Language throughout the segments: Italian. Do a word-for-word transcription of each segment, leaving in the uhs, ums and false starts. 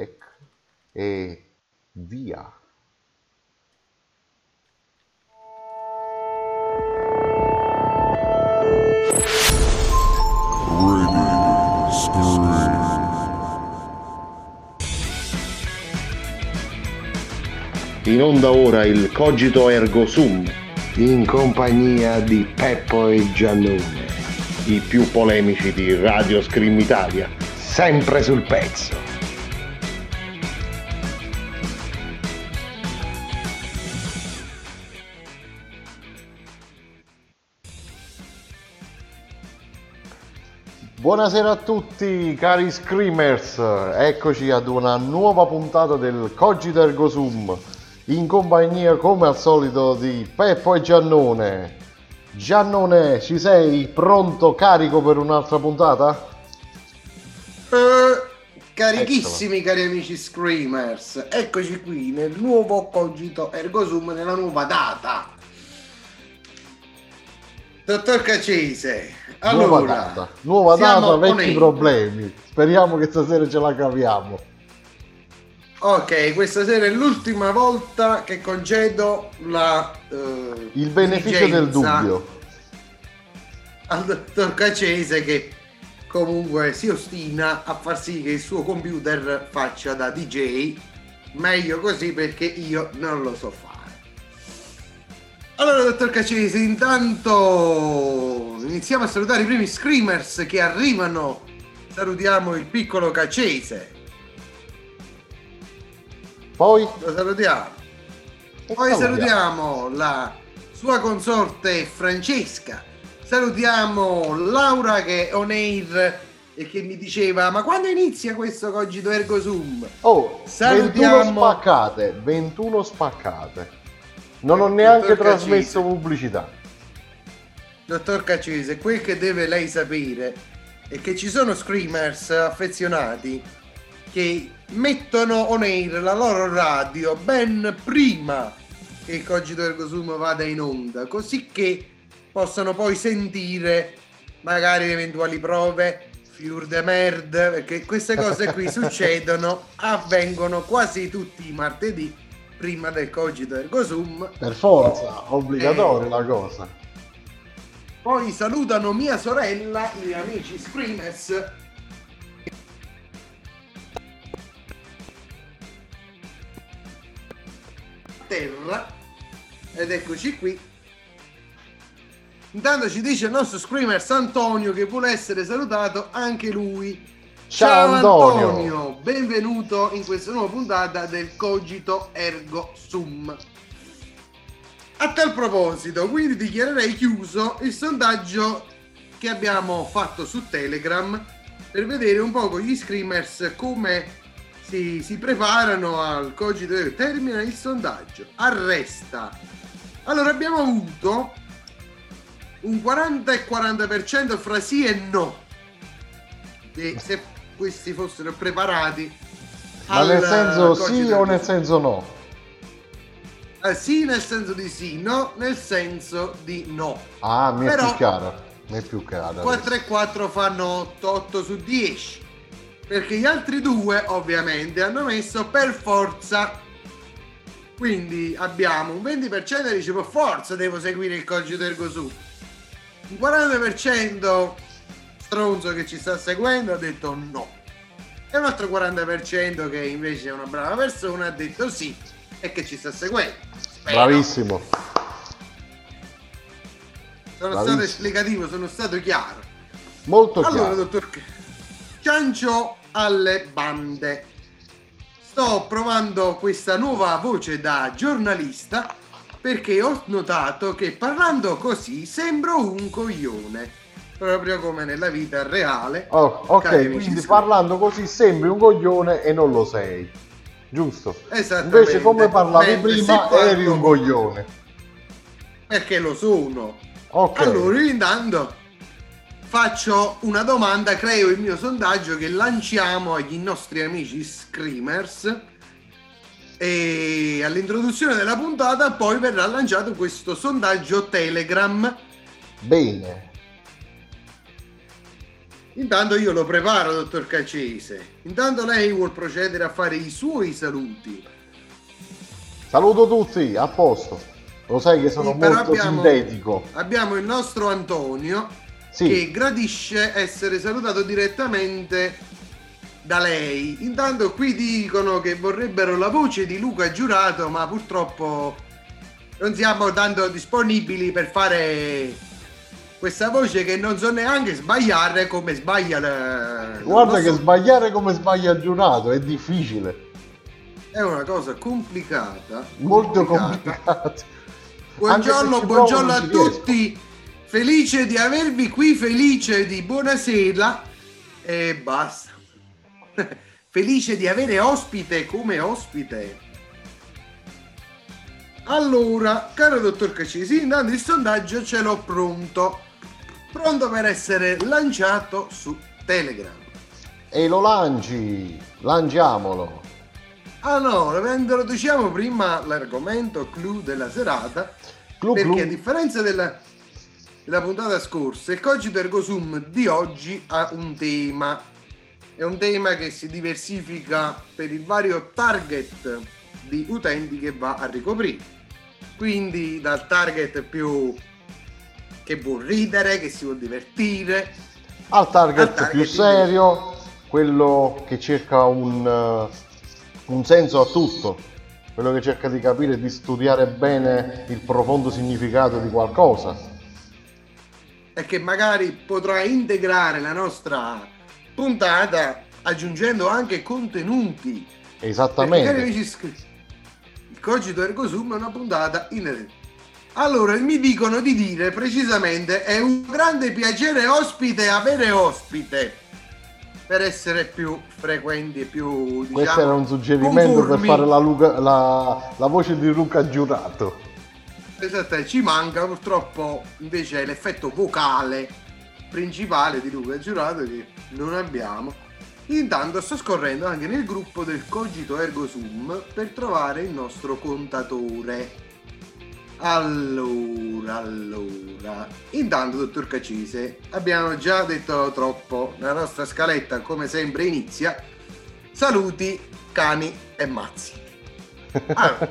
rec e via. In onda ora il Cogito Ergo Sum, in compagnia di Peppo e Giannone, i più polemici di Radio Scream Italia, sempre sul pezzo. Buonasera a tutti cari Screamers, eccoci ad una nuova puntata del Cogito Ergo Sum, in compagnia come al solito di Peppo e Giannone. Giannone, ci sei pronto, carico per un'altra puntata? Uh, carichissimi Eccola. Cari amici Screamers, eccoci qui nel nuovo Cogito Ergo Sum, nella nuova data. Dottor Caccese, allora, nuova data, nuova data vecchi onesti. Problemi, speriamo che stasera ce la caviamo. Ok, questa sera è l'ultima volta che concedo la uh, il beneficio del dubbio al dottor Caccese, che comunque si ostina a far sì che il suo computer faccia da D J. Meglio così, perché io non lo so fare. Allora, dottor Caccese, intanto iniziamo a salutare i primi Screamers che arrivano. Salutiamo il piccolo Caccese. Poi lo salutiamo. E poi salutiamo la sua consorte Francesca. Salutiamo Laura, che è on air e che mi diceva: ma quando inizia questo Cogito Ergo Sum? Oh, salutiamo ventuno spaccate, ventuno spaccate. Non ho neanche Dottor trasmesso Caccese. Pubblicità. Dottor Caccese, quel che deve lei sapere è che ci sono Screamers affezionati che mettono on air la loro radio ben prima che il Cogito Ergo Sum vada in onda, così che possano poi sentire magari le eventuali prove, fiur de merde, perché queste cose qui succedono, avvengono quasi tutti i martedì prima del Cogito Ergo Sum. Per forza, obbligatoria eh, la cosa. Poi salutano mia sorella, i miei amici Screamers. Terra. Ed eccoci qui. Intanto ci dice il nostro Screamers Antonio che vuole essere salutato anche lui. Ciao, Ciao Antonio. Antonio, benvenuto in questa nuova puntata del Cogito Ergo Sum. A tal proposito, quindi dichiarerei chiuso il sondaggio che abbiamo fatto su Telegram per vedere un po' con gli Screamers come si, si preparano al Cogito Ergo. Termina il sondaggio, arresta. Allora, abbiamo avuto un quaranta e quaranta per cento fra sì e no. E se questi fossero preparati, ma nel senso sì o nel senso no? Eh, sì, nel senso di sì, no nel senso di no. Ah, mi è Però, più chiaro, mi è più chiaro. quattro e quattro fanno otto, otto su dieci, perché gli altri due ovviamente hanno messo per forza. Quindi abbiamo un venti per cento che dice per forza devo seguire il Cogito Ergo Sum, un quaranta per cento stronzo che ci sta seguendo ha detto no, e un altro quaranta per cento che invece è una brava persona ha detto sì e che ci sta seguendo. Spero. Bravissimo. Sono Bravissimo. stato esplicativo, sono stato chiaro. Molto allora, chiaro. Dottor Ciancio alle bande. Sto provando questa nuova voce da giornalista perché ho notato che parlando così sembro un coglione, proprio come nella vita reale. Oh, ok, quindi parlando così sembri un coglione e non lo sei, giusto? Esattamente. Invece come parlavi Mentre prima eri un coglione. Perché lo sono. Okay. Allora, intanto faccio una domanda, creo il mio sondaggio che lanciamo agli nostri amici Screamers, e all'introduzione della puntata poi verrà lanciato questo sondaggio Telegram. Bene. Intanto io lo preparo, dottor Caccese. Intanto lei vuol procedere a fare i suoi saluti. Saluto tutti, a posto. Lo sai che sono Sì, però molto abbiamo, sintetico. abbiamo il nostro Antonio Sì. che gradisce essere salutato direttamente da lei. Intanto qui dicono che vorrebbero la voce di Luca Giurato, ma purtroppo non siamo tanto disponibili per fare questa voce che non so neanche sbagliare come sbaglia la... Guarda non che so, sbagliare come sbaglia il giurato è difficile, è una cosa complicata. molto complicata. complicato. Buongiorno, Anche se ci provo buongiorno non a ci riesco. tutti. Felice di avervi qui, felice di buonasera e basta. Felice di avere ospite come ospite. Allora, caro dottor Caccesi, intanto il sondaggio ce l'ho pronto. Pronto per essere lanciato su Telegram. E lo lanci, lanciamolo. Allora, introduciamo prima l'argomento clou della serata. Clu, Perché clu. a differenza della, della puntata scorsa, il Cogito Ergo Sum di oggi ha un tema. È un tema che si diversifica per il vario target di utenti che va a ricoprire. Quindi dal target più che vuol ridere, che si vuol divertire, Al target, al target più invece- serio, quello che cerca un, uh, un senso a tutto, quello che cerca di capire e di studiare bene il profondo significato di qualcosa. e che magari potrà integrare la nostra puntata aggiungendo anche contenuti. Perché cari Esattamente. amici iscritti, il Cogito Ergo Sum è una puntata inerente. Allora, mi dicono di dire precisamente è un grande piacere ospite avere ospite per essere più frequenti e più, diciamo, Questo era un suggerimento conformi. per fare la, Luca- la, la voce di Luca Giurato. Esatto, ci manca purtroppo invece l'effetto vocale principale di Luca Giurato che non abbiamo. Intanto sto scorrendo anche nel gruppo del Cogito Ergo Sum per trovare il nostro contatore. Allora, allora. Intanto, dottor Caccese, abbiamo già detto troppo. La nostra scaletta, come sempre, inizia. Saluti, cani e mazzi. Allora,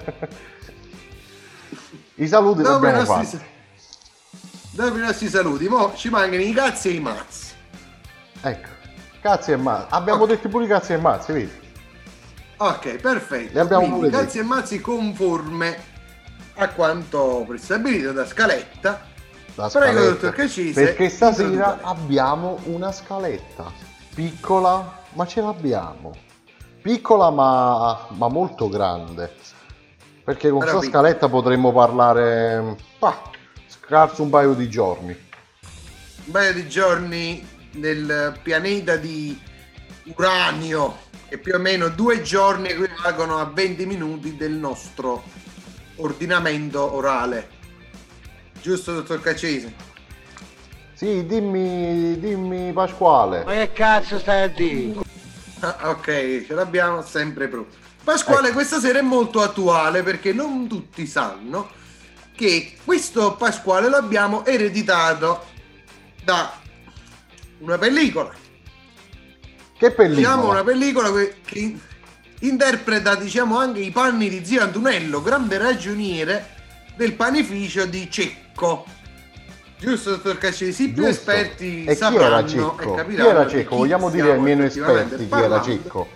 I saluti li dopo, i abbiamo nostri, fatti. dopo i nostri saluti, mo ci mancano i cazzi e i mazzi. Ecco, cazzi e mazzi. Abbiamo Ok. detto pure i cazzi e mazzi, vedi? Ok, perfetto. Li abbiamo Quindi, pure cazzi e mazzi conforme a quanto prestabilito da scaletta. La Prego, scaletta. dottor Caccese, Perché stasera introduca lei. abbiamo una scaletta piccola, ma ce l'abbiamo. Piccola, ma, ma molto grande. Perché con Però questa piccola. scaletta potremmo parlare ah, scarso un paio di giorni. Un paio di giorni nel pianeta di Uranio, che più o meno due giorni equivalgono a venti minuti del nostro ordinamento orale. Giusto, dottor Caccese? Sì, dimmi, dimmi Pasquale. Ma che cazzo stai a dire? Ah, ok, ce l'abbiamo sempre pronto. Pasquale, Ecco. questa sera è molto attuale perché non tutti sanno che questo Pasquale l'abbiamo ereditato da una pellicola. Che pellicola? Diciamo una pellicola que- che interpreta, diciamo, anche i panni di zio Antonello, grande ragioniere del panificio di Cecco. Giusto, dottor Caccesi? I più Giusto. esperti E chi sapranno era e Cecco? Chi capiranno era di Cecco? chi Vogliamo dire ai stiamo meno effettivamente esperti chi era parlando. Cecco?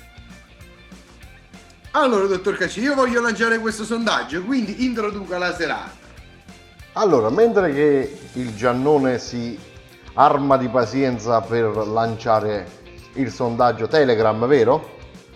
Allora, dottor Caccesi, io voglio lanciare questo sondaggio, quindi introduca la serata. Allora, mentre che il Giannone si arma di pazienza per lanciare il sondaggio Telegram, vero?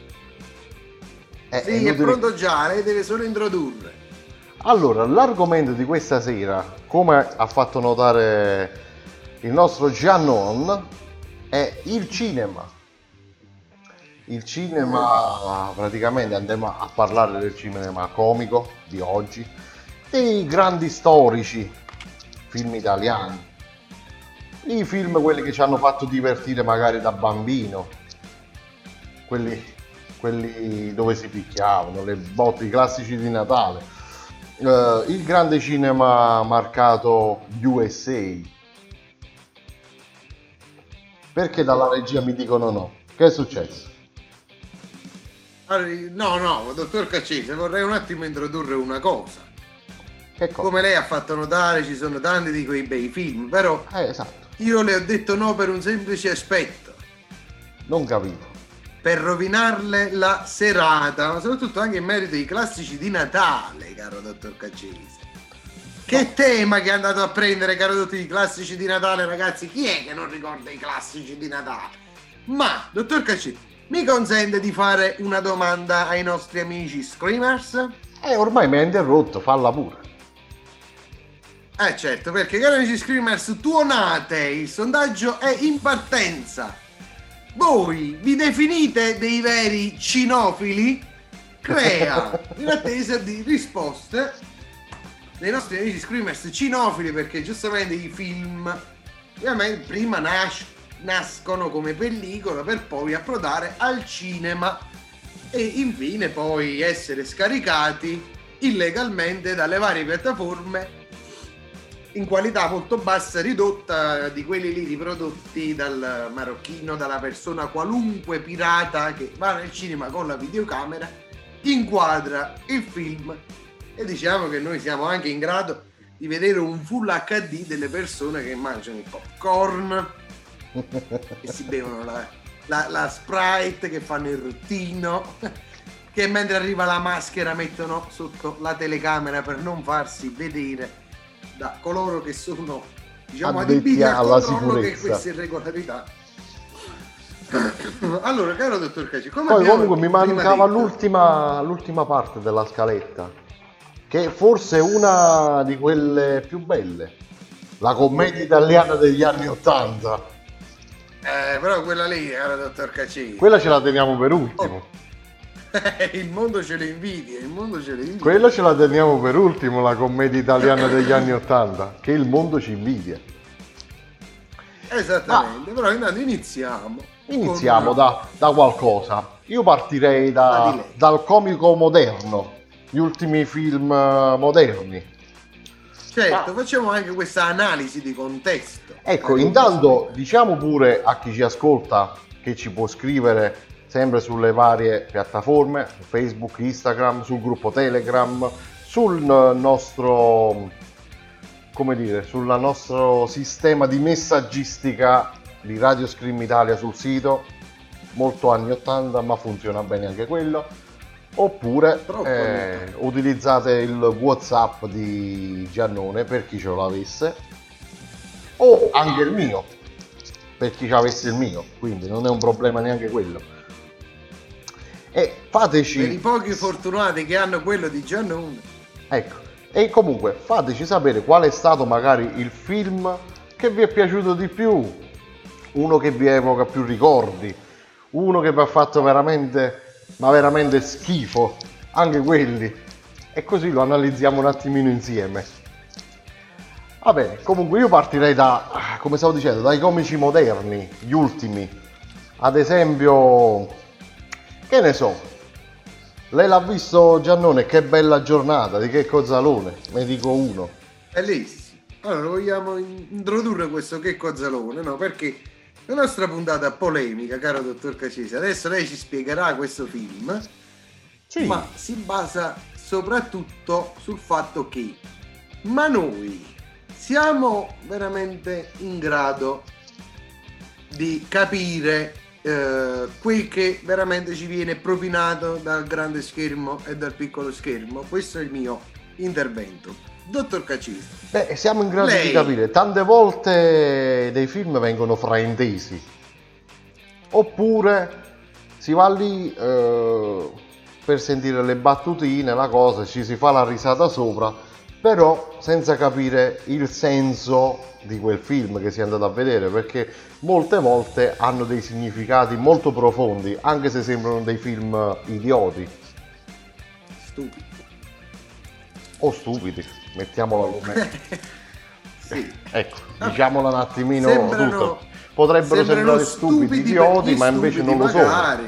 È Sì, è inutile- pronto già, lei deve solo introdurre. Allora, l'argomento di questa sera, come ha fatto notare il nostro Giannon, è il cinema. Il cinema, praticamente andremo a parlare del cinema comico di oggi, dei grandi storici, film italiani, i film quelli che ci hanno fatto divertire magari da bambino, quelli, quelli dove si picchiavano, le botte, i classici di Natale, eh, il grande cinema marcato U S A. Perché dalla regia mi dicono no? Che è successo? Allora, no, no, dottor Caccese, vorrei un attimo introdurre una cosa. Che cosa? Come lei ha fatto notare, ci sono tanti di quei bei film, però Eh, esatto, io le ho detto no per un semplice aspetto, non capivo. per rovinarle la serata, ma soprattutto anche in merito ai classici di Natale, caro dottor Caccese. Che tema che è andato a prendere, caro dottor, i classici di Natale, ragazzi? Chi è che non ricorda i classici di Natale? Ma, dottor Caccese, mi consente di fare una domanda ai nostri amici Screamers? Eh, ormai mi ha interrotto, falla pure. Eh certo, perché cari amici Screamers, tuonate, il sondaggio è in partenza. Voi vi definite dei veri cinofili? Crea, in attesa di risposte dei nostri amici Screamers cinofili, perché giustamente i film ovviamente prima nas- nascono come pellicola per poi approdare al cinema e infine poi essere scaricati illegalmente dalle varie piattaforme in qualità molto bassa, ridotta, di quelli lì riprodotti dal marocchino, dalla persona qualunque pirata che va nel cinema con la videocamera, inquadra il film e diciamo che noi siamo anche in grado di vedere un full acca di delle persone che mangiano il popcorn, che si bevono la, la, la Sprite, che fanno il rottino, che mentre arriva la maschera mettono sotto la telecamera per non farsi vedere da coloro che sono, diciamo, adibiti al alla controllo che sicurezza. queste irregolarità. Allora, caro dottor Caci, come Poi abbiamo comunque mi prima mancava detto- l'ultima, l'ultima parte della scaletta, che forse è una di quelle più belle, la commedia italiana degli anni Ottanta. Eh, però quella lì, caro dottor Caci, Quella ce la teniamo per ultimo. il mondo ce le invidia, il mondo ce le invidia. Quella ce la teniamo per ultimo, la commedia italiana degli anni Ottanta, che il mondo ci invidia. Esattamente, però intanto iniziamo. Iniziamo con- da, da qualcosa. Io partirei Da da, di lei. dal comico moderno, gli ultimi film eh, moderni. Certo, facciamo anche questa analisi di contesto. Ecco, Eh, intanto diciamo pure a chi ci ascolta che ci può scrivere sempre sulle varie piattaforme, su Facebook, Instagram, sul gruppo Telegram, sul nostro, come dire, sul nostro sistema di messaggistica di Radio Scream Italia sul sito, molto anni ottanta, ma funziona bene anche quello. Oppure Troppo eh, utilizzate il WhatsApp di Giannone per chi ce l'avesse, o anche il mio per chi ci avesse il mio, quindi non è un problema neanche quello. E per i fateci, pochi fortunati che hanno quello di Giannone. ecco, e comunque fateci sapere qual è stato magari il film che vi è piaciuto di più, uno che vi evoca più ricordi, uno che vi ha fatto veramente, ma veramente schifo, anche quelli, e così lo analizziamo un attimino insieme. Va bene, comunque io partirei da, come stavo dicendo, dai comici moderni, gli ultimi. Ad esempio, che ne so, lei l'ha visto Giannone, Che bella giornata, di Checco Zalone, ne dico uno. Bellissimo. Allora, vogliamo in- introdurre questo Checco Zalone, no? Perché la nostra puntata polemica, caro dottor Cacese, adesso lei ci spiegherà questo film, Sì, ma si basa soprattutto sul fatto che, ma noi siamo veramente in grado di capire eh, quel che veramente ci viene propinato dal grande schermo e dal piccolo schermo? Questo è il mio intervento. Dottor Cacese, beh, siamo in grado Lei- di capire, tante volte dei film vengono fraintesi, oppure si va lì eh, per sentire le battutine, la cosa, ci si fa la risata sopra, però senza capire il senso di quel film che si è andato a vedere, perché molte volte hanno dei significati molto profondi, anche se sembrano dei film idioti stupido. o stupidi, mettiamola come... Sì. Ecco, diciamola un attimino Sembrano- tutto. Potrebbero sembrano sembrare stupidi, per idioti, gli ma invece stupidi non lo sono. magari.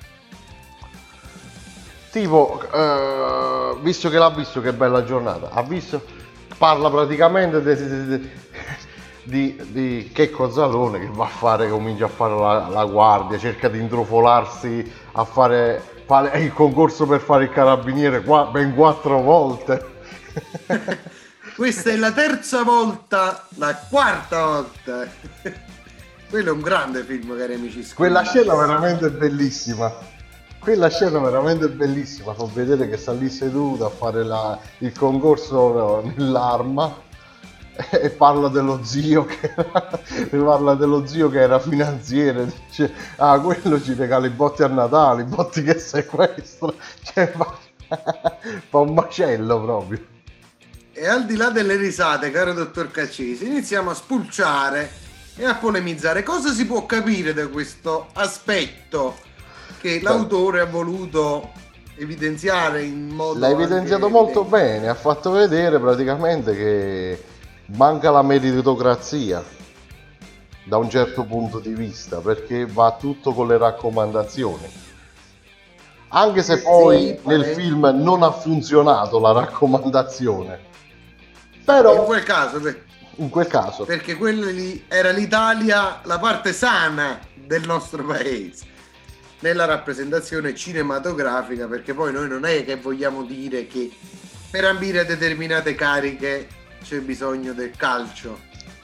Tipo, eh, visto che l'ha visto, Che bella giornata, ha visto, parla praticamente de- de- de- di, di Checco Zalone che va a fare, comincia a fare la, la guardia, cerca di intrufolarsi a fare, fare il concorso per fare il carabiniere qua ben quattro volte. Questa è la terza volta, la quarta volta. Quello è un grande film, cari amici. Quella scena veramente bellissima. Quella scena veramente bellissima. Fa vedere che sta lì seduto a fare la, il concorso nell'arma e parla dello zio che era, parla dello zio che era finanziere. Dice: ah, quello ci regala i botti a Natale, i botti che sequestra. Cioè, fa, fa un macello proprio. E al di là delle risate, caro dottor Caccesi, iniziamo a spulciare e a polemizzare. Cosa si può capire da questo aspetto che l'autore ha voluto evidenziare in modo... L'ha evidenziato molto bene, ha fatto vedere praticamente che manca la meritocrazia da un certo punto di vista, perché va tutto con le raccomandazioni. Anche se poi sì, nel eh. film non ha funzionato la raccomandazione. Però in quel caso, in quel caso perché quella lì era l'Italia, la parte sana del nostro paese nella rappresentazione cinematografica, perché poi noi non è che vogliamo dire che per ambire a determinate cariche c'è bisogno del calcio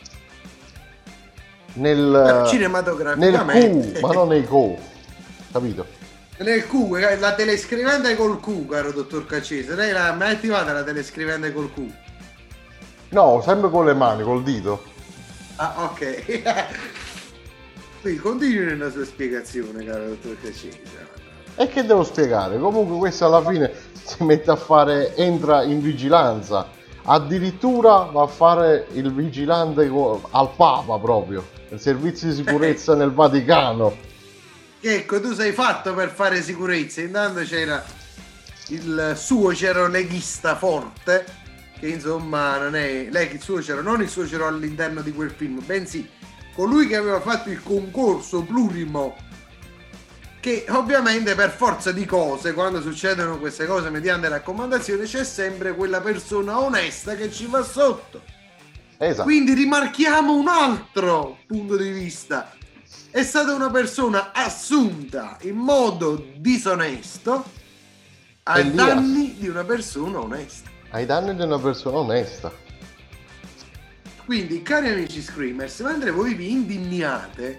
nel eh, cinematograficamente nel Q, ma non nei co, capito? Nel Q, la telescrivente col Q, caro dottor Caccese. Lei l'ha mai attivata la telescrivente col Q? No, sempre con le mani, col dito. Ah, ok. Quindi continui nella sua spiegazione, caro dottor Caccese. E che devo spiegare? Comunque questo alla fine si mette a fare, entra in vigilanza. Addirittura va a fare il vigilante al Papa proprio, il servizio di sicurezza nel Vaticano. Ecco, tu sei fatto per fare sicurezza. Intanto c'era il suocero leghista forte, che insomma non è lei il suocero, non il suocero all'interno di quel film, bensì colui che aveva fatto il concorso plurimo, che ovviamente per forza di cose, quando succedono queste cose mediante raccomandazione, c'è sempre quella persona onesta che ci va sotto. Esatto. Quindi rimarchiamo un altro punto di vista. È stata una persona assunta in modo disonesto ai Elias. danni di una persona onesta. Ai danni di una persona onesta. Quindi, cari amici Screamers, mentre voi vi indigniate,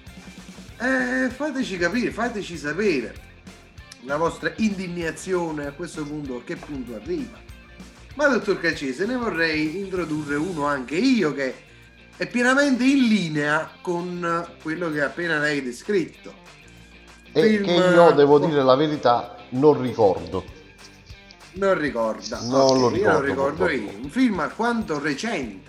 eh, fateci capire, fateci sapere la vostra indignazione a questo punto, a che punto arriva. Ma dottor Caccese, ne vorrei introdurre uno anche io che è pienamente in linea con quello che appena lei ha descritto. E Film... che io devo dire la verità, non ricordo. Non ricorda. Non okay, lo ricordo. Io lo ricordo io. Un film alquanto recente.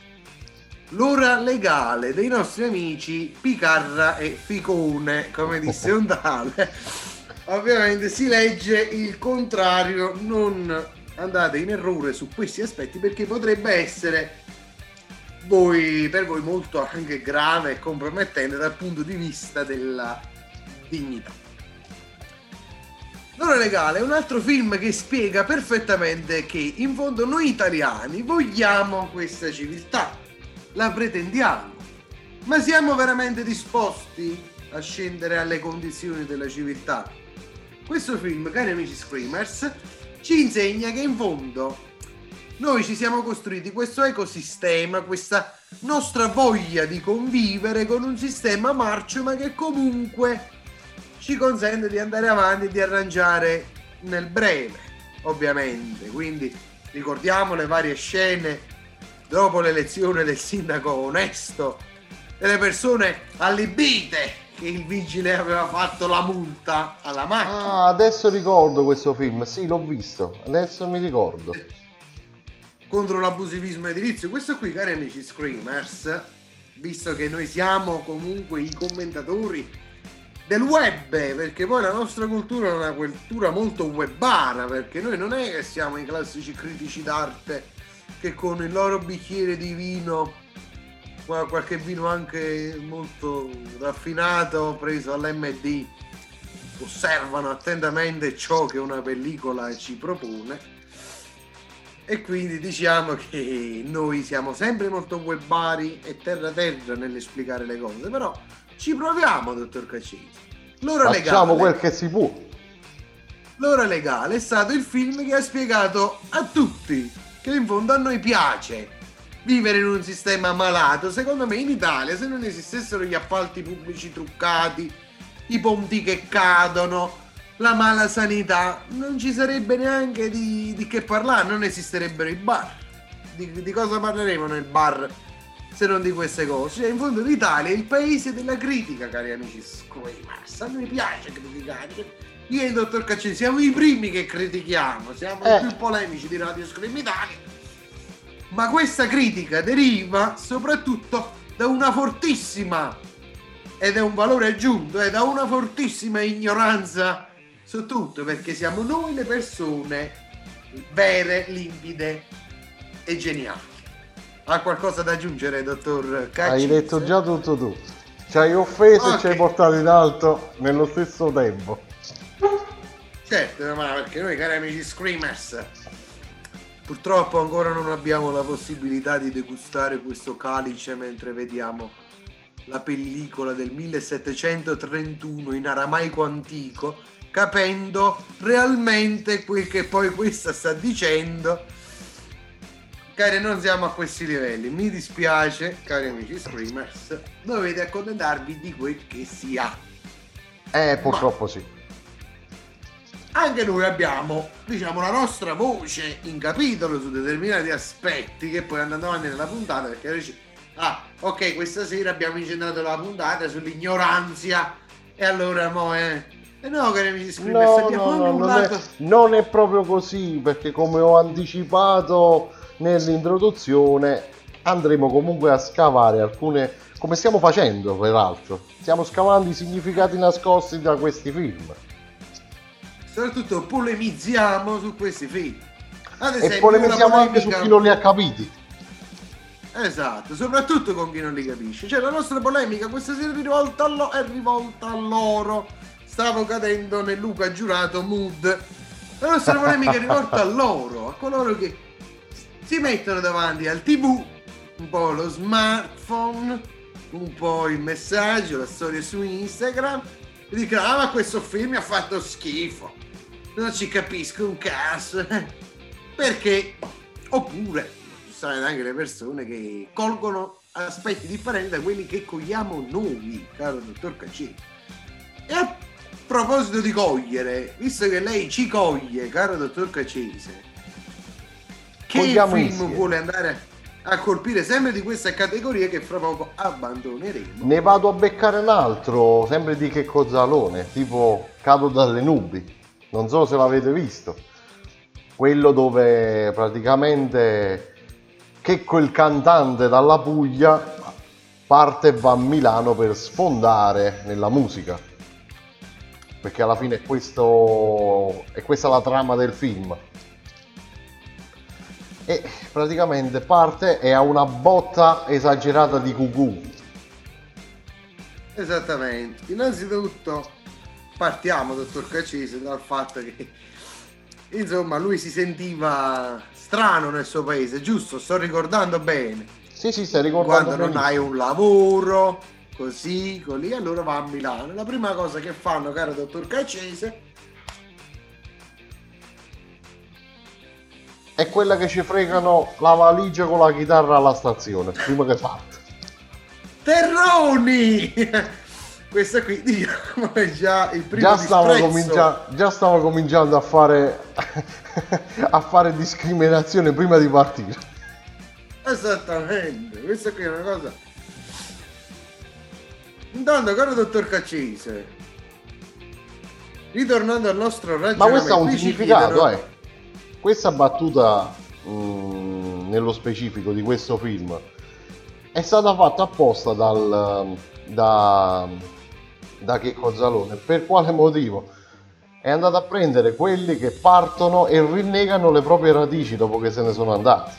L'ora legale dei nostri amici Picarra e Ficone, come disse un tale. Ovviamente si legge il contrario, non andate in errore su questi aspetti perché potrebbe essere voi, per voi molto anche grave e compromettente dal punto di vista della dignità. L'ora legale è un altro film che spiega perfettamente che in fondo noi italiani vogliamo questa civiltà, la pretendiamo, ma siamo veramente disposti a scendere alle condizioni della civiltà? Questo film, cari amici Screamers, ci insegna che in fondo noi ci siamo costruiti questo ecosistema, questa nostra voglia di convivere con un sistema marcio, ma che comunque ci consente di andare avanti e di arrangiare nel breve, ovviamente. Quindi ricordiamo le varie scene dopo l'elezione del sindaco onesto, delle persone allibite che il vigile aveva fatto la multa alla macchina. Ah, adesso ricordo questo film, sì, l'ho visto, adesso mi ricordo. Contro l'abusivismo edilizio. Questo qui, cari amici Screamers, visto che noi siamo comunque i commentatori del web, perché poi la nostra cultura è una cultura molto webara, perché noi non è che siamo i classici critici d'arte che con il loro bicchiere di vino, qualche vino anche molto raffinato preso all'M D, osservano attentamente ciò che una pellicola ci propone. E quindi diciamo che noi siamo sempre molto webbari e terra terra nell'esplicare le cose, però ci proviamo, dottor Caccese. L'ora Facciamo legale, quel che si può. L'ora legale è stato il film che ha spiegato a tutti che in fondo a noi piace vivere in un sistema malato. Secondo me in Italia, se non esistessero gli appalti pubblici truccati, i ponti che cadono, la mala sanità, non ci sarebbe neanche di, di che parlare, non esisterebbero i bar. Di, di cosa parleremo nel bar se non di queste cose? Cioè, in fondo l'Italia è il paese della critica, cari amici Screamers. A noi piace criticare. Io e il dottor Caccese siamo i primi che critichiamo, siamo Eh. i più polemici di Radio Scream Italia. Ma questa critica deriva soprattutto da una fortissima, ed è un valore aggiunto, è da una fortissima ignoranza su tutto, perché siamo noi le persone vere, limpide e geniali. Ha qualcosa da aggiungere, dottor Caccese? Hai detto già tutto tu. Ci hai offeso Ok. e ci hai portato in alto nello stesso tempo. Certo, ma perché noi, cari amici Screamers, purtroppo ancora non abbiamo la possibilità di degustare questo calice mentre vediamo la pellicola del millesettecentotrentuno in aramaico antico, capendo realmente quel che poi questa sta dicendo. Cari, non siamo a questi livelli, mi dispiace, cari amici Screamers, dovete accontentarvi di quel che si ha. Eh, purtroppo sì. Anche noi abbiamo, diciamo, la nostra voce in capitolo su determinati aspetti che poi andando avanti nella puntata, perché dici, ah, ok, questa sera abbiamo incentrato la puntata sull'ignoranza e allora mo eh e no, cari amici Screamers, No, abbiamo no, no, non è, annullato. non è proprio così, perché come ho anticipato nell'introduzione andremo comunque a scavare alcune, come stiamo facendo peraltro, stiamo scavando i significati nascosti da questi film. Soprattutto polemizziamo su questi film. Ad E esempio, polemizziamo una anche su polemica- chi non li ha capiti. Esatto, soprattutto con chi non li capisce. Cioè, la nostra polemica questa sera è rivolta, allo- è rivolta a loro. Stavo cadendo nel Luca Giurato mood. La nostra polemica è rivolta a loro, a coloro che si mettono davanti al tivù, un po' lo smartphone, un po' il messaggio, la storia su Instagram, e dicono, ah, ma questo film mi ha fatto schifo, non ci capisco un cazzo. Perché, oppure, ci sono anche le persone che colgono aspetti differenti da quelli che cogliamo noi, caro dottor Caccese. E a proposito di cogliere, visto che lei ci coglie, caro dottor Caccese, che Cogliamo film insieme. vuole andare a colpire sempre di questa categoria che fra poco abbandoneremo? Ne vado a beccare un altro, sempre di Checco Zalone, tipo Cado dalle nubi. Non so se l'avete visto. Quello dove praticamente Checco il cantante dalla Puglia parte e va a Milano per sfondare nella musica. Perché alla fine è questo è questa la trama del film. E praticamente parte e ha una botta esagerata di cucù. Esattamente. Innanzitutto partiamo, dottor Caccese, dal fatto che insomma lui si sentiva strano nel suo paese, giusto? Sto ricordando bene. Sì, sì, stai ricordando Quando non benissimo. hai un lavoro, così, così, allora va a Milano. La prima cosa che fanno, caro dottor Caccese, È quella che ci fregano la valigia con la chitarra alla stazione, prima che parte. Terroni! Questa qui, diciamo, è già il primo Già stavo, disprezzo. comincia- già stavo cominciando a fare a fare discriminazione prima di partire. Esattamente, questa qui è una cosa. Intanto, caro dottor Caccese, ritornando al nostro ragionamento, Ma questo ha un qui ci significato, chiedono- eh. Questa battuta mh, nello specifico di questo film è stata fatta apposta dal da, da Checco Zalone. Per quale motivo? È andato a prendere quelli che partono e rinnegano le proprie radici dopo che se ne sono andati.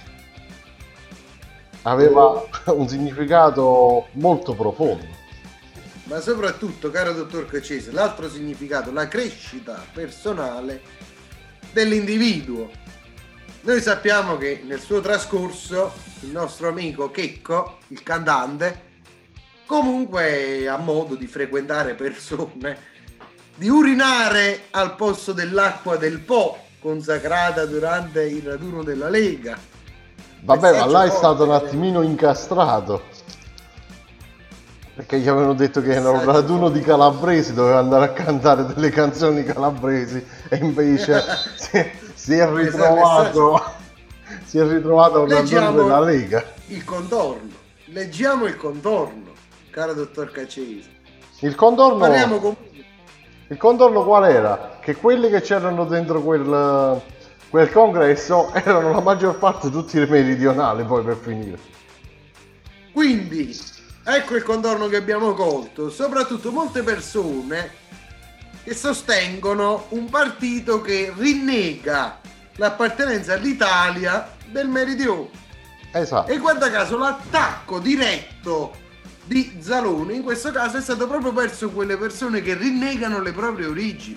Aveva un significato molto profondo. Ma soprattutto, caro dottor Caccese, l'altro significato, la crescita personale dell'individuo. Noi sappiamo che nel suo trascorso il nostro amico Checco, il cantante, comunque ha modo di frequentare persone, di urinare al posto dell'acqua del Po consacrata durante il raduno della Lega. Vabbè, ma là è forte, stato un eh. attimino incastrato. Perché gli avevano detto che era un Messaggio raduno di calabresi, doveva andare a cantare delle canzoni calabresi e invece si, si è ritrovato si è ritrovato a un raduno Leggiamo della Lega. il contorno. Leggiamo il contorno, caro dottor Caccesi. Il contorno, Parliamo con... il contorno qual era? Che quelli che c'erano dentro quel, quel congresso erano la maggior parte tutti i meridionali, poi per finire. Quindi, ecco il contorno che abbiamo colto. Soprattutto molte persone che sostengono un partito che rinnega l'appartenenza all'Italia del meridione. Esatto. E guarda caso l'attacco diretto di Zalone in questo caso è stato proprio verso quelle persone che rinnegano le proprie origini.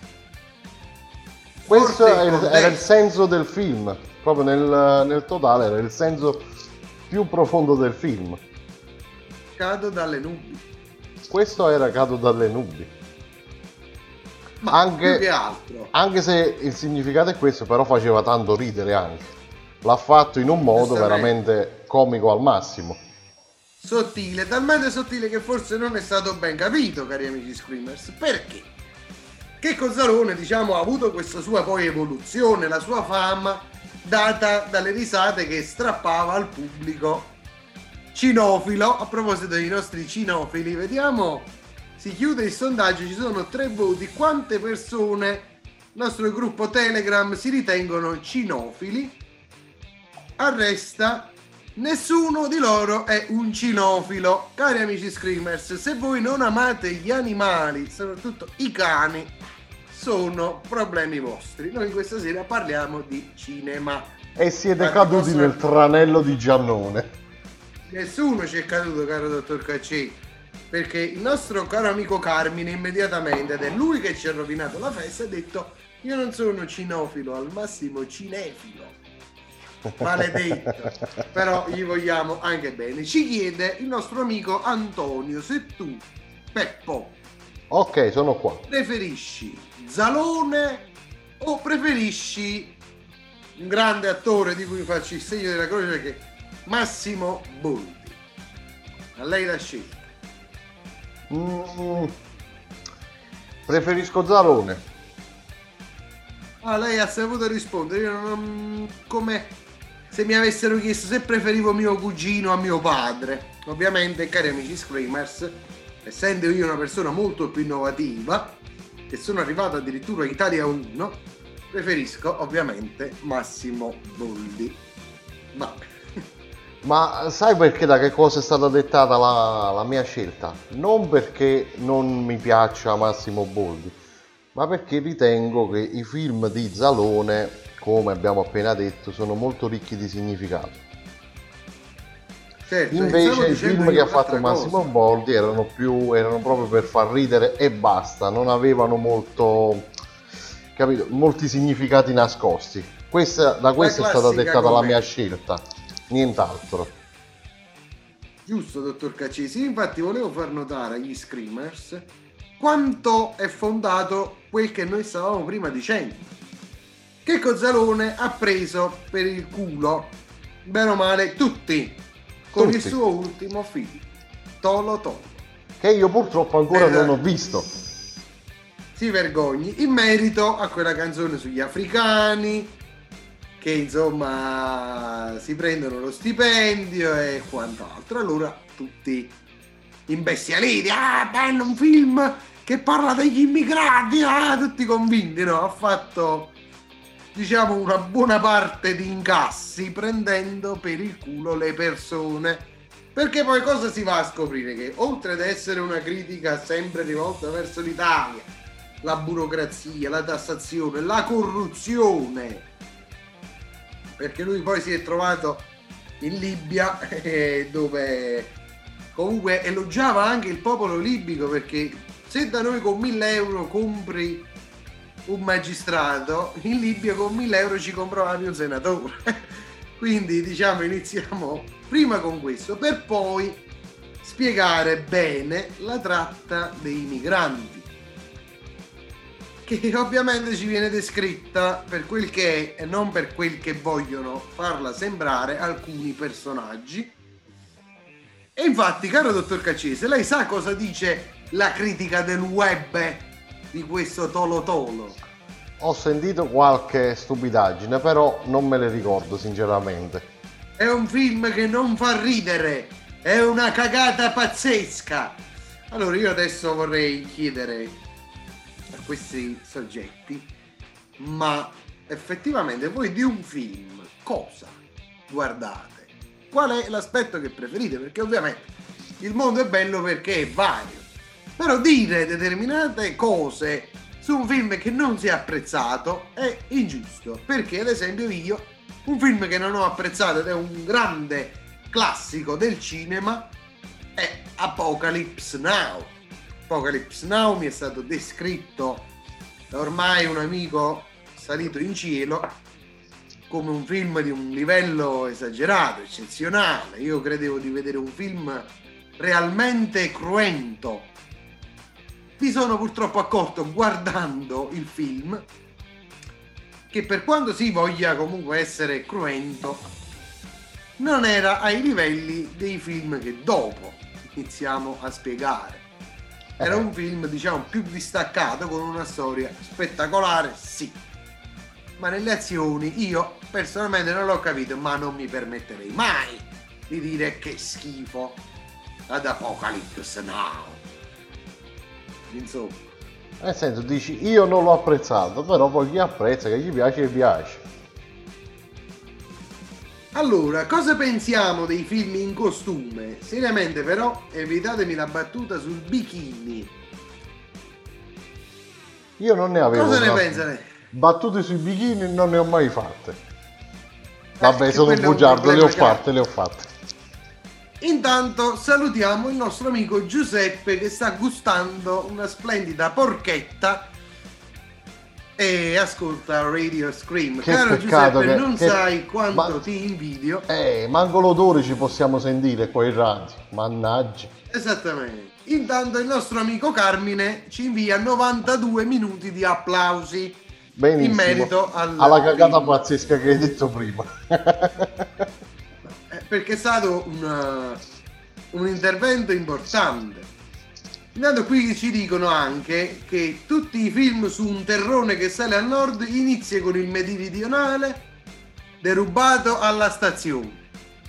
Questo Forte era il, contesto. era il senso del film, proprio nel, nel totale era il senso più profondo del film. Cado dalle nubi. Questo era Cado dalle nubi. Ma Anche- più che altro. Anche se il significato è questo, però faceva tanto ridere anche. L'ha fatto in un modo Giustamente. veramente comico al massimo. Sottile, talmente sottile che forse non è stato ben capito, cari amici Screamers. Perché? Checco Zalone, diciamo, ha avuto questa sua poi evoluzione, la sua fama data dalle risate che strappava al pubblico cinofilo. A proposito dei nostri cinofili, vediamo, si chiude il sondaggio, ci sono tre voti. Quante persone il nostro gruppo Telegram si ritengono cinofili? Arresta, nessuno di loro è un cinofilo. Cari amici Screamers, se voi non amate gli animali, soprattutto i cani, sono problemi vostri. Noi questa sera parliamo di cinema. E siete Infatti caduti possono- nel tranello di Giannone. Nessuno ci è caduto, caro dottor Caccè, perché il nostro caro amico Carmine immediatamente, ed è lui che ci ha rovinato la festa, ha detto: io non sono cinofilo, al massimo cinefilo. Maledetto. Però gli vogliamo anche bene. Ci chiede il nostro amico Antonio se tu, Peppo, Ok, sono qua. preferisci Zalone o preferisci un grande attore di cui faccio il segno della croce, perché Massimo Boldi. A lei la scelta. Mm, preferisco Zalone. Ah, lei ha saputo rispondere. Io non... come se mi avessero chiesto se preferivo mio cugino a mio padre. Ovviamente, cari amici Screamers, essendo io una persona molto più innovativa, che sono arrivato addirittura a Italia uno, preferisco ovviamente Massimo Boldi. Ma Ma sai perché da che cosa è stata dettata la, la mia scelta? Non perché non mi piaccia Massimo Boldi, ma perché ritengo che i film di Zalone, come abbiamo appena detto, sono molto ricchi di significato. certo, Invece stavo i dicendo film che io ha fatto un'altra Massimo cosa. Boldi erano più erano proprio per far ridere e basta, non avevano molto, capito, molti significati nascosti. Questa, da questo è stata classica dettata la commedia. mia scelta, nient'altro. Giusto, dottor Caccesi. Infatti volevo far notare agli Screamers quanto è fondato quel che noi stavamo prima dicendo. Che Zalone ha preso per il culo, bene o male, tutti, con Tutti. il suo ultimo film, Tolo Tolo. Che io purtroppo ancora Esatto. non ho visto. Si vergogni in merito a quella canzone sugli africani che insomma si prendono lo stipendio e quant'altro. Allora tutti imbestialiti: ah, bello, un film che parla degli immigrati, ah, tutti convinti. No, ha fatto, diciamo, una buona parte di incassi prendendo per il culo le persone, perché poi cosa si va a scoprire? Che oltre ad essere una critica sempre rivolta verso l'Italia, la burocrazia, la tassazione, la corruzione, perché lui poi si è trovato in Libia eh, dove comunque elogiava anche il popolo libico, perché se da noi con mille euro compri un magistrato in Libia con mille euro ci compravi un senatore. Quindi diciamo iniziamo prima con questo per poi spiegare bene la tratta dei migranti, che ovviamente ci viene descritta per quel che è e non per quel che vogliono farla sembrare alcuni personaggi. E infatti, caro dottor Caccese, lei sa cosa dice la critica del web di questo Tolo Tolo? Ho sentito qualche stupidaggine, però non me le ricordo sinceramente. È un film che non fa ridere, è una cagata pazzesca. Allora io adesso vorrei chiedere a questi soggetti, ma effettivamente voi di un film cosa guardate? Qual è l'aspetto che preferite? Perché ovviamente il mondo è bello perché è vario, però dire determinate cose su un film che non si è apprezzato è ingiusto, perché ad esempio io un film che non ho apprezzato ed è un grande classico del cinema è Apocalypse Now. Apocalypse Now mi è stato descritto da ormai un amico salito in cielo come un film di un livello esagerato, eccezionale. Io credevo di vedere un film realmente cruento. Mi sono purtroppo accorto guardando il film che per quanto si voglia comunque essere cruento non era ai livelli dei film che dopo iniziamo a spiegare. Era un film diciamo più distaccato con una storia spettacolare, sì, ma nelle azioni io personalmente non l'ho capito, ma non mi permetterei mai di dire che schifo ad Apocalypse Now. Insomma, Nel senso, dici, io non l'ho apprezzato, però poi chi apprezza, che gli piace, gli piace. allora, cosa pensiamo dei film in costume? Seriamente però, evitatemi la battuta sul bikini. Io non ne avevo. Cosa ne una- pensa lei? Battute sui bikini non ne ho mai fatte. Vabbè, Eh, sono quello è un bugiardo, le ho problema che- fatte, le ho fatte. Intanto salutiamo il nostro amico Giuseppe che sta gustando una splendida porchetta e ascolta Radio Scream. Che Caro peccato Giuseppe, che- non che- sai quanto ma- ti invidio. Eh, manco l'odore ci possiamo sentire qua in radio. Mannaggia. Esattamente. Intanto il nostro amico Carmine ci invia novantadue minuti di applausi Benissimo. in merito al alla cagata film. pazzesca che hai detto prima. Eh, perché è stato un, un intervento importante. Intanto qui ci dicono anche che tutti i film su un terrone che sale al nord inizia con il meridionale derubato alla stazione.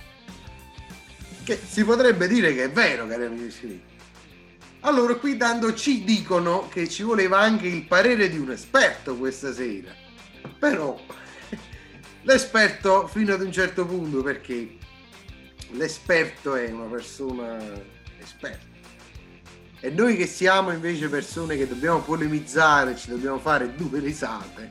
Che si potrebbe dire che è vero, cari amici. Allora qui tanto ci dicono che ci voleva anche il parere di un esperto questa sera. Però l'esperto fino ad un certo punto, perché l'esperto è una persona esperta e noi che siamo invece persone che dobbiamo polemizzare, ci dobbiamo fare due risate,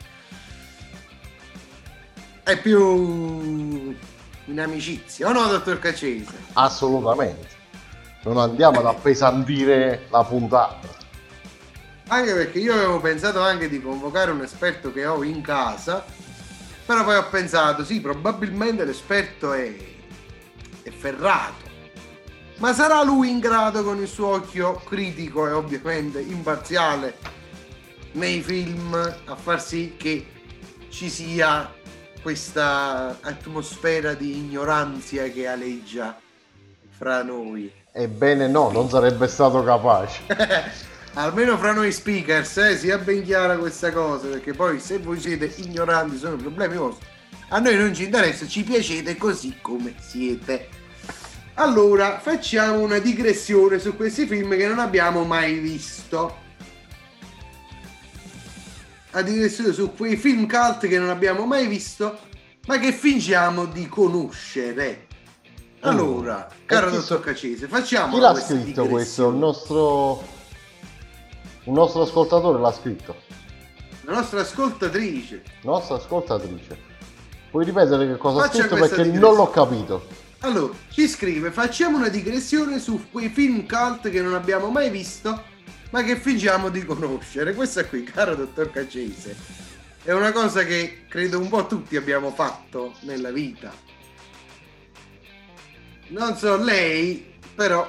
è più in amicizia, o no dottor Caccese? Assolutamente. Non andiamo ad appesantire la puntata. Anche perché io avevo pensato anche di convocare un esperto che ho in casa, però poi ho pensato sì, probabilmente l'esperto è, è ferrato, ma sarà lui in grado con il suo occhio critico e ovviamente imparziale nei film a far sì che ci sia questa atmosfera di ignoranza che aleggia fra noi. Ebbene no, non sarebbe stato capace. Almeno fra noi speakers, eh, sia ben chiara questa cosa, perché poi se voi siete ignoranti sono problemi vostri, a noi non ci interessa, ci piacete così come siete. Allora facciamo una digressione su questi film che non abbiamo mai visto, la digressione su quei film cult che non abbiamo mai visto ma che fingiamo di conoscere. Allora, Mm. caro E chi dottor so- Caccese, facciamo Chi l'ha questa scritto questo? digressione. Il nostro... Un nostro ascoltatore l'ha scritto. La nostra ascoltatrice. Nostra ascoltatrice. Puoi ripetere che cosa ha Faccia scritto questa perché digressione. non l'ho capito. Allora, ci scrive: facciamo una digressione su quei film cult che non abbiamo mai visto, ma che fingiamo di conoscere. Questa qui, caro dottor Caccese, è una cosa che credo un po' tutti abbiamo fatto nella vita. Non so lei, però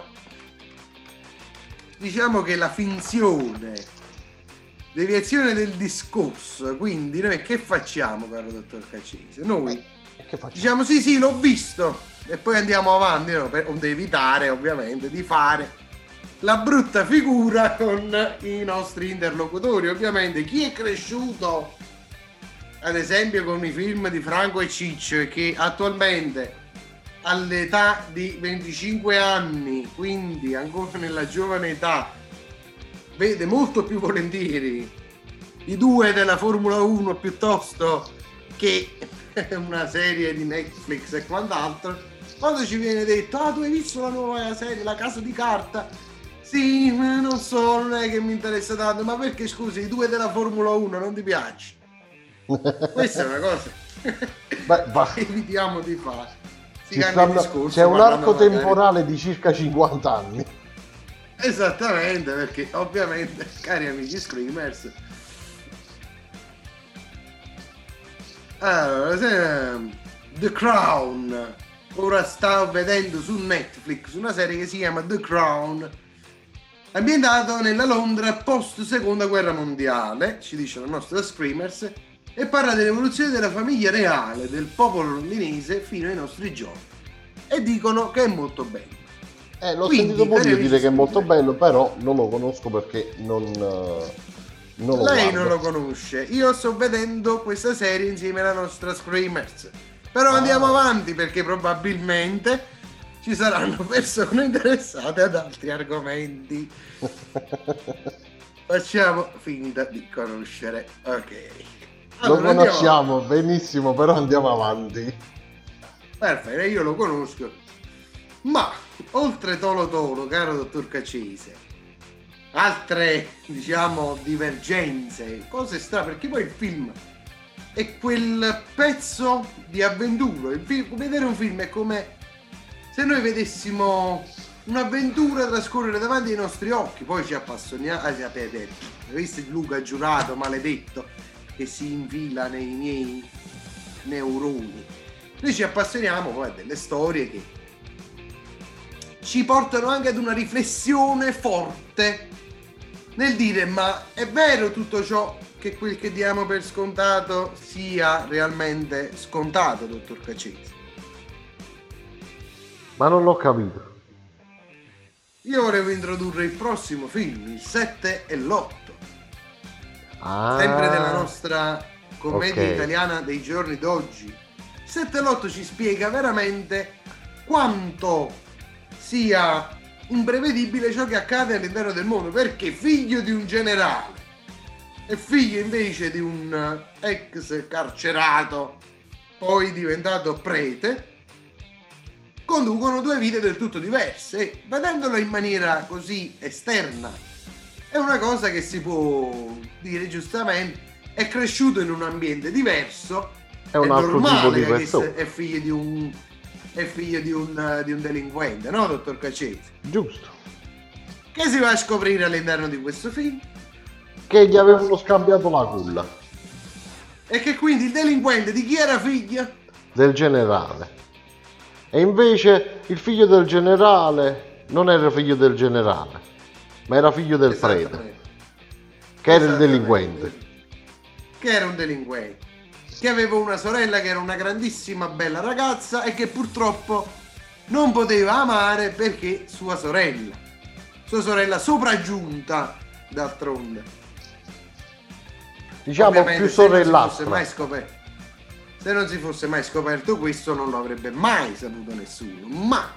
diciamo che la finzione, deviazione del discorso, quindi noi che facciamo, caro dottor Caccese? Noi Che facciamo? diciamo sì sì l'ho visto e poi andiamo avanti, no? Per onde evitare ovviamente di fare la brutta figura con i nostri interlocutori. Ovviamente chi è cresciuto ad esempio con i film di Franco e Ciccio e che attualmente all'età di venticinque anni, quindi ancora nella giovane età, vede molto più volentieri i due della Formula uno piuttosto che una serie di Netflix e quant'altro, quando ci viene detto ah tu hai visto la nuova serie La Casa di Carta? Sì, ma non so, non è che mi interessa tanto. Ma perché scusi, i due della Formula uno non ti piace? Questa è una cosa Beh, va. evitiamo di fare. Si Ci cambia stanno- discorso, c'è un parlando arco magari- temporale di circa cinquanta anni. Esattamente, perché ovviamente, cari amici screamers, allora, se- The Crown, ora sto vedendo su Netflix una serie che si chiama The Crown, ambientato nella Londra post seconda guerra mondiale, ci dice la nostra screamers, e parla dell'evoluzione della famiglia reale del popolo londinese fino ai nostri giorni, e dicono che è molto bello. Eh, l'ho Quindi, sentito pure cari io amici dire che è molto screamer, bello, però non lo conosco perché non, eh, non lo lei guardo. non lo conosce, io sto vedendo questa serie insieme alla nostra Screamers, però Ah. andiamo avanti perché probabilmente ci saranno persone interessate ad altri argomenti. Facciamo finta di conoscere, ok. Lo Allora, andiamo conosciamo benissimo, però andiamo avanti. avanti. Perfetto, io lo conosco, ma oltre Tolo Tolo, caro dottor Caccese, altre diciamo divergenze, cose strane, perché poi il film è quel pezzo di avventura. Il film, vedere un film è come se noi vedessimo un'avventura trascorrere davanti ai nostri occhi, poi ci appassioniamo. Ah, sapete, avete Luca giurato maledetto che si infila nei miei neuroni. Noi ci appassioniamo poi a delle storie che ci portano anche ad una riflessione forte nel dire ma è vero tutto ciò che quel che diamo per scontato sia realmente scontato, dottor Caccese? Ma non l'ho capito. Io volevo introdurre il prossimo film, il sette e l'otto, Ah, sempre della nostra commedia ok. italiana dei giorni d'oggi. Il sette e l'otto ci spiega veramente quanto sia imprevedibile ciò che accade all'interno del mondo, perché figlio di un generale e figlio invece di un ex carcerato poi diventato prete conducono due vite del tutto diverse, e vedendolo in maniera così esterna è una cosa che si può dire giustamente, è cresciuto in un ambiente diverso, È un altro normale tipo di che persona. è figlio di un è figlio di un, di un delinquente, no, dottor Caccese? Giusto. Che si va a scoprire all'interno di questo film? Che gli avevano scambiato la culla E che quindi il delinquente di chi era figlio? del generale. E invece il figlio del generale non era figlio del generale, ma era figlio del prete, Esattamente. che era il Esattamente. delinquente. Che era un delinquente, che aveva una sorella che era una grandissima bella ragazza e che purtroppo non poteva amare perché sua sorella, sua sorella sopraggiunta d'altronde. Diciamo Ovviamente, più se non si fosse sorellastra. mai scoperto, se non si fosse mai scoperto questo non lo avrebbe mai saputo nessuno. Ma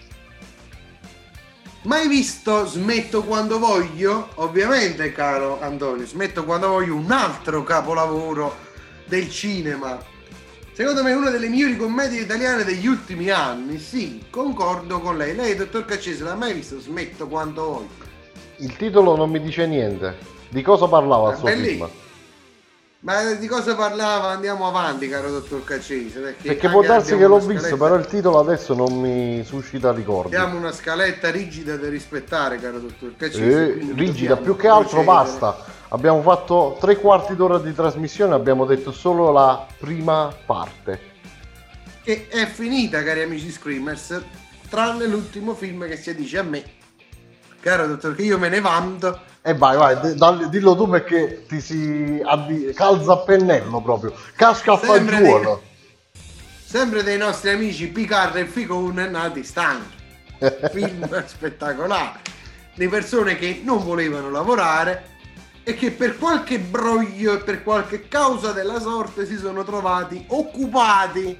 mai visto Smetto quando voglio? Ovviamente, caro Antonio, Smetto quando voglio, un altro capolavoro del cinema. Secondo me una delle migliori commedie italiane degli ultimi anni. Sì, concordo con lei. Lei, dottor Caccese, l'ha mai visto Smetto quando voglio? Il titolo non mi dice niente. Di cosa parlava È il suo bellissimo. film? Ma di cosa parlava? Andiamo avanti, caro dottor Caccese. Perché, Perché può darsi che l'ho visto, scaletta... però il titolo adesso non mi suscita ricordi. Abbiamo una scaletta rigida da rispettare, caro dottor Caccese. Eh, rigida, più che altro procedere. basta. Abbiamo fatto tre quarti d'ora di trasmissione, abbiamo detto solo la prima parte. Che è finita, cari amici Screamers, tranne l'ultimo film che si addice a me. Caro dottor, che io me ne vanto. E eh vai, vai, d- dal- dillo tu perché ti si addi- calza a pennello proprio, casca a Sempre fagiolo. Sempre dei nostri amici Picarra e Ficone nati stanchi. Film spettacolare di persone che non volevano lavorare e che per qualche broglio e per qualche causa della sorte si sono trovati occupati.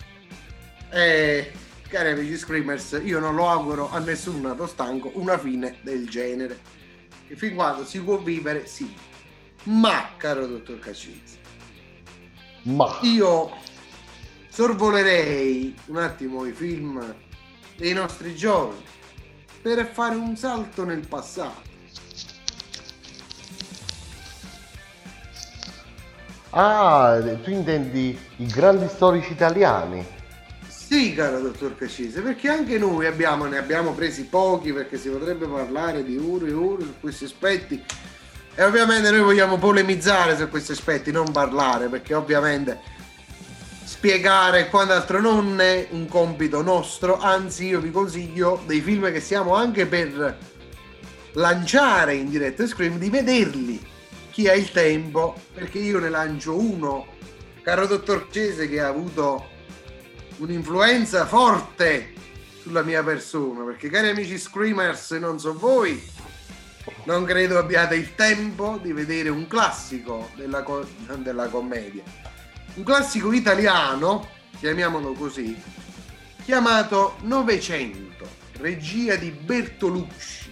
E cari amici Screamers, io non lo auguro a nessun nato stanco una fine del genere. E fin quando si può vivere, sì. Ma, caro dottor Caccese, Ma io sorvolerei un attimo i film dei nostri giorni per fare un salto nel passato. ah, tu intendi i grandi storici italiani? Sì, caro dottor Caccese, perché anche noi abbiamo, ne abbiamo presi pochi, perché si potrebbe parlare di ore e ore su questi aspetti, e ovviamente noi vogliamo polemizzare su questi aspetti, non parlare, perché ovviamente spiegare quant'altro non è un compito nostro, anzi io vi consiglio dei film che siamo anche per lanciare in diretta Scream, di vederli, chi ha il tempo, perché io ne lancio uno, caro dottor Caccese, che ha avuto un'influenza forte sulla mia persona, perché cari amici Screamers, non so voi, non credo abbiate il tempo di vedere un classico della, co- della commedia, un classico italiano, chiamiamolo così, chiamato Novecento, regia di Bertolucci.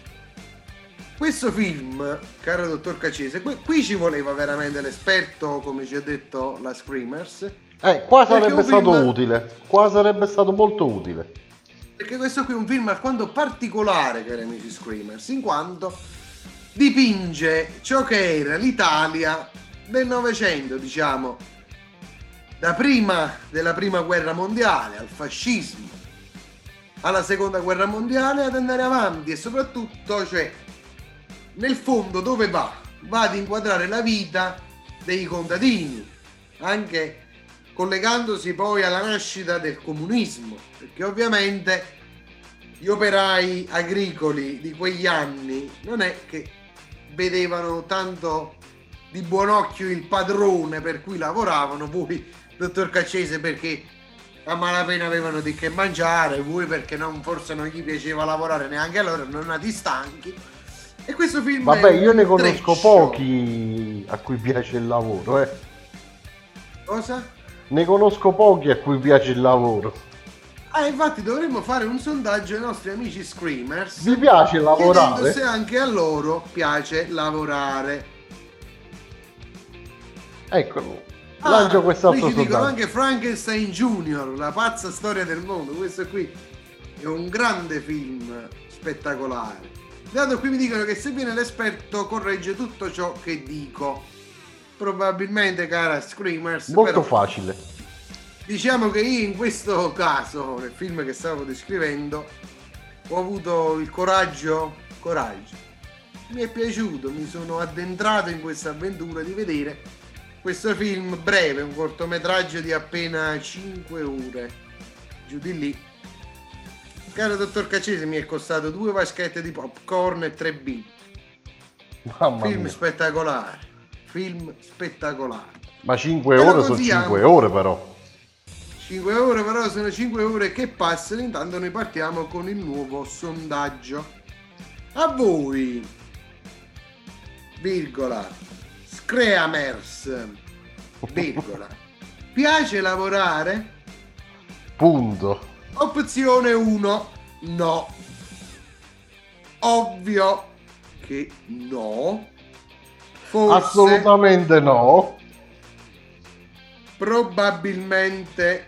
Questo film, caro dottor Caccese, qui, qui ci voleva veramente l'esperto, come ci ha detto la Screamers. Eh, qua Perché sarebbe un stato film- utile, qua sarebbe stato molto utile. Perché questo qui è un film alquanto particolare, cari amici Screamers, in quanto dipinge ciò che era l'Italia del Novecento, diciamo, da prima della prima guerra mondiale al fascismo, alla seconda guerra mondiale, ad andare avanti, e soprattutto, cioè, nel fondo dove va? Va ad inquadrare la vita dei contadini, anche collegandosi poi alla nascita del comunismo, perché ovviamente gli operai agricoli di quegli anni non è che vedevano tanto di buon occhio il padrone per cui lavoravano, voi dottor Caccese perché a malapena avevano di che mangiare, voi perché non, forse non gli piaceva lavorare neanche a loro, non nati stanchi. E questo film Vabbè, è io un ne conosco treccio. pochi a cui piace il lavoro, eh. Cosa? Ne conosco pochi a cui piace il lavoro. Ah, infatti dovremmo fare un sondaggio ai nostri amici Screamers. Vi piace chiedendo lavorare? se anche a loro piace lavorare. Ecco, Ah, lancio qui quest'altro ci dicono sondaggio. anche Frankenstein Junior, la pazza storia del mondo. Questo qui è un grande film spettacolare. Dato qui mi dicono che se viene l'esperto corregge tutto ciò che dico. Probabilmente, cara Screamers, Molto però, facile. diciamo che io in questo caso, nel film che stavo descrivendo, ho avuto il coraggio, coraggio, mi è piaciuto, mi sono addentrato in questa avventura di vedere questo film breve, un cortometraggio di appena cinque ore, giù di lì. Caro dottor Caccese, mi è costato due vaschette di popcorn e tre bit. Mamma Film mia. spettacolare, film spettacolare. Ma cinque Te lo ore sono consigliamo. cinque ore però. cinque ore però sono cinque ore che passano, intanto noi partiamo con il nuovo sondaggio. A voi, virgola, Screamers, virgola, piace lavorare? Punto. Opzione uno, no. Ovvio che no. Forse, Assolutamente no. probabilmente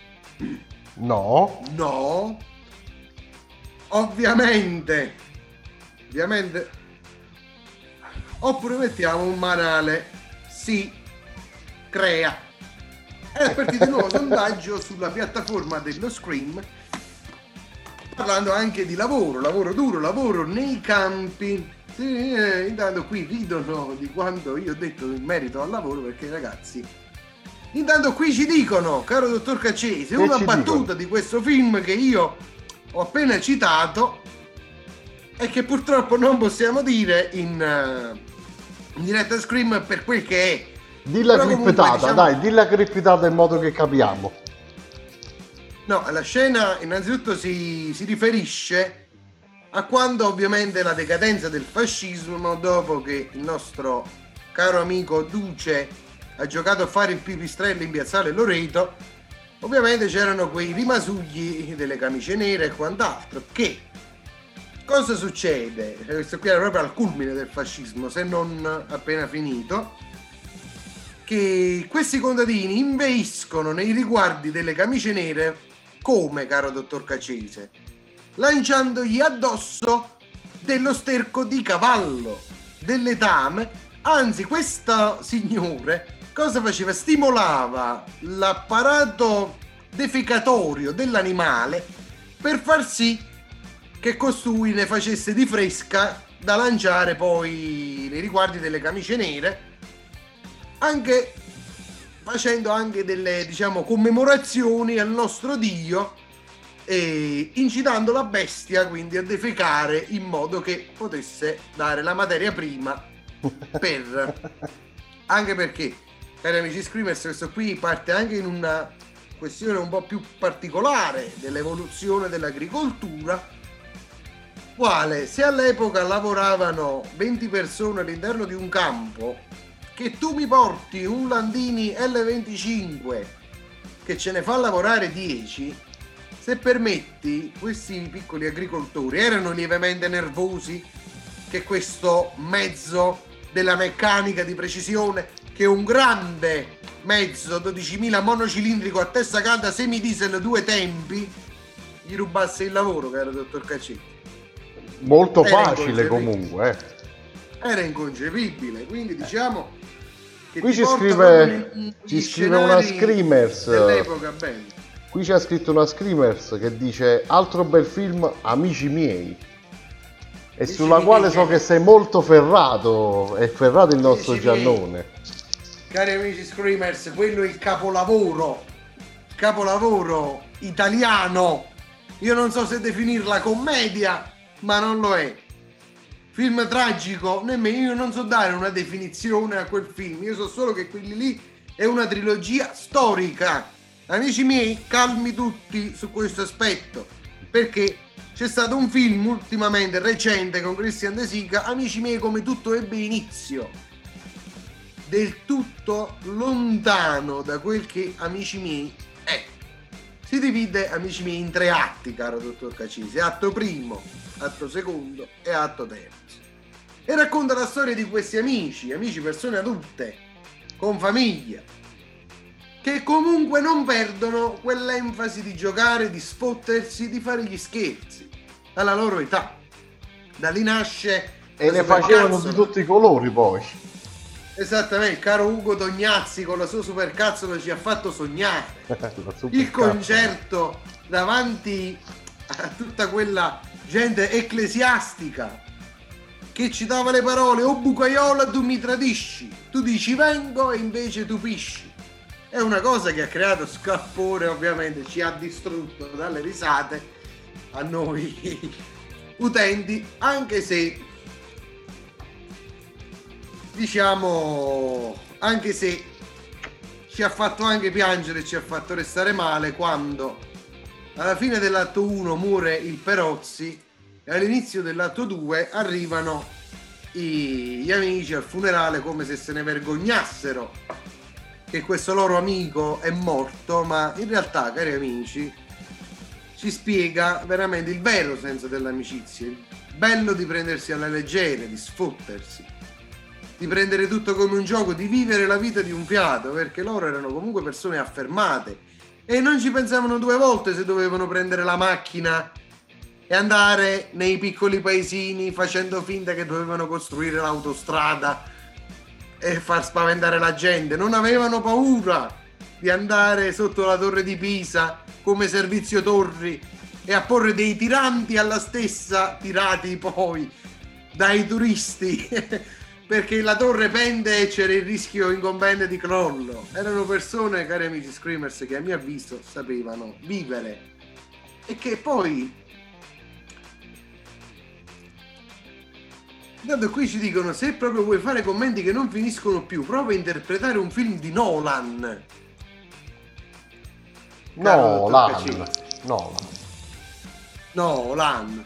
No. no. Ovviamente. Ovviamente. Oppure mettiamo un banale sì. crea. È partito un nuovo sondaggio sulla piattaforma dello Scream, parlando anche di lavoro, lavoro duro, lavoro nei campi. Sì, eh, intanto qui ridono di quanto io ho detto in merito al lavoro, perché ragazzi, intanto qui ci dicono, caro dottor Caccese, una battuta dicono di questo film che io ho appena citato e che purtroppo non possiamo dire in, uh, in diretta Scream per quel che è. Dilla crippetata, diciamo... dai, dilla crippetata in modo che capiamo. No, la scena innanzitutto si, si riferisce a quando ovviamente la decadenza del fascismo, dopo che il nostro caro amico Duce ha giocato a fare il pipistrello in piazzale Loreto, ovviamente c'erano quei rimasugli delle camicie nere e quant'altro. Che cosa succede? Questo qui era proprio al culmine del fascismo, se non appena finito, che questi contadini inveiscono nei riguardi delle camicie nere come, caro dottor Caccese, lanciandogli addosso dello sterco di cavallo, del letame. Anzi, questo signore cosa faceva? Stimolava l'apparato defecatorio dell'animale per far sì che costui ne facesse di fresca da lanciare poi nei riguardi delle camicie nere, anche facendo anche delle, diciamo, commemorazioni al nostro dio, e incitando la bestia quindi a defecare in modo che potesse dare la materia prima per... anche perché, cari amici Screamers, questo qui parte anche in una questione un po' più particolare dell'evoluzione dell'agricoltura, quale se all'epoca lavoravano venti persone all'interno di un campo, che tu mi porti un Landini L venticinque che ce ne fa lavorare dieci, se permetti, questi piccoli agricoltori erano lievemente nervosi che questo mezzo della meccanica di precisione, che è un grande mezzo dodicimila monocilindrico a testa calda semidiesel due tempi, gli rubasse il lavoro, caro dottor Caccese. Molto era facile comunque. Eh. Era inconcepibile, quindi diciamo che qui ci scrive, ci scrive una Screamers dell'epoca bella. Qui c'è scritto una Screamers che dice: altro bel film, amici miei, e amici sulla miei, quale so che sei molto ferrato, è ferrato il nostro amici Giannone miei. Cari amici Screamers, quello è il capolavoro capolavoro italiano, io non so se definirla commedia, ma non lo è. Film tragico, nemmeno io non so dare una definizione a quel film, io so solo che quelli lì è una trilogia storica. Amici miei, calmi tutti su questo aspetto, perché c'è stato un film ultimamente recente con Christian De Sica, amici miei, come tutto ebbe inizio, del tutto lontano da quel che, amici miei, è. Si divide, amici miei, in tre atti, caro dottor Caccese: atto primo, atto secondo e atto terzo, e racconta la storia di questi amici, amici persone adulte, con famiglia, che comunque non perdono quell'enfasi di giocare, di sfottersi, di fare gli scherzi alla loro età. Da lì nasce... E ne facevano di tutti i colori poi. Esattamente, il caro Ugo Tognazzi con la sua supercazzola ci ha fatto sognare. Il concerto davanti a tutta quella gente ecclesiastica che ci dava le parole: o bucaiola tu mi tradisci, tu dici vengo e invece tu pisci. È una cosa che ha creato scalpore, ovviamente ci ha distrutto dalle risate a noi utenti, anche se diciamo, anche se ci ha fatto anche piangere, ci ha fatto restare male quando alla fine dell'atto uno muore il Perozzi e all'inizio dell'atto due arrivano i, gli amici al funerale come se se ne vergognassero che questo loro amico è morto, ma in realtà, cari amici, ci spiega veramente il vero senso dell'amicizia, il bello di prendersi alla leggera, di sfottersi, di prendere tutto come un gioco, di vivere la vita di un fiato, perché loro erano comunque persone affermate e non ci pensavano due volte se dovevano prendere la macchina e andare nei piccoli paesini facendo finta che dovevano costruire l'autostrada e far spaventare la gente. Non avevano paura di andare sotto la torre di Pisa come servizio torri e a porre dei tiranti alla stessa, tirati poi dai turisti perché la torre pende e c'era il rischio incombente di crollo. Erano persone, cari amici Screamers, che a mio avviso sapevano vivere e che poi, dato qui ci dicono, se proprio vuoi fare commenti che non finiscono più, prova a interpretare un film di Nolan. Nolan. Nolan. Nolan.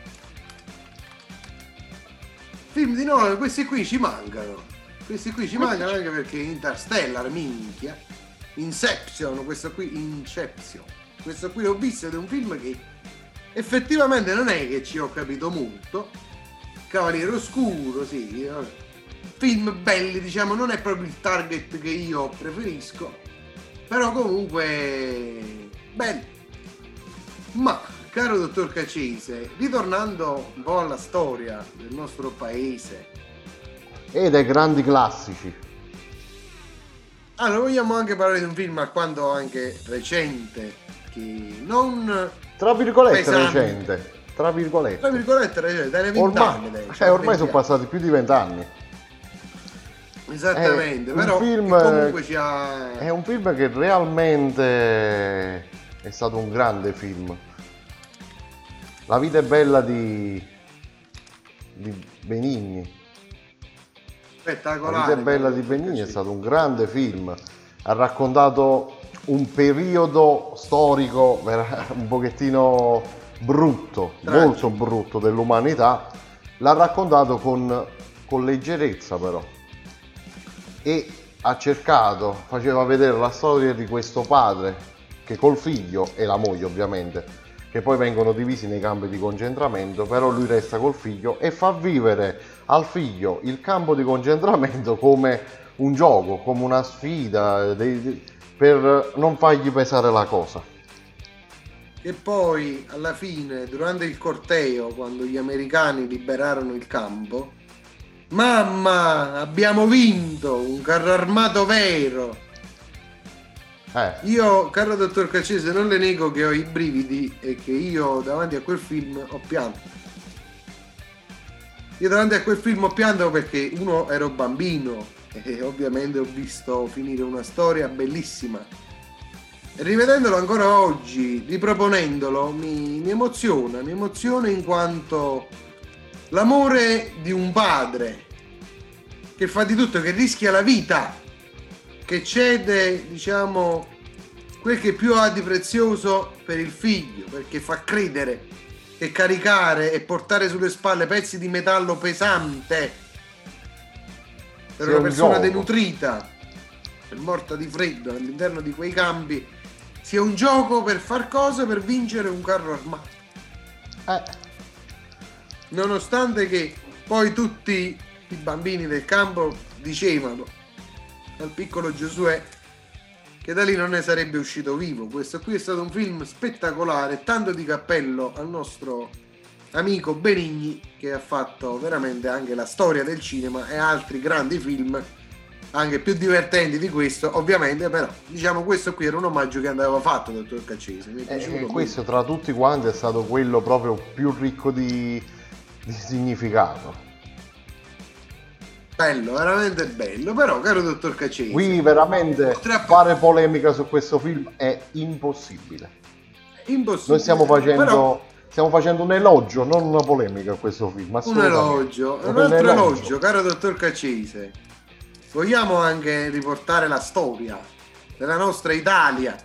Film di Nolan, questi qui ci mancano. Questi qui ci mancano anche perché Interstellar, minchia. Inception, questo qui, Inception. Questo qui l'ho visto ed è un film che effettivamente non è che ci ho capito molto. Cavaliere Oscuro, sì. Film belli, diciamo, non è proprio il target che io preferisco. Però comunque belli. Ma, caro dottor Cacese, ritornando un po' alla storia del nostro paese e dei grandi classici, allora vogliamo anche parlare di un film alquanto anche recente, che non tra virgolette pesante. recente, tra virgolette, tra virgolette recente, dai venti ormai, anni, dai, cioè, ormai sono passati più di vent'anni. Esattamente, è però un film, comunque ci ha... è un film che realmente è stato un grande film. La vita è bella di, di Benigni. Spettacolare. La vita è bella di Benigni è stato un grande film. Ha raccontato un periodo storico un pochettino brutto, Tragico. molto brutto dell'umanità. L'ha raccontato con, con leggerezza però. E ha cercato, faceva vedere la storia di questo padre che col figlio e la moglie ovviamente, che poi vengono divisi nei campi di concentramento, però lui resta col figlio e fa vivere al figlio il campo di concentramento come un gioco, come una sfida, dei, dei, per non fargli pesare la cosa. E poi alla fine, durante il corteo, quando gli americani liberarono il campo, mamma, abbiamo vinto, un carro armato vero. Eh. Io, caro dottor Cacese, non le nego che ho i brividi e che io davanti a quel film ho pianto. Io davanti a quel film ho pianto perché uno ero bambino e ovviamente ho visto finire una storia bellissima. E rivedendolo ancora oggi, riproponendolo, mi, mi emoziona, mi emoziona in quanto l'amore di un padre che fa di tutto, che rischia la vita, che cede, diciamo, quel che più ha di prezioso per il figlio, perché fa credere che caricare e portare sulle spalle pezzi di metallo pesante per una persona denutrita e morta di freddo all'interno di quei campi sia un gioco per far cosa? Per vincere un carro armato. Eh. Nonostante che poi tutti i bambini del campo dicevano al piccolo Giosuè che da lì non ne sarebbe uscito vivo. Questo qui è stato un film spettacolare, tanto di cappello al nostro amico Benigni, che ha fatto veramente anche la storia del cinema e altri grandi film anche più divertenti di questo, ovviamente, però diciamo questo qui era un omaggio che andava fatto, dottor Cacese. Mi è piaciuto e questo tra tutti quanti è stato quello proprio più ricco di, di significato. Bello, veramente bello, però caro dottor Cacese, qui veramente a... fare polemica su questo film è impossibile. Impossibile. Noi stiamo facendo, però... stiamo facendo un elogio, non una polemica a questo film. Un elogio, un, un altro elogio. elogio, caro dottor Cacese. Vogliamo anche riportare la storia della nostra Italia,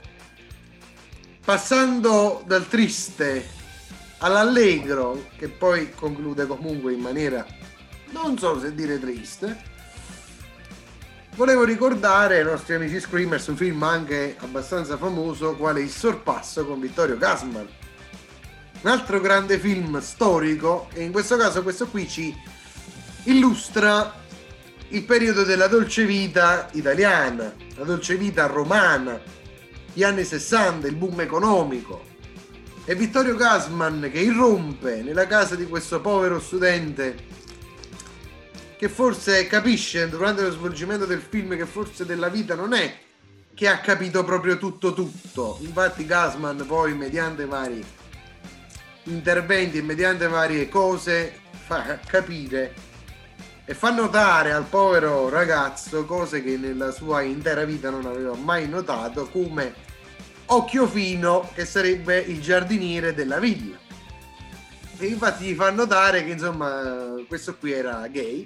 passando dal triste all'allegro, che poi conclude comunque in maniera, non so se dire triste. Volevo ricordare ai nostri amici Screamers un film anche abbastanza famoso, quale Il sorpasso con Vittorio Gassman, un altro grande film storico, e in questo caso questo qui ci illustra il periodo della dolce vita italiana, la dolce vita romana, gli anni sessanta, il boom economico, e Vittorio Gassman che irrompe nella casa di questo povero studente che forse capisce durante lo svolgimento del film che forse della vita non è che ha capito proprio tutto tutto. Infatti Gassman poi mediante vari interventi e mediante varie cose fa capire e fa notare al povero ragazzo cose che nella sua intera vita non aveva mai notato, come Occhiofino, che sarebbe il giardiniere della villa. E infatti gli fa notare che insomma questo qui era gay.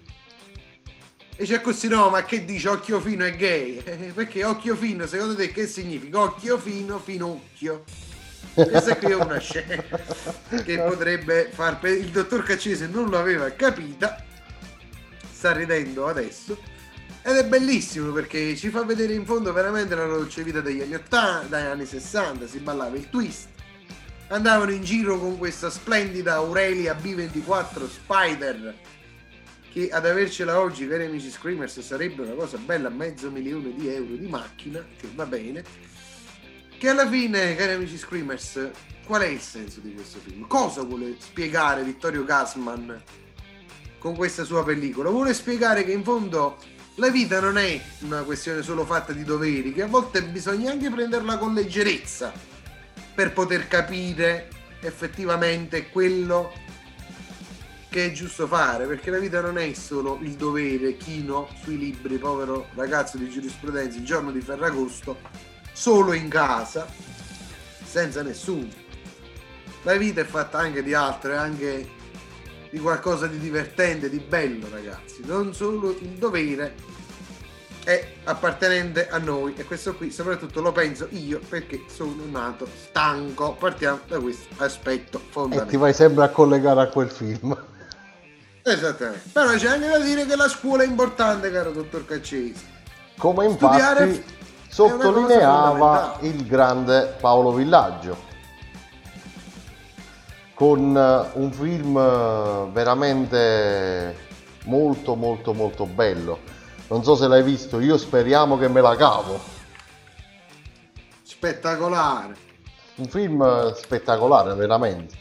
E c'è così, no, ma che dice Occhiofino è gay? Eh, perché Occhiofino secondo te che significa? Occhiofino, finocchio. Questa qui è una scena che potrebbe far... Il dottor Caccese non lo aveva capita, sta ridendo adesso, ed è bellissimo perché ci fa vedere in fondo veramente la dolce vita degli anni ottanta, dagli anni sessanta, si ballava il twist, andavano in giro con questa splendida Aurelia B ventiquattro Spider, che ad avercela oggi, cari amici Screamers, sarebbe una cosa bella, mezzo milione di euro di macchina, che va bene. Che alla fine, cari amici Screamers, qual è il senso di questo film? Cosa vuole spiegare Vittorio Gassman con questa sua pellicola? Vuole spiegare che in fondo la vita non è una questione solo fatta di doveri, che a volte bisogna anche prenderla con leggerezza per poter capire effettivamente quello che è giusto fare, perché la vita non è solo il dovere, chino sui libri, povero ragazzo di giurisprudenza, il giorno di Ferragosto, solo in casa, senza nessuno. La vita è fatta anche di altro, è anche di qualcosa di divertente, di bello, ragazzi. Non solo il dovere è appartenente a noi, e questo qui soprattutto lo penso io perché sono nato stanco. Partiamo da questo aspetto fondamentale. E ti vai sempre a collegare a quel film. Esattamente. Però c'è anche da dire che la scuola è importante, caro dottor Caccese. Come Studiare infatti sottolineava il grande Paolo Villaggio con un film veramente molto molto molto bello. Non so se l'hai visto, io speriamo che me la cavo. Spettacolare. Un film spettacolare veramente,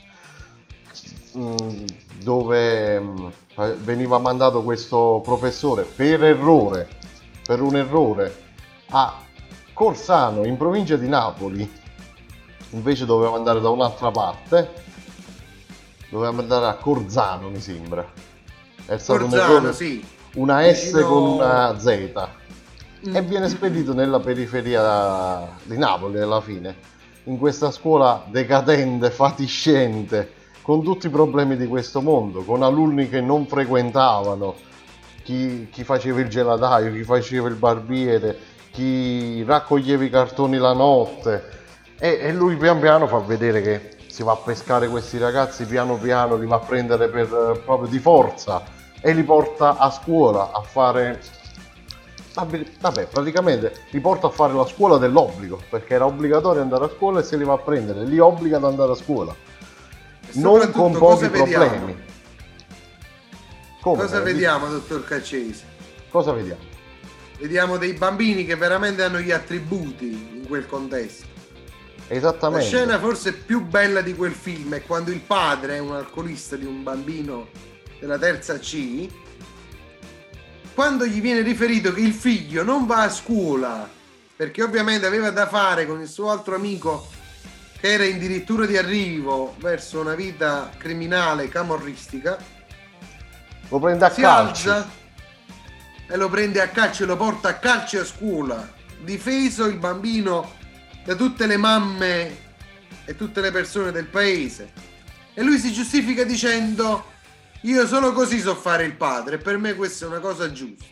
dove veniva mandato questo professore per errore, per un errore, a Corsano in provincia di Napoli, invece doveva andare da un'altra parte, doveva andare a Corzano, mi sembra. È stato Corzano, un errore, sì. una S Vicino... con una Z, Mm. e viene spedito nella periferia di Napoli alla fine, in questa scuola decadente, fatiscente, con tutti i problemi di questo mondo, con alunni che non frequentavano, chi, chi faceva il gelataio, chi faceva il barbiere, chi raccoglieva i cartoni la notte, e, e lui pian piano fa vedere che si va a pescare questi ragazzi, piano piano li va a prendere per, proprio di forza, e li porta a scuola a fare, vabbè, praticamente li porta a fare la scuola dell'obbligo, perché era obbligatorio andare a scuola, e se li va a prendere, li obbliga ad andare a scuola, non con pochi problemi. Come cosa vediamo, dottor Caccese? Cosa vediamo? Vediamo dei bambini che veramente hanno gli attributi in quel contesto. Esattamente. La scena forse più bella di quel film è quando il padre è un alcolista di un bambino della terza C, quando gli viene riferito che il figlio non va a scuola perché ovviamente aveva da fare con il suo altro amico che era addirittura di arrivo verso una vita criminale camorristica, lo prende a si calci. alza e lo prende a calci e lo porta a calci a scuola, difeso il bambino da tutte le mamme e tutte le persone del paese, e lui si giustifica dicendo: io solo così so fare il padre, e per me questa è una cosa giusta.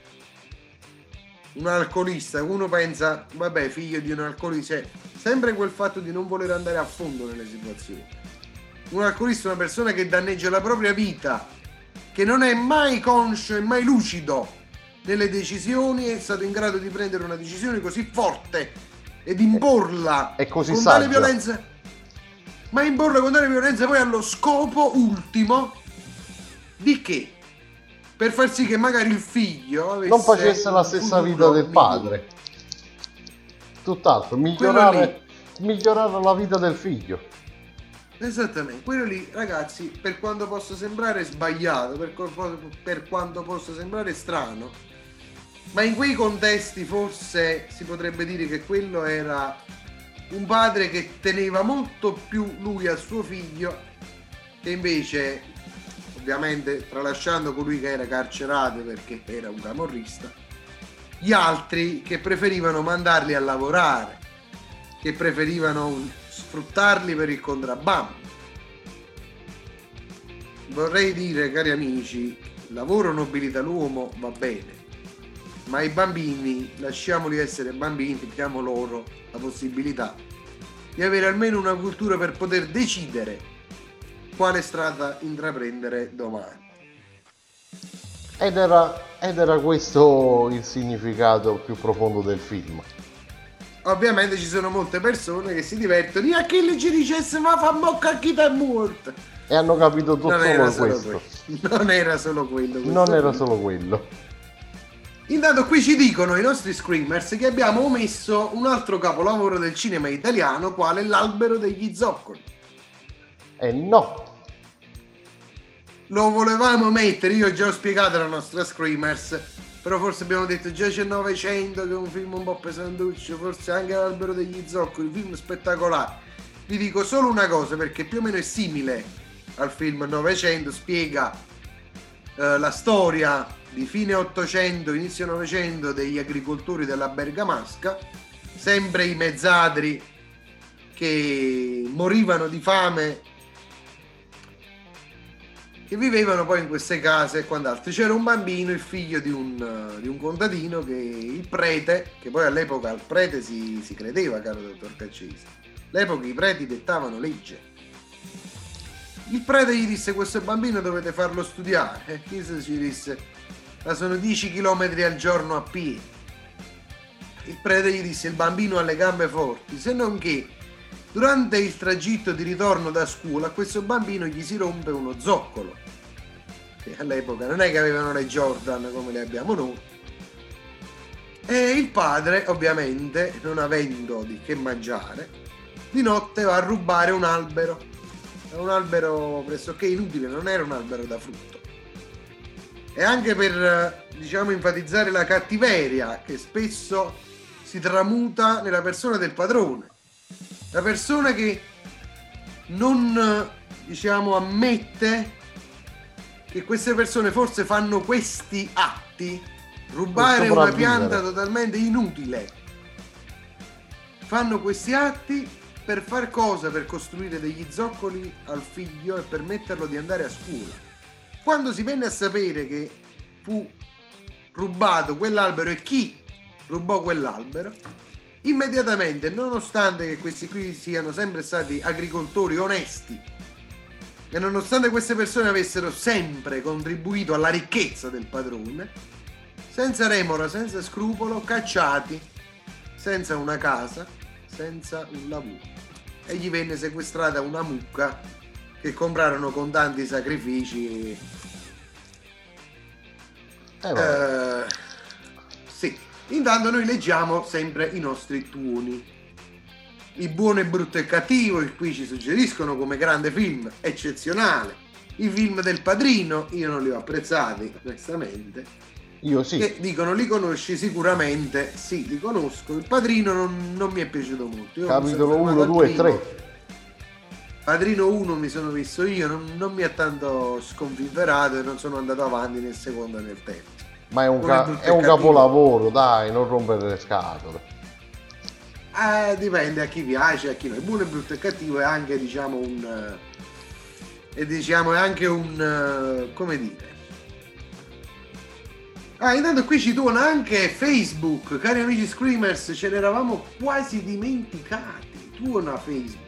Un alcolista, uno pensa, vabbè, figlio di un alcolista, cioè, sempre quel fatto di non voler andare a fondo nelle situazioni. Un alcolista è una persona che danneggia la propria vita, che non è mai conscio e mai lucido nelle decisioni, è stato in grado di prendere una decisione così forte ed imporla è così con saggia. tale violenza, ma imporla con tale violenza poi allo scopo ultimo di che? Per far sì che magari il figlio avesse non facesse la stessa vita del padre, tutt'altro, migliorare, migliorare la vita del figlio. Esattamente, quello lì, ragazzi, per quanto possa sembrare sbagliato, per, per quanto possa sembrare strano, ma in quei contesti forse si potrebbe dire che quello era un padre che teneva molto più lui al suo figlio, che invece, ovviamente tralasciando colui che era carcerato perché era un camorrista, gli altri che preferivano mandarli a lavorare, che preferivano sfruttarli per il contrabbando. Vorrei dire, cari amici, lavoro nobilita l'uomo, va bene, ma i bambini, lasciamoli essere bambini, diamo loro la possibilità di avere almeno una cultura per poter decidere quale strada intraprendere domani. Ed era, ed era questo il significato più profondo del film. Ovviamente ci sono molte persone che si divertono, e a chi gli ci dicesse ma fa mocca a chi t'è morto, E hanno capito tutto non solo era solo questo. quello. Non era solo quello. questo Non era film. solo quello. Intanto qui ci dicono i nostri screamers che abbiamo omesso un altro capolavoro del cinema italiano, quale L'Albero degli Zoccoli. E no. Lo volevamo mettere, io ho già spiegato alla nostra screamers, però forse abbiamo detto già c'è Novecento, che è un film un po' pesantuccio, forse anche L'Albero degli Zoccoli, un film spettacolare. Vi dico solo una cosa, perché più o meno è simile al film Novecento, spiega eh, la storia di fine Ottocento, inizio Novecento degli agricoltori della Bergamasca, sempre i mezzadri che morivano di fame, che vivevano poi in queste case e quant'altro. C'era un bambino, il figlio di un, di un contadino, che il prete, che poi all'epoca al prete si, si credeva, caro dottor Caccesi, all'epoca i preti dettavano legge. Il prete gli disse: questo bambino dovete farlo studiare. E Chiesa ci disse: ma sono dieci chilometri al giorno a piedi. Il prete gli disse: il bambino ha le gambe forti, se non che durante il tragitto di ritorno da scuola a questo bambino gli si rompe uno zoccolo, che all'epoca non è che avevano le Jordan come le abbiamo noi, e il padre, ovviamente non avendo di che mangiare, di notte va a rubare un albero, un albero pressoché inutile, non era un albero da frutto. E anche per, diciamo, enfatizzare la cattiveria che spesso si tramuta nella persona del padrone, la persona che non, diciamo, ammette che queste persone forse fanno questi atti, rubare una pianta totalmente inutile, fanno questi atti per far cosa? Per costruire degli zoccoli al figlio e permetterlo di andare a scuola. Quando si venne a sapere che fu rubato quell'albero e chi rubò quell'albero, immediatamente, nonostante che questi qui siano sempre stati agricoltori onesti e nonostante queste persone avessero sempre contribuito alla ricchezza del padrone, senza remora, senza scrupolo, cacciati, senza una casa, senza un lavoro, e gli venne sequestrata una mucca che comprarono con tanti sacrifici. Eh, vabbè. Eh, sì. Intanto noi leggiamo sempre i nostri tuoni. Il buono, il brutto e il cattivo, il qui ci suggeriscono come grande film eccezionale. I film del Padrino, io non li ho apprezzati, onestamente. Io sì. Che dicono li conosci sicuramente, sì, li conosco. Il Padrino non, non mi è piaciuto molto. Io Capitolo uno, due e tre. Padrino uno mi sono visto io, non, non mi ha tanto sconfinferato e non sono andato avanti nel secondo e nel terzo. Ma è un, ca- è un capolavoro, dai, non rompere le scatole. Eh, dipende a chi piace, a chi no. Il buono, il brutto e il cattivo è anche, diciamo, un... E diciamo è anche un... come dire... Ah, intanto qui ci tuona anche Facebook, cari amici Screamers, ce l'eravamo quasi dimenticati. Tuona Facebook.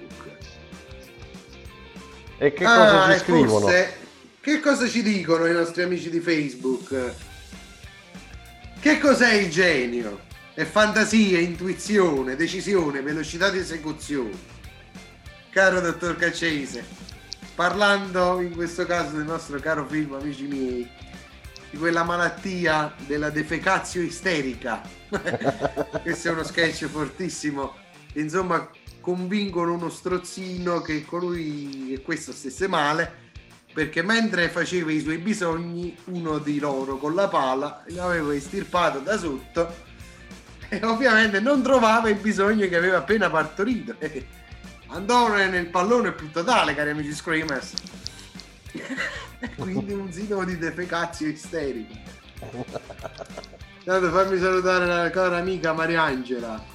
E che cosa ah, ci scrivono? Forse, che cosa ci dicono i nostri amici di Facebook? Che cos'è il genio? È fantasia, intuizione, decisione, velocità di esecuzione. Caro dottor Caccese, parlando in questo caso del nostro caro film, amici miei, di quella malattia della defecazio isterica. Questo è uno sketch fortissimo. Insomma, convincono uno strozzino che colui che questo stesse male, perché mentre faceva i suoi bisogni uno di loro con la pala l'aveva estirpato da sotto e ovviamente non trovava il bisogno che aveva appena partorito. Andò nel pallone più totale, cari amici Screamers. Quindi un sintomo di defecazio isterico. Tanto fammi salutare la cara amica Mariangela.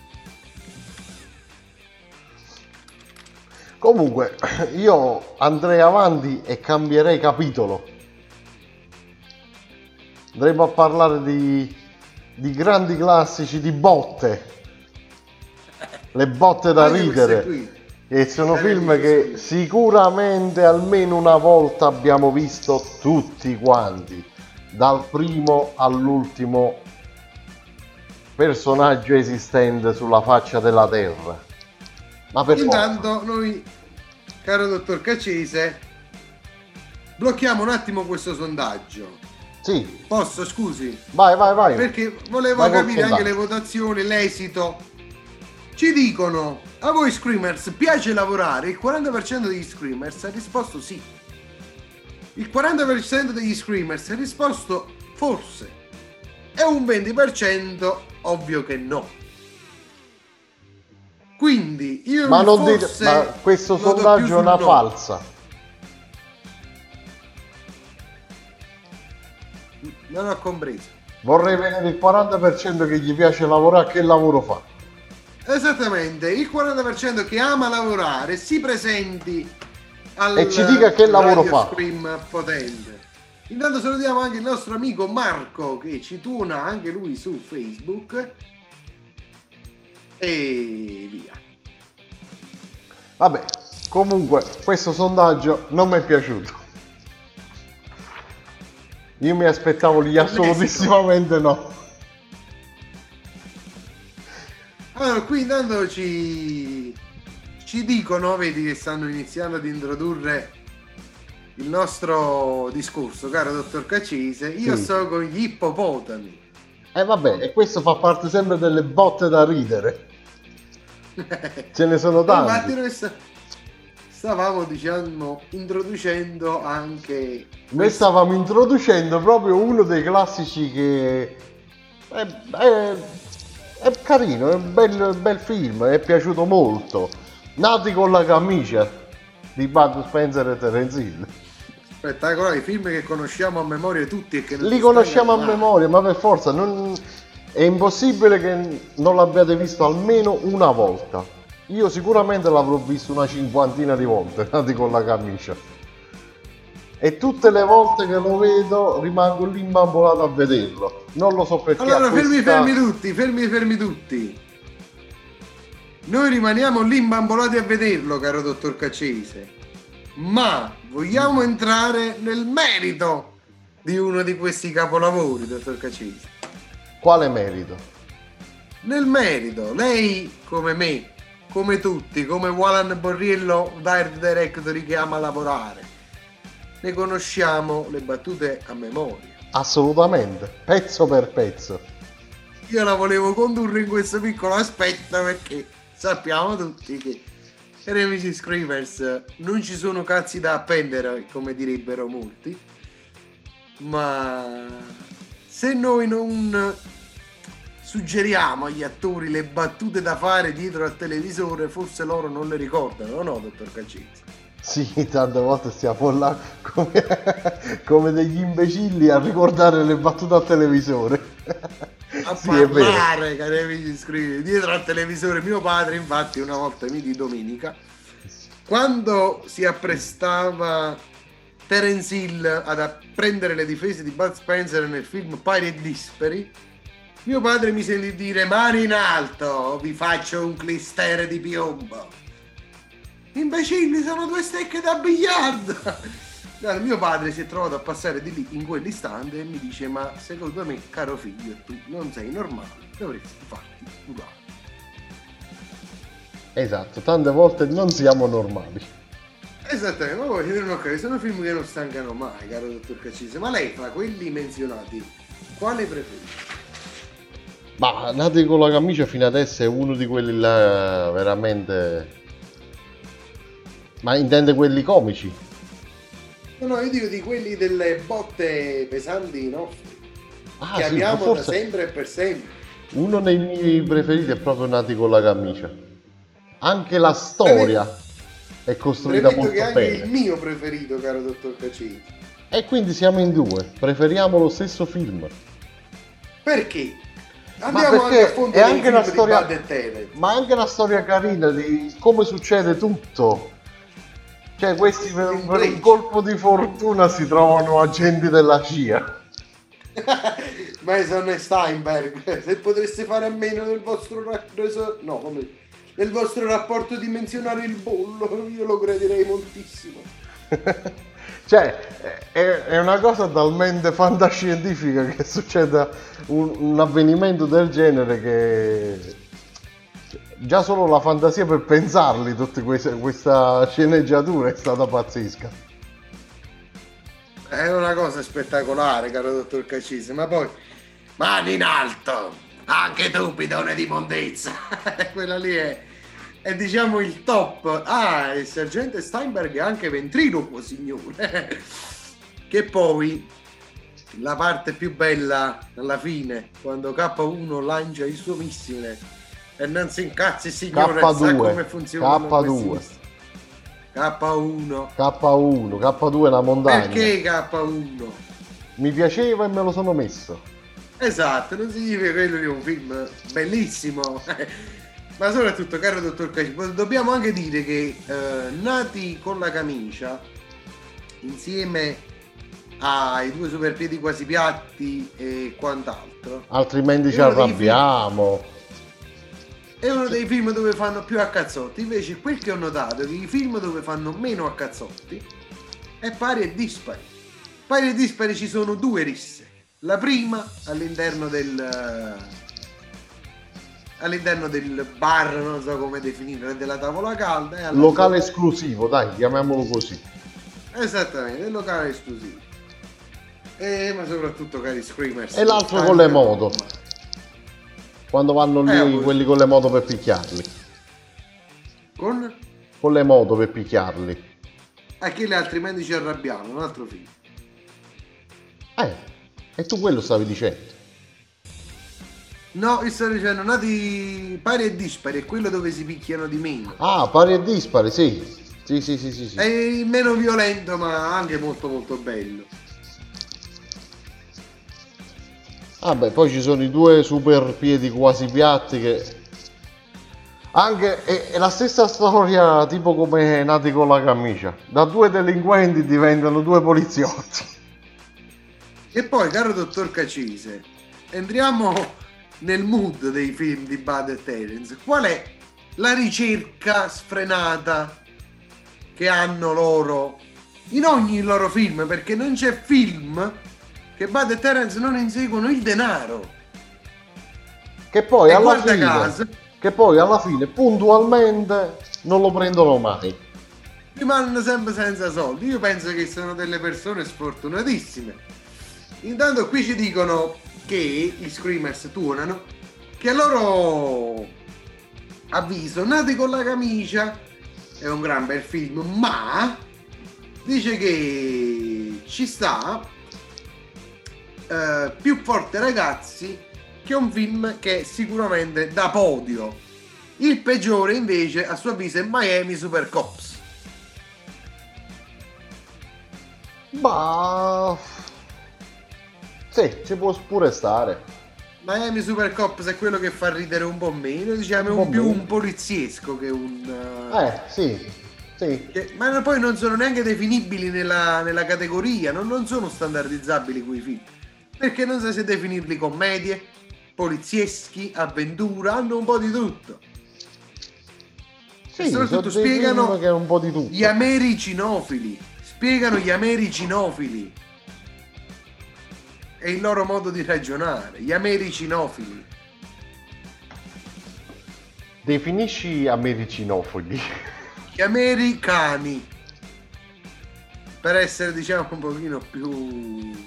Comunque, io andrei avanti e cambierei capitolo. Andremo a parlare di, di grandi classici di botte. Le botte da Anche queste ridere. qui. Che sono Eh, film sì, che sì. sicuramente almeno una volta abbiamo visto tutti quanti. Dal primo all'ultimo personaggio esistente sulla faccia della terra. Ma per forza. Intanto noi, caro dottor Caccese, blocchiamo un attimo questo sondaggio. Sì, Posso, scusi? vai, vai, vai. Perché volevo Vai col capire anche sondaggio. le votazioni, l'esito. Ci dicono, a voi Screamers piace lavorare? Il quaranta per cento degli Screamers ha risposto sì. Il quaranta per cento degli Screamers ha risposto forse. E un venti per cento ovvio che no. Quindi io Ma il non dite, forse ma questo lo do più sondaggio è sul una no. falsa. Non ho compreso. Vorrei vedere il quaranta per cento che gli piace lavorare, che lavoro fa? Esattamente, il quaranta per cento che ama lavorare si presenti al E ci dica che lavoro Radio fa. Scream potente. Intanto salutiamo anche il nostro amico Marco che ci tuona anche lui su Facebook e via. Vabbè, comunque questo sondaggio non mi è piaciuto. Io mi aspettavo gli assolutissimamente no. Allora, qui intanto ci, ci dicono, vedi che stanno iniziando ad introdurre il nostro discorso, caro dottor Caccese. Io Sì. sto con gli ippopotami. E vabbè, e questo fa parte sempre delle botte da ridere. Ce ne sono Infatti tanti. noi sta- stavamo diciamo introducendo anche Noi stavamo introducendo proprio uno dei classici che è, è- è carino, è un bel, bel film, è piaciuto molto. Nati con la camicia di Bud Spencer e Terence Hill. spettacolari film che conosciamo a memoria tutti e che non Li ci conosciamo a stanno mai. memoria, ma per forza non- è impossibile che non l'abbiate visto almeno una volta. Io sicuramente l'avrò visto una cinquantina di volte, Nati con la camicia. E tutte le volte che lo vedo rimango lì imbambolato a vederlo. Non lo so perché. Allora ha fermi questa- fermi tutti, fermi fermi tutti. Noi rimaniamo lì imbambolati a vederlo, caro dottor Caccese. Ma vogliamo entrare nel merito di uno di questi capolavori, dottor Caccese. Quale merito? Nel merito, lei come me, come tutti, come Walan Borriello, Dire Directory che ama lavorare, ne conosciamo le battute a memoria. Assolutamente, pezzo per pezzo. Io la volevo condurre in questo piccolo aspetto perché sappiamo tutti che per amici Screamers non ci sono cazzi da appendere, come direbbero molti, ma se noi non suggeriamo agli attori le battute da fare dietro al televisore, forse loro non le ricordano, no, dottor Caccese? Sì, tante volte stiamo là come, come degli imbecilli a ricordare le battute al televisore. A Sì, è vero. parlare, cari amici Screamers, dietro al televisore. Mio padre, infatti, una volta mi di domenica, quando si apprestava Terence Hill ad prendere le difese di Bud Spencer nel film Pirate Disperi, mio padre mi sentì dire: mani in alto, vi faccio un clistere di piombo. Imbecilli, sono due stecche da biliardo. Allora, mio padre si è trovato a passare di lì in quell'istante e mi dice: ma secondo me, caro figlio, tu non sei normale, dovresti farti curare. Esatto, tante volte non siamo normali. Esattamente, ma voi siete ok, sono film che non stancano mai, caro dottor Caccese. Ma lei, fra quelli menzionati, quale preferisce? Ma Nati con la camicia fino adesso è uno di quelli là veramente Ma intende quelli comici? No, no, io dico di quelli delle botte pesanti, no? Ah, che sì, abbiamo da forse sempre e per sempre. uno dei miei preferiti è proprio Nati con la camicia. Anche la Preme- storia è costruita Premetto che è molto anche il bene. mio preferito, caro dottor Cacini. E quindi siamo in due, preferiamo lo stesso film. Perché? Ma Andiamo anche a perché fondo è dei anche una film di storia, Bud e Terence. ma è anche una storia carina di come succede tutto. Cioè, questi per, un- per un colpo di fortuna si trovano agenti della C I A. Mason e Steinberg, se potreste fare a meno del vostro rappreso... no, come... del vostro rapporto dimensionale il bollo, io lo gradirei moltissimo. Cioè, è, è una cosa talmente fantascientifica che succeda un, un avvenimento del genere che già solo la fantasia per pensarli, tutta questa sceneggiatura è stata pazzesca. È una cosa spettacolare, caro dottor Cacisi, ma poi mani in alto, anche tu bidone di mondezza. Quella lì è, è diciamo il top. Ah, il sergente Steinberg è anche ventriloquo, signore. Che poi la parte più bella alla fine, quando K uno lancia il suo missile e non si incazzi, signore, K sa due, come funziona K due, K uno. K uno, K due è la montagna. Perché K uno? Mi piaceva e me lo sono messo. Esatto, non significa quello di un film bellissimo. Ma soprattutto, caro dottor Cacci, dobbiamo anche dire che eh, Nati con la camicia, insieme ai due superpiedi quasi piatti e quant'altro, Altrimenti ci È uno dei arrabbiamo. è uno dei film dove fanno più a cazzotti. Invece quel che ho notato è che i film dove fanno meno a cazzotti è pari e dispari. Pari e dispari ci sono due risse. La prima all'interno del all'interno del bar, non so come definirlo, della tavola calda, e alla Locale fine- esclusivo, dai, chiamiamolo così. esattamente, il locale esclusivo. E, ma soprattutto cari screamers. E l'altro anche- con le moto. Quando vanno lì Eh, poi- quelli con le moto per picchiarli. Con Con le moto per picchiarli. Achille, altrimenti ci arrabbiamo, un altro film. Eh, e tu quello stavi dicendo. No, io sto dicendo Nati pari e dispari, è quello dove si picchiano di meno. Ah, pari e dispari, sì. Sì, sì, sì, sì, sì. È meno violento, ma anche molto molto bello. Vabbè, poi ci sono i due super piedi quasi piatti che... Anche è, è la stessa storia, tipo come Nati con la camicia. Da due delinquenti diventano due poliziotti. E poi, caro dottor Cacise, entriamo nel mood dei film di Bud e Terence. Qual è la ricerca sfrenata che hanno loro in ogni loro film? Perché non c'è film che Bud e Terence non inseguono il denaro. Che poi E alla guarda fine... caso, Che poi alla fine, puntualmente, non lo prendono mai. rimangono sempre senza soldi. Io penso che sono delle persone sfortunatissime. Intanto qui ci dicono che gli screamers tuonano che a loro avviso Nati con la camicia è un gran bel film, ma dice che ci sta eh, più forte ragazzi, che è un film che sicuramente da podio. Il peggiore invece a suo avviso è Miami Super Cops. Ma... Sì, ci può pure stare. Miami Super Cops è quello che fa ridere un po' meno, diciamo, è Un un po' più meno. un poliziesco che un... eh, Eh, sì, sì. che- ma poi non sono neanche definibili nella, nella categoria, non, non sono standardizzabili quei film, perché non sai se definirli commedie, polizieschi, avventura, hanno un po' di tutto. Sì, soprattutto sono dei spiegano film che è un po' di tutto. Gli americinofili, spiegano gli americinofili e il loro modo di ragionare, gli americinofili. Definisci americinofili. Gli americani, per essere diciamo un pochino più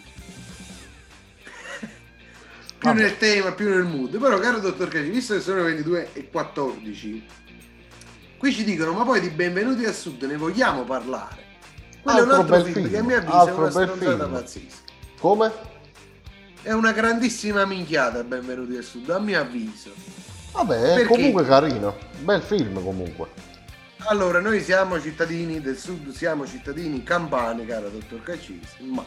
più Vabbè. nel tema, più nel mood. Però caro dottor Cacci, visto che sono le ventidue e quattordici, Qui ci dicono, ma poi di Benvenuti al Sud ne vogliamo parlare? Quello Altro è un altro bel film, film, che a mio avviso altro è una bel stronzata film. pazzesca. Come? È una grandissima minchiata Benvenuti al Sud, a mio avviso. Vabbè, è Perché? comunque carino. Bel film comunque. Allora, noi siamo cittadini del Sud, siamo cittadini campani, caro dottor Caccisi, ma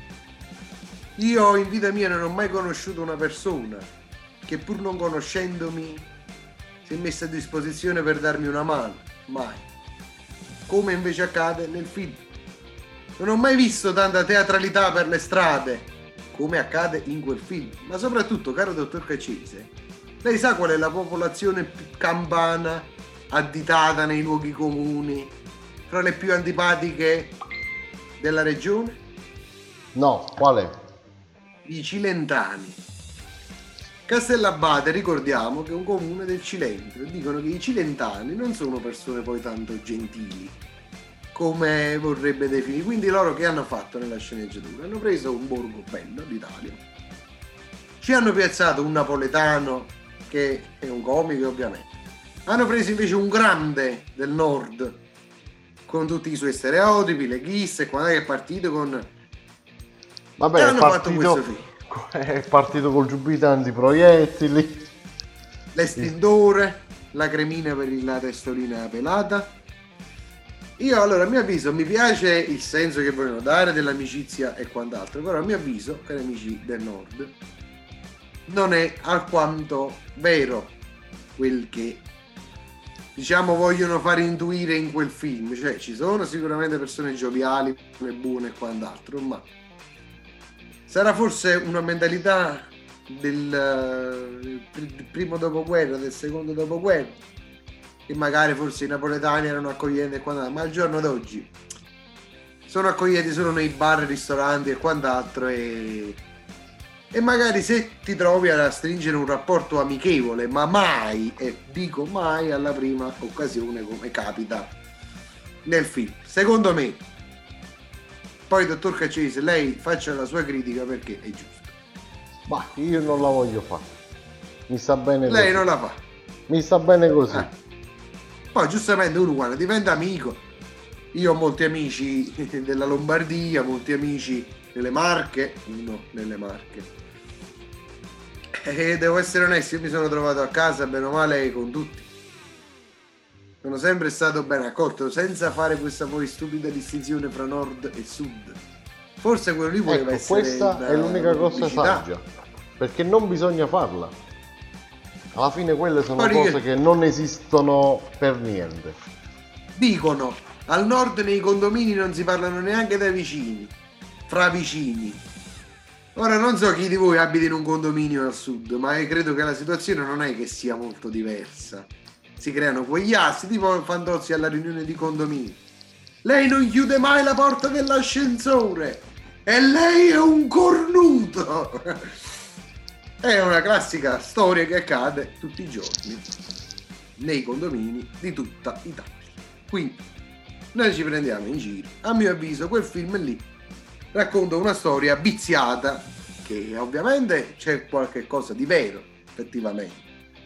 io in vita mia non ho mai conosciuto una persona che pur non conoscendomi si è messa a disposizione per darmi una mano, mai. Come invece accade nel film. Non ho mai visto tanta teatralità per le strade, come accade in quel film. Ma soprattutto, caro dottor Caccese, lei sa qual è la popolazione più campana additata nei luoghi comuni, fra le più antipatiche della regione? No, qual è? I cilentani. Castellabate, ricordiamo che è un comune del Cilento, e dicono che i cilentani non sono persone poi tanto gentili come vorrebbe definire. Quindi loro che hanno fatto nella sceneggiatura? Hanno preso un borgo bello d'Italia, ci hanno piazzato un napoletano che è un comico ovviamente, hanno preso invece un grande del nord con tutti i suoi stereotipi, le ghisse, quando è partito con... Vabbè, e è hanno fatto questo partito, film. è partito col giubbito antiproiettili. L'estintore, la cremina per la testolina pelata. Io allora a mio avviso mi piace il senso che vogliono dare dell'amicizia e quant'altro, però a mio avviso, cari amici del nord, non è alquanto vero quel che diciamo vogliono far intuire in quel film. Cioè ci sono sicuramente persone gioviali, persone buone e quant'altro, ma sarà forse una mentalità del, del primo dopoguerra, del secondo dopoguerra, che magari forse i napoletani erano accoglienti e quant'altro, ma al giorno d'oggi sono accoglienti solo nei bar, ristoranti e quant'altro, e, e magari se ti trovi a stringere un rapporto amichevole, ma mai, e dico mai, alla prima occasione come capita nel film. Secondo me, poi dottor Caccese, lei faccia la sua critica perché è giusto. Ma io non la voglio fare. Mi sta bene così. Lei non la fa. Mi sta bene così. Eh. Poi giustamente uno quando diventa amico, io ho molti amici della Lombardia, molti amici nelle Marche, uno nelle Marche, e devo essere onesto, io mi sono trovato a casa bene o male con tutti, sono sempre stato ben accolto senza fare questa poi stupida distinzione fra nord e sud. Forse quello lì voleva Ecco, essere questa una- è l'unica cosa pubblicità. saggia, perché non bisogna farla. Alla fine quelle sono Poi cose che- che non esistono per niente. Dicono al nord nei condomini non si parlano neanche dai vicini, fra vicini. Ora non so chi di voi abita in un condominio al sud, ma io credo che la situazione non è che sia molto diversa. Si creano quegli assi tipo Fantozzi alla riunione di condominio. Lei non chiude mai la porta dell'ascensore e lei è un cornuto. È una classica storia che accade tutti i giorni nei condomini di tutta Italia. Quindi noi ci prendiamo in giro. A mio avviso quel film lì racconta una storia viziata, che ovviamente c'è qualche cosa di vero effettivamente.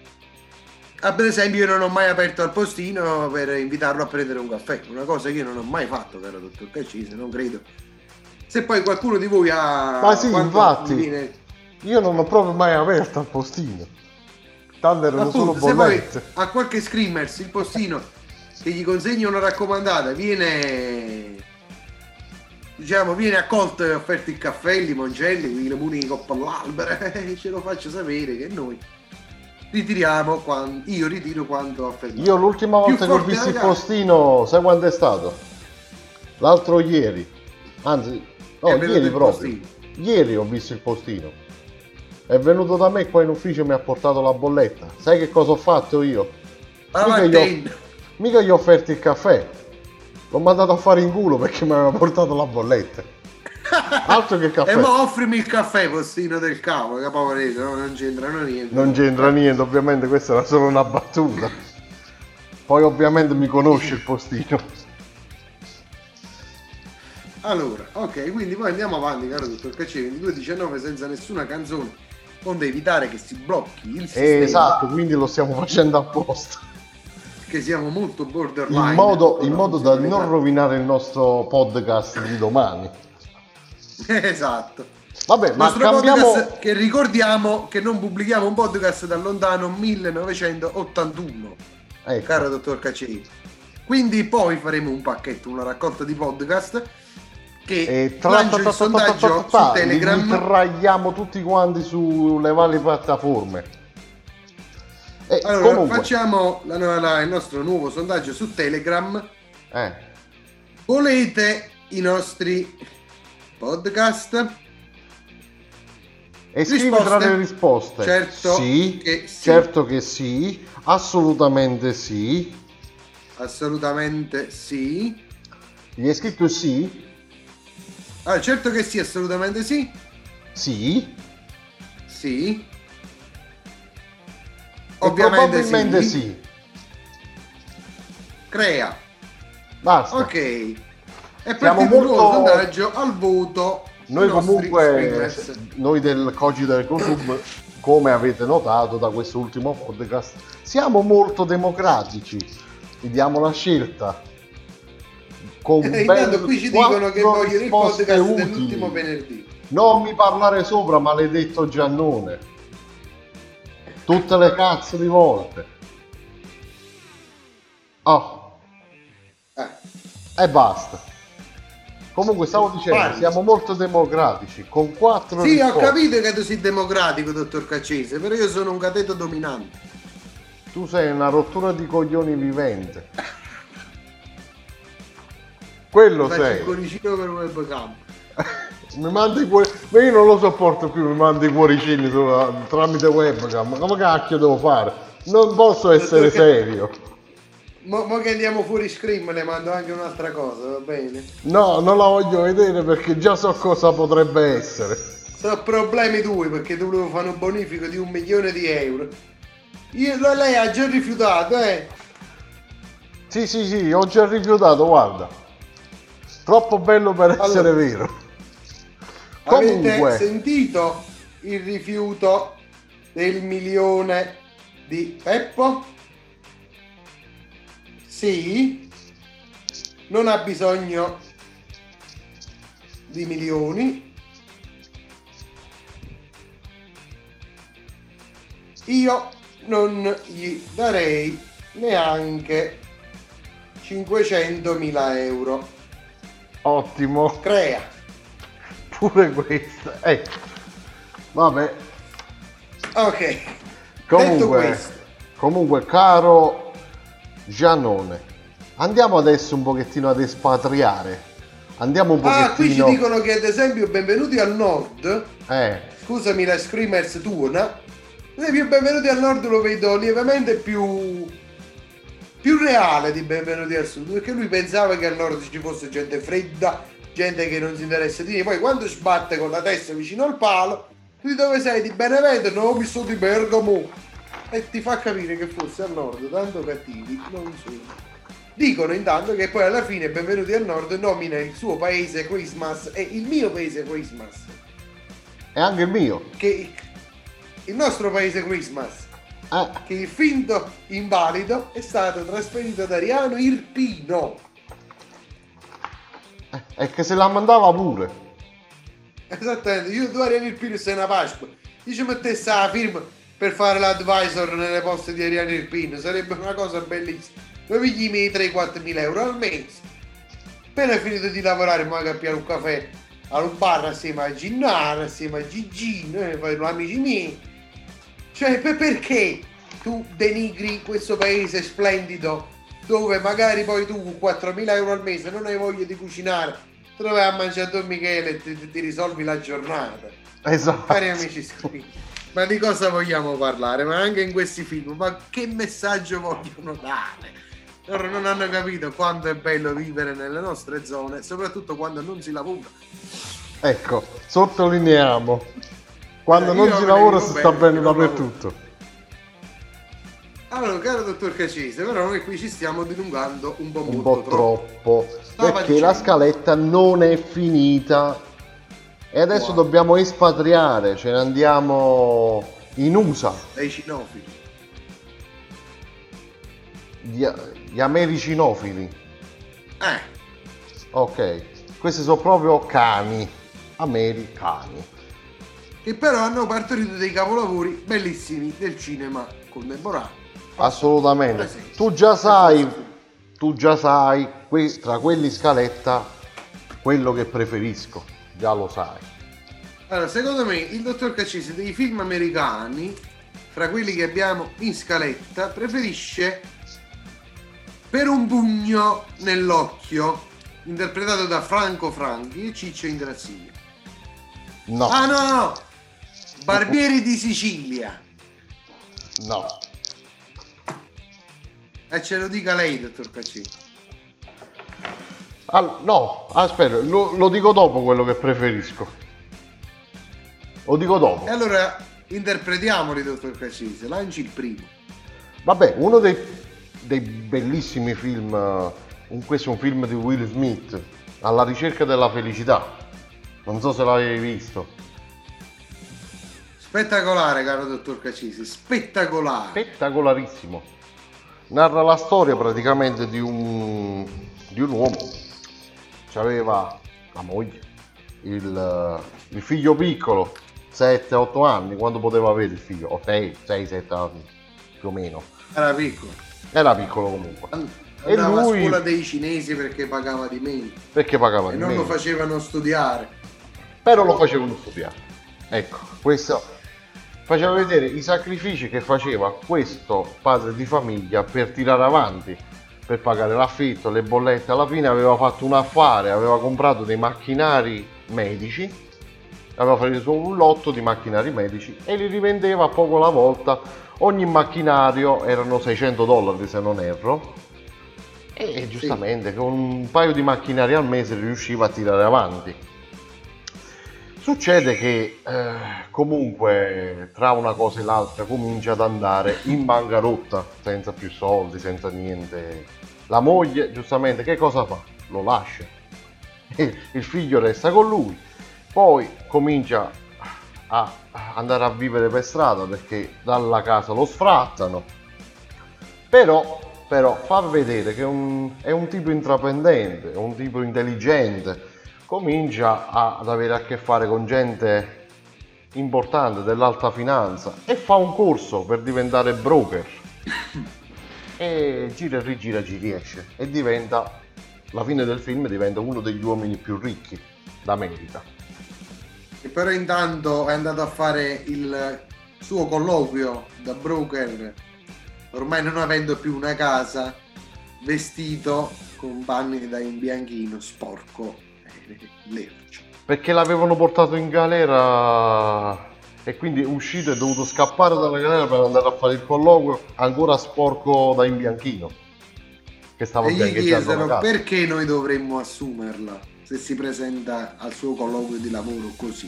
Ad esempio io non ho mai aperto al postino per invitarlo a prendere un caffè, una cosa che io non ho mai fatto, caro dottor Caccese, non credo. Se poi qualcuno di voi ha... Ma sì, quando infatti. gli viene- Io non ho proprio mai aperto al postino. Tanto erano solo Appunto, se poi bollette. a qualche screamers il postino che gli consegna una raccomandata viene, diciamo, viene accolto e offerto il caffè, i limoncelli, quindi le muni di coppa all'albero, e ce lo faccio sapere che noi ritiriamo quando, io ritiro quando ho affermato. Io l'ultima Più volta che ho forte, visto il ragazzi. postino, sai quando è stato? L'altro ieri. Anzi, no, È venuto ieri il proprio. postino. Ieri ho visto il postino. È venuto da me e poi in ufficio mi ha portato la bolletta. Sai che cosa ho fatto io? La Mica gli mattina. ho, mica gli ho offerto il caffè. L'ho mandato a fare in culo perché mi aveva portato la bolletta. Altro che caffè. E mo offrimi il caffè, postino del cavo, che poveretto, no? Non c'entrano niente. Non c'entra niente, ovviamente questa era solo una battuta. Poi ovviamente mi conosce il postino. Allora, ok, quindi poi andiamo avanti, caro dottor Caccese, ventidue diciannove senza nessuna canzone, onde evitare che si blocchi il sistema. Esatto, quindi lo stiamo facendo apposta. Che perché siamo molto borderline. In modo, in No, modo non da si non vede. rovinare il nostro podcast di domani. Esatto. Vabbè, Il ma nostro cambiamo... podcast, che ricordiamo che non pubblichiamo un podcast dal lontano millenovecentottantuno, Ecco. caro dottor Cacci. Quindi poi faremo un pacchetto, una raccolta di podcast che E tra lancio ta- ta- il ta- ta- ta- sondaggio ta- ta- su li Telegram. mitragliamo tutti quanti sulle varie piattaforme. E Allora, comunque, facciamo la- la- il nostro nuovo sondaggio su Telegram. eh, Volete i nostri podcast? e scrivi Risposte? tra le risposte. Certo sì, che sì. certo che sì, assolutamente sì. Assolutamente sì. Gli hai scritto sì? Ah, certo che sì, assolutamente sì. Sì. Sì. E Ovviamente probabilmente sì. sì. Crea. Basta. Ok. E Siamo partiamo un molto- nuovo sondaggio al voto. Noi i nostri comunque, streamers. noi del Cogito del Consum, come avete notato da quest'ultimo podcast, siamo molto democratici. Vi diamo la scelta. Con E intanto ben qui ci dicono che quattro vogliono il risposte podcast utili. dell'ultimo venerdì. Non mi parlare sopra, maledetto Giannone. Tutte le cazzo di volte. Oh, Eh. e basta. Comunque stavo dicendo, Parli. siamo molto democratici, con quattro Sì, ho risposte. capito che tu sei democratico, dottor Caccese, però io sono un cateto dominante. Tu sei una rottura di coglioni vivente. Quello Faccio il sei. cuoricino per webcam. Mi mandi i cuori... Ma io non lo sopporto più, mi mandi i cuoricini su- tramite webcam. Ma come cacchio devo fare? Non posso essere Perché- serio. Mo, mo che andiamo fuori scream le mando anche un'altra cosa, va bene? No, non la voglio vedere perché già so cosa potrebbe essere. Sono problemi tuoi perché tu volevo fare un bonifico di un milione di euro. Io, lei ha già rifiutato, eh? Sì, sì, sì, ho già rifiutato, guarda. Troppo bello per essere Allora, vero. Avete Comunque, sentito il rifiuto del milione di Peppo? Sì, non ha bisogno di milioni. Io non gli darei neanche cinquecentomila euro. ottimo. Crea. Pure questa. Ecco. Vabbè. Ok. Detto Comunque, questo, comunque, caro Giannone, andiamo adesso un pochettino ad espatriare. Andiamo un ah, qui ci pochettino. dicono che ad esempio benvenuti al nord. Eh, Scusami la screamers tuona. Ad esempio benvenuti al nord lo vedo lievemente più più reale di benvenuti al sud, perché lui pensava che al nord ci fosse gente fredda, gente che non si interessa di niente. Poi quando sbatte con la testa vicino al palo, tu di dove sei? Di Benevento? No, mi sono di Bergamo. E ti fa capire che forse al nord tanto cattivi non sono. Dicono intanto che poi alla fine benvenuti al nord nomina il suo paese Christmas e il mio paese Christmas, è anche il mio. che il nostro paese Christmas, Eh, che il finto invalido è stato trasferito ad Ariano Irpino. è che se la mandava pure. Esattamente, io tu Ariano Irpino sei una Pasqua. Io ci mettessi la firma per fare l'advisor nelle poste di Ariano Irpino, sarebbe una cosa bellissima. Mi pigli i miei tre quattro mila euro al mese. Appena finito di lavorare mi vado a piare un caffè al bar assieme a Ginnaro, assieme a Gigino, e poi amici miei. Cioè, per- perché tu denigri questo paese splendido dove magari poi tu con quattromila euro al mese non hai voglia di cucinare, te lo vai a mangiare a Don Michele e ti, ti- ti risolvi la giornata. Esatto. Cari amici scrivi, ma di cosa vogliamo parlare? Ma anche in questi film, ma che messaggio vogliono dare? Loro non hanno capito quanto è bello vivere nelle nostre zone, soprattutto quando non si lavora. Ecco, sottolineiamo. Quando Eh, non io si me ne lavora vivo si sta bene, bene che non dappertutto. Allora, caro dottor Cacese, però noi qui ci stiamo dilungando un po' Un molto po' troppo. Stava Perché dicendo. la scaletta non è finita. E adesso Wow. dobbiamo espatriare. Ce ne andiamo in U S A. dai cinofili. gli, gli americinofili. Eh, Ok, questi sono proprio cani americani. che però hanno partorito dei capolavori bellissimi del cinema contemporaneo. Assolutamente. Eh sì. Tu già sai, tu già sai, que- tra quelli scaletta, quello che preferisco. Già lo sai. Allora, secondo me il dottor Caccisi dei film americani, fra quelli che abbiamo in scaletta, preferisce Per un pugno nell'occhio, interpretato da Franco Franchi e Ciccio Ingrassia. No, Ah no, no, Barbieri di Sicilia. no. E ce lo dica lei, dottor Caccisi. Al- no, aspetta, lo, lo dico dopo quello che preferisco. Lo dico dopo. E allora interpretiamoli, dottor Caccisi, lanci il primo. Vabbè, uno dei, dei bellissimi film, eh, un- questo è un film di Will Smith, Alla ricerca della felicità. Non so se l'avevi visto. Spettacolare, caro dottor Caccisi, spettacolare. Spettacolarissimo. Narra la storia praticamente di un, di un uomo. C'aveva la moglie, il, il figlio piccolo, sette otto anni, quando poteva avere il figlio, o sei sette anni più o meno. Era piccolo. Era piccolo comunque. E Andava lui- a scuola dei cinesi perché pagava di meno Perché pagava e di non meno. lo facevano studiare. Però lo facevano studiare. Ecco, questo faceva vedere i sacrifici che faceva questo padre di famiglia per tirare avanti, per pagare l'affitto, le bollette. Alla fine aveva fatto un affare, aveva comprato dei macchinari medici, aveva fatto un lotto di macchinari medici e li rivendeva poco alla volta. Ogni macchinario erano seicento dollari se non erro. E giustamente con un paio di macchinari al mese riusciva a tirare avanti. Succede che eh, comunque tra una cosa e l'altra comincia ad andare in bancarotta, senza più soldi, senza niente. La moglie giustamente che cosa fa? Lo lascia. Il figlio resta con lui, poi comincia a andare a vivere per strada perché dalla casa lo sfrattano. Però, però fa vedere che è un, è un tipo intraprendente, è un tipo intelligente. Comincia a- ad avere a che fare con gente importante dell'alta finanza e fa un corso per diventare broker e gira e rigira ci riesce e diventa, alla fine del film diventa uno degli uomini più ricchi d'America. E però intanto è andato a fare il suo colloquio da broker, ormai non avendo più una casa, vestito con panni da imbianchino sporco e lercio. Perché l'avevano portato in galera e quindi è uscito e è dovuto scappare dalla galera per andare a fare il colloquio ancora sporco da imbianchino, che stava E gli biancheggiando la chiesero casa. perché noi dovremmo assumerla se si presenta al suo colloquio di lavoro così.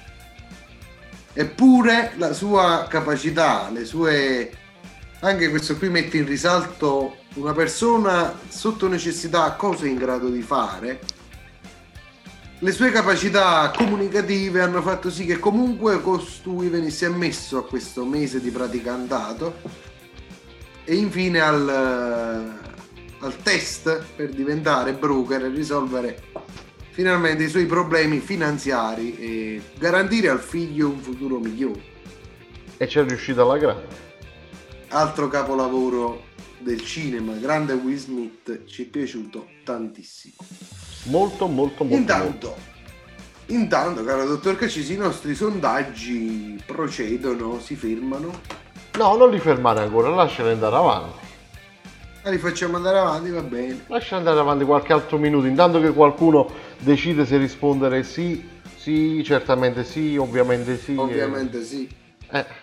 Eppure la sua capacità, le sue... Anche questo qui mette in risalto una persona sotto necessità, cosa è in grado di fare. Le sue capacità comunicative hanno fatto sì che comunque costui venisse ammesso a questo mese di praticantato e infine al, al test per diventare broker e risolvere finalmente i suoi problemi finanziari e garantire al figlio un futuro migliore. E c'è riuscito alla grande. Altro capolavoro del cinema, grande Will Smith, ci è piaciuto tantissimo. Molto molto molto Intanto, intanto, caro dottor Caccisi, i nostri sondaggi procedono, si fermano. molto. No, non li fermare ancora, lasciali andare avanti. Ma li facciamo andare avanti, va bene. Lascia andare avanti qualche altro minuto, intanto che qualcuno decide se rispondere sì, sì, certamente sì, ovviamente sì. Ovviamente sì. E, eh,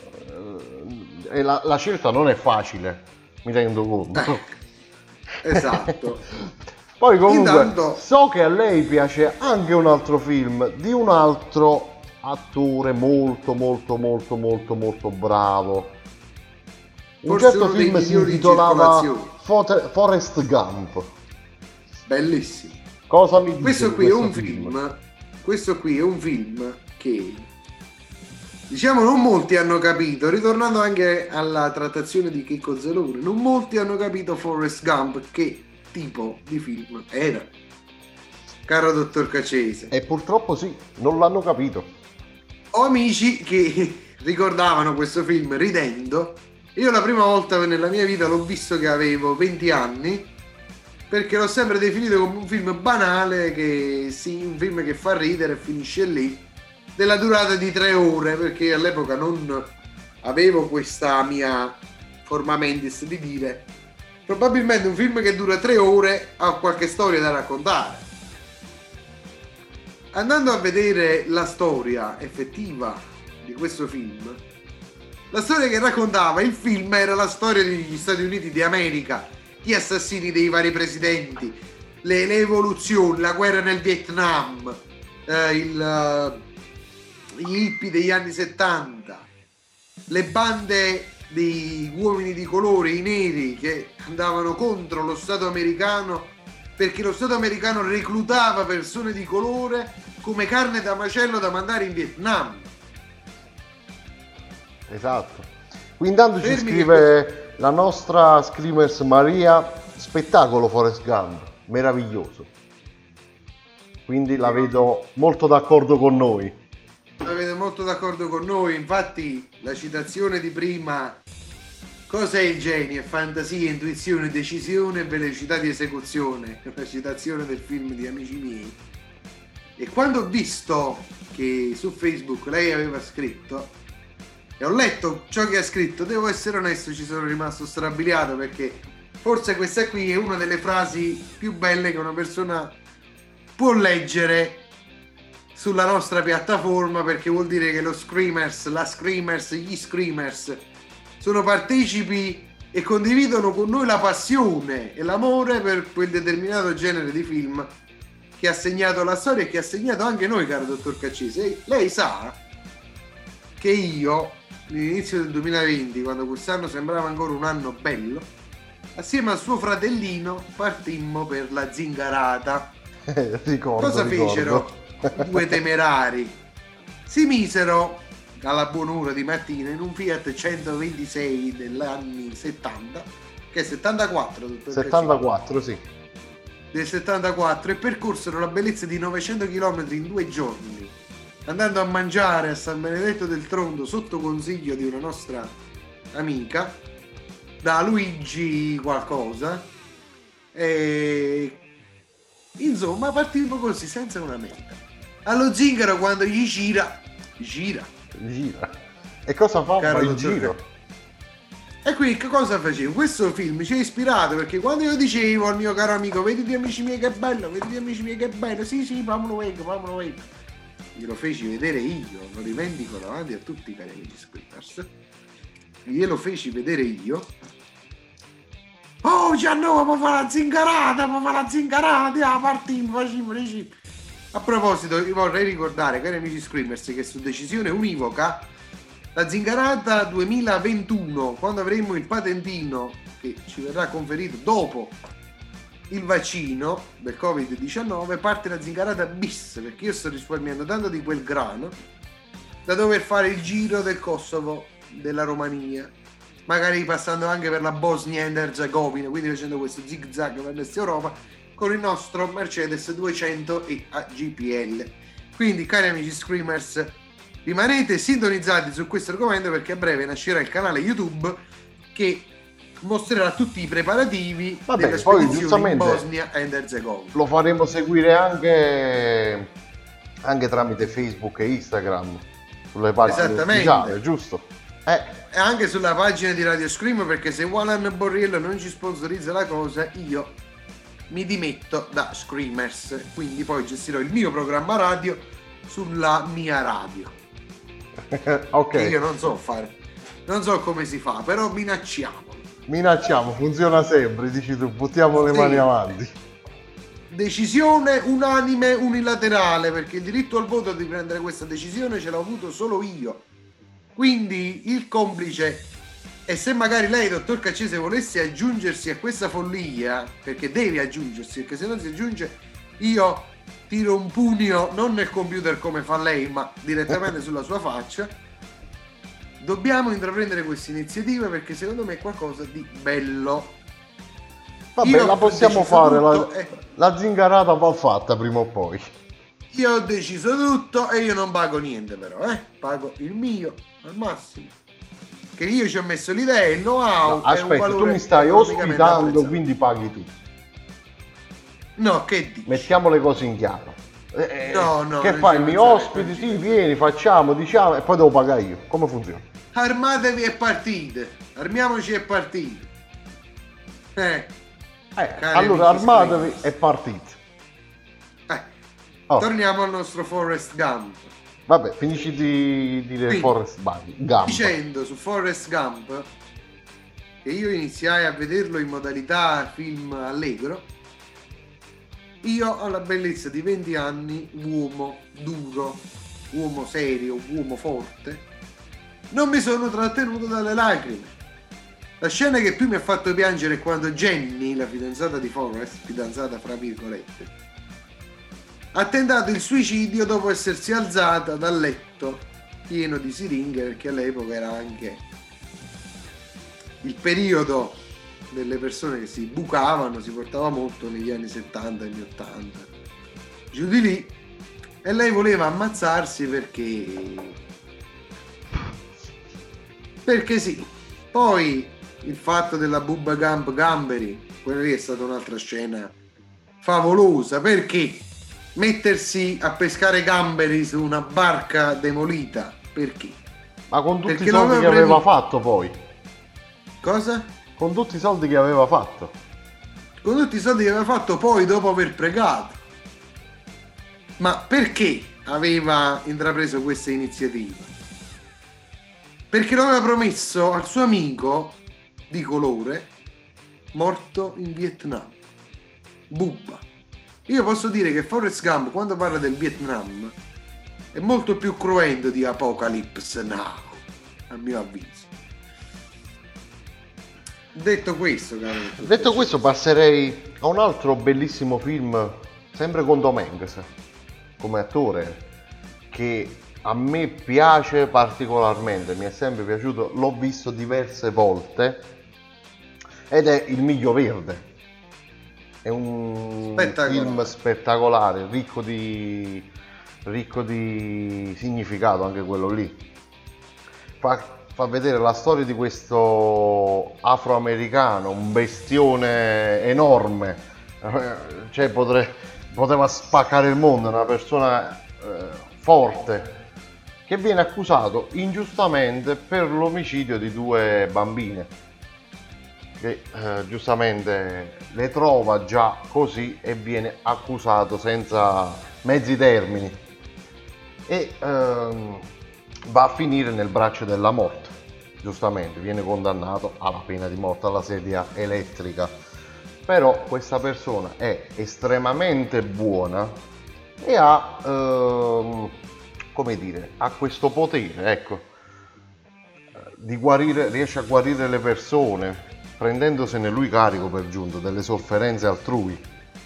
e la, la scelta non è facile, mi rendo conto. Esatto. Poi comunque Intanto- so che a lei piace anche un altro film di un altro attore molto molto molto molto molto bravo. Un Forse certo uno dei film si migliori in intitolava circolazione. Fote- Forrest Gump. Bellissimo. Cosa mi dice Questo di qui è questo un film, questo qui è un film che Diciamo, non molti hanno capito, ritornando anche alla trattazione di Checco Zalone, non molti hanno capito Forrest Gump che tipo di film era, caro dottor Caccese. E purtroppo sì, non l'hanno capito. Ho amici che ricordavano questo film ridendo. Io la prima volta nella mia vita l'ho visto che avevo venti anni, perché l'ho sempre definito come un film banale, che sì, un film che fa ridere e finisce lì, della durata di tre ore, perché all'epoca non avevo questa mia forma mentis di dire probabilmente un film che dura tre ore ha qualche storia da raccontare. Andando a vedere la storia effettiva di questo film, la storia che raccontava il film era la storia degli Stati Uniti d'America, gli assassini dei vari presidenti, le, le evoluzioni, la guerra nel Vietnam, eh, il, uh, gli hippie degli anni settanta, le bande di uomini di colore, i neri, che andavano contro lo Stato americano perché lo Stato americano reclutava persone di colore come carne da macello da mandare in Vietnam. Esatto. Qui intanto ci Fermi scrive che... la nostra Screamers Maria, spettacolo Forrest Gump, meraviglioso. Quindi la vedo molto d'accordo con noi. La vedo molto d'accordo con noi, infatti la citazione di prima, cos'è il genio? Fantasia, intuizione, decisione e velocità di esecuzione, è una citazione del film di Amici miei. E quando ho visto che su Facebook lei aveva scritto e ho letto ciò che ha scritto, devo essere onesto, ci sono rimasto strabiliato, perché forse questa qui è una delle frasi più belle che una persona può leggere sulla nostra piattaforma, perché vuol dire che lo Screamers, la Screamers, gli Screamers sono partecipi e condividono con noi la passione e l'amore per quel determinato genere di film che ha segnato la storia e che ha segnato anche noi, caro dottor Caccese. Lei sa che io, all'inizio del duemilaventi, quando quest'anno sembrava ancora un anno bello, assieme al suo fratellino partimmo per la Zingarata. ricordo, Cosa ricordo. fecero i due temerari? Si misero alla buon'ora di mattina in un Fiat centoventisei degli anni settanta, che è settantaquattro, dottor settantaquattro, Caccese, sì. del settantaquattro, e percorsero la bellezza di novecento chilometri in due giorni, andando a mangiare a San Benedetto del Tronto sotto consiglio di una nostra amica, da Luigi qualcosa, e insomma partimmo così senza una meta. Allo Zingaro, quando gli gira gira Gira. E cosa fa? Caro Fa il dottor giro. E qui che cosa facevo? Questo film ci ha ispirato, perché quando io dicevo al mio caro amico vediti amici miei che bello, vediti amici miei che bello, sì sì, fammelo vedere, fammelo vedere, glielo feci vedere io, lo rivendico davanti a tutti i cari amici Screamers, glielo feci vedere io. Oh Giannò, ma fa la zingarata, ma fa la zingarata, ah, partimmo, facciamo le chip. A proposito, vi vorrei ricordare, cari amici Screamers, che su decisione univoca la Zingarata duemilaventuno, quando avremo il patentino che ci verrà conferito dopo il vaccino del covid diciannove, parte la Zingarata bis, perché io sto risparmiando tanto di quel grano da dover fare il giro del Kosovo, della Romania, magari passando anche per la Bosnia ed Erzegovina, quindi facendo questo zig zag per l'Est Europa con il nostro Mercedes duecento e a G P L. Quindi, cari amici Screamers, rimanete sintonizzati su questo argomento, perché a breve nascerà il canale YouTube che mostrerà tutti i preparativi. Vabbè, della poi spedizione in giustamente Bosnia ed Erzegovina. Lo faremo seguire anche anche tramite Facebook e Instagram, sulle pagine Esattamente. ufficiali, giusto? Eh, E anche sulla pagina di Radio Scream, perché se Walan Borriello non ci sponsorizza la cosa, io mi dimetto da Screamers, quindi poi gestirò il mio programma radio sulla mia radio. ok. Che io non so fare, non so come si fa, però minacciamo. Minacciamo, funziona sempre, dici tu, buttiamo le Sì. mani avanti. Decisione unanime unilaterale, perché il diritto al voto di prendere questa decisione ce l'ho avuto solo io. Quindi il complice, e se magari lei, dottor Caccese, volesse aggiungersi a questa follia, perché deve aggiungersi, perché se non si aggiunge io tiro un pugno non nel computer come fa lei, ma direttamente sulla sua faccia. dobbiamo intraprendere questa iniziativa perché secondo me è qualcosa di bello. Vabbè, Io la ho possiamo deciso fare, tutto, la, eh. la zingarata va fatta prima o poi. Io ho deciso tutto e io non pago niente però, eh? Pago il mio al massimo. Che io ci ho messo l'idea, il know-how. No, aspetta, tu mi stai ospitando, quindi paghi tu. No, che dici? Mettiamo le cose in chiaro. Eh, No, no, che non fai? ci Mi pensare, ospiti, non ci sì, pensare. vieni, facciamo, diciamo e poi devo pagare io. Come funziona? Armatevi e partite. Armiamoci e partite. Eh, Eh, Cari allora amici armatevi iscritti. e partite. eh. Oh, Torniamo al nostro Forrest Gump. vabbè, finisci di dire Quindi, Forrest Gump. Dicendo su Forrest Gump che io iniziai a vederlo in modalità film allegro. Io ho la bellezza di venti anni, uomo duro, uomo serio, uomo forte. Non mi sono trattenuto dalle lacrime. La scena che più mi ha fatto piangere è quando Jenny, la fidanzata di Forrest, fidanzata fra virgolette, ha tentato il suicidio dopo essersi alzata dal letto pieno di siringhe, perché all'epoca era anche il periodo delle persone che si bucavano, si portava molto negli anni settanta e anni ottanta, giù di lì, e lei voleva ammazzarsi perché perché sì. Poi il fatto della Bubba Gump Gamberi, quella lì è stata un'altra scena favolosa, perché mettersi a pescare gamberi su una barca demolita, perché? Ma con tutti Perché i soldi lo che aveva aveva previ- fatto poi. Cosa? Con tutti i soldi che aveva fatto. Con tutti i soldi che aveva fatto poi dopo aver pregato. Ma perché aveva intrapreso questa iniziativa? Perché lo aveva promesso al suo amico di colore morto in Vietnam, Bubba. Io posso dire che Forrest Gump, quando parla del Vietnam, è molto più cruento di Apocalypse Now, a mio avviso. Detto questo, caro dottor Detto Cacci, questo, passerei a un altro bellissimo film, sempre con Tom Hanks come attore, che a me piace particolarmente, mi è sempre piaciuto, l'ho visto diverse volte, ed è Il Miglio Verde. È un Spettacolare. film spettacolare, ricco di, ricco di significato anche quello lì. Fa, fa vedere la storia di questo afroamericano, un bestione enorme, eh, cioè potre- poteva spaccare il mondo, una persona eh, forte, che viene accusato ingiustamente per l'omicidio di due bambine, che eh, giustamente le trova già così e viene accusato senza mezzi termini e ehm, va a finire nel braccio della morte. Giustamente viene condannato alla pena di morte, alla sedia elettrica, però questa persona è estremamente buona e ha ehm, come dire, ha questo potere, ecco, di guarire, riesce a guarire le persone prendendosene lui carico, per giunto, delle sofferenze altrui.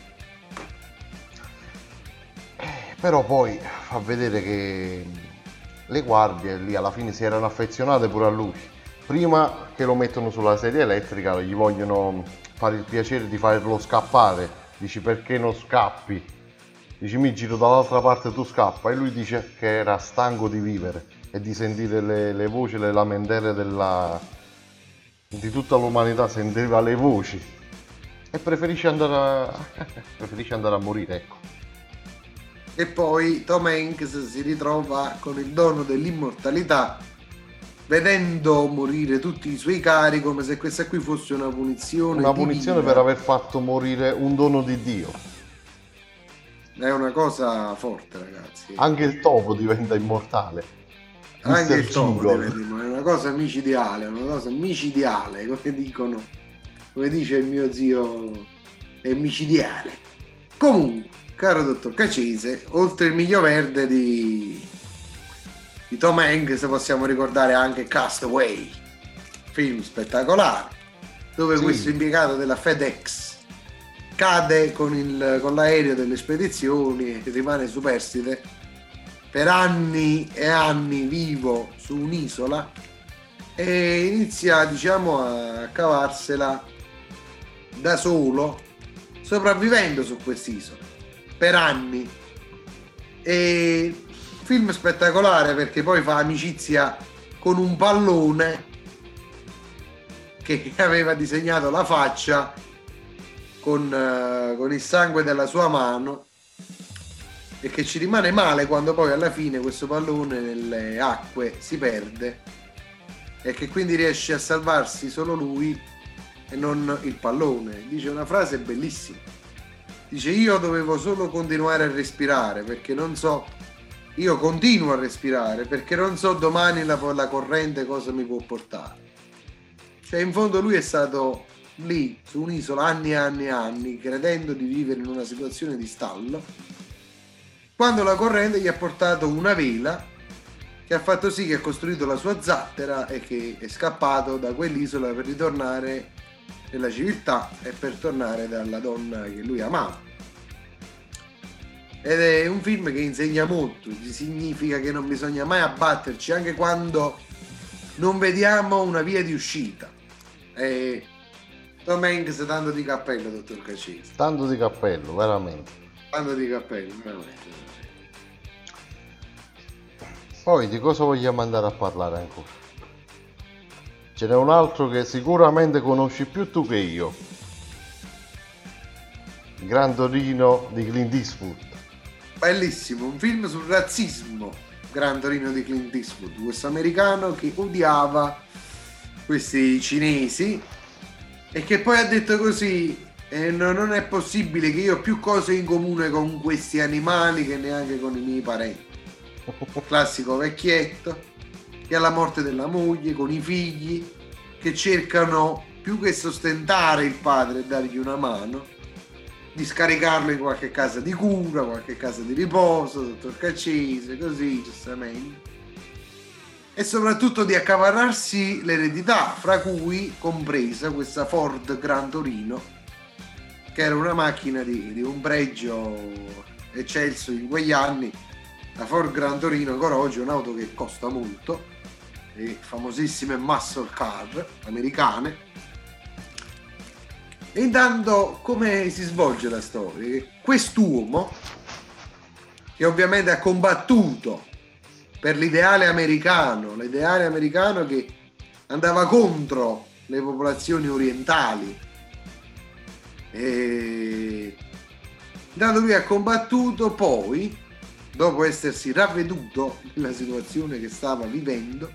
Eh, però poi fa vedere che le guardie lì alla fine si erano affezionate pure a lui. Prima che lo mettono sulla sedia elettrica gli vogliono fare il piacere di farlo scappare. Dici: perché non scappi? Dici: mi giro dall'altra parte, tu scappa. E lui dice che era stanco di vivere e di sentire le, le voci, le lamentele della, di tutta l'umanità, sentiva le voci e preferisce andare a, preferisce andare a morire, ecco. E poi Tom Hanks si ritrova con il dono dell'immortalità, vedendo morire tutti i suoi cari come se questa qui fosse una punizione Una punizione divina. per aver fatto morire un dono di Dio. È una cosa forte, ragazzi. Anche il topo diventa immortale. Anche mister il topo Jingle. deve dire, è una cosa micidiale, è una cosa micidiale, come dicono, come dice il mio zio, è micidiale. Comunque, caro dottor Cacese, oltre il Miglio Verde di, di Tom Hanks possiamo ricordare anche Castaway, film spettacolare, dove Sì. questo impiegato della FedEx cade con, il, con l'aereo delle spedizioni e rimane superstite per anni e anni vivo su un'isola e inizia, diciamo, a cavarsela da solo, sopravvivendo su quest'isola per anni. E film spettacolare perché poi fa amicizia con un pallone che aveva disegnato la faccia con, uh, con il sangue della sua mano, e che ci rimane male quando poi alla fine questo pallone nelle acque si perde e che quindi riesce a salvarsi solo lui e non il pallone. Dice una frase bellissima, dice: io dovevo solo continuare a respirare perché non so, io continuo a respirare perché non so domani la, la corrente cosa mi può portare. Cioè in fondo lui è stato lì su un'isola anni e anni e anni credendo di vivere in una situazione di stallo, quando la corrente gli ha portato una vela che ha fatto sì che ha costruito la sua zattera e che è scappato da quell'isola per ritornare nella civiltà e per tornare dalla donna che lui amava. Ed è un film che insegna molto, significa che non bisogna mai abbatterci anche quando non vediamo una via di uscita. E Tom Hanks tanto di cappello, dottor Cacese. Tanto di cappello, veramente. Tanto di cappello, veramente. Poi di cosa vogliamo andare a parlare ancora? Ce n'è un altro che sicuramente conosci più tu che io. Gran Torino di Clint Eastwood. Bellissimo, un film sul razzismo. Gran Torino di Clint Eastwood, questo americano che odiava questi cinesi e che poi ha detto così: eh, no, non è possibile che io ho più cose in comune con questi animali che neanche con i miei parenti. Classico vecchietto che alla morte della moglie, con i figli che cercano più che sostentare il padre e dargli una mano, di scaricarlo in qualche casa di cura, qualche casa di riposo, dottor Cacese, così giustamente, e soprattutto di accaparrarsi l'eredità, fra cui compresa questa Ford Gran Torino, che era una macchina di, di un pregio eccelso in quegli anni. La Ford Gran Torino ancora oggi è un'auto che costa molto, le famosissime muscle car americane. E intanto come si svolge la storia? Quest'uomo, che ovviamente ha combattuto per l'ideale americano, l'ideale americano che andava contro le popolazioni orientali, e intanto lui ha combattuto, poi dopo essersi ravveduto nella situazione che stava vivendo,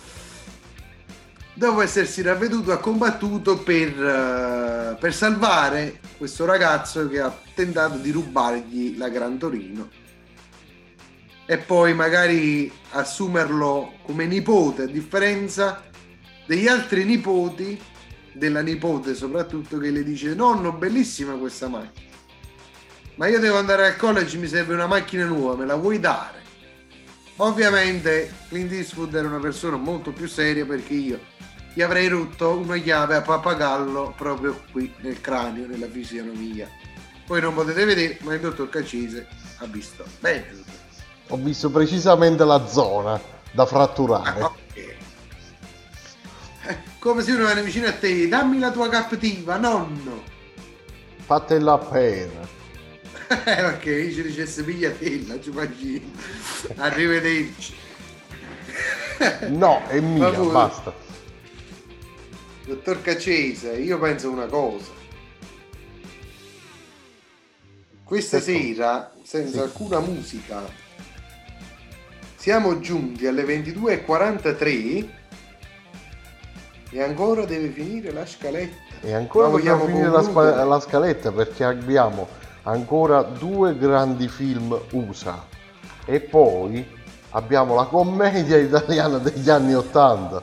dopo essersi ravveduto ha combattuto per, uh, per salvare questo ragazzo che ha tentato di rubargli la Gran Torino, e poi magari assumerlo come nipote, a differenza degli altri nipoti, della nipote soprattutto, che le dice: nonno, bellissima questa macchina, ma io devo andare al college, mi serve una macchina nuova, me la vuoi dare? Ovviamente Clint Eastwood era una persona molto più seria, perché io gli avrei rotto una chiave a pappagallo proprio qui nel cranio, nella fisionomia. Poi non potete vedere, ma il dottor Cacese ha visto bene, dottor. Ho visto precisamente la zona da fratturare. Ah, okay. Eh, come se uno viene vicino a te: dammi la tua captiva, nonno. Fatela appena. Eh, ok, ci dicesse pigliatella, ci facci. Arrivederci. No, è mia, Ma basta. Dottor Cacese, io penso una cosa. Questa Ecco. sera, senza Sì. alcuna musica, siamo giunti alle ventidue e quarantatré e ancora deve finire la scaletta. E ancora Ma vogliamo vogliamo finire la, concludere? spa- la scaletta, perché abbiamo ancora due grandi film U S A e poi abbiamo la commedia italiana degli anni ottanta.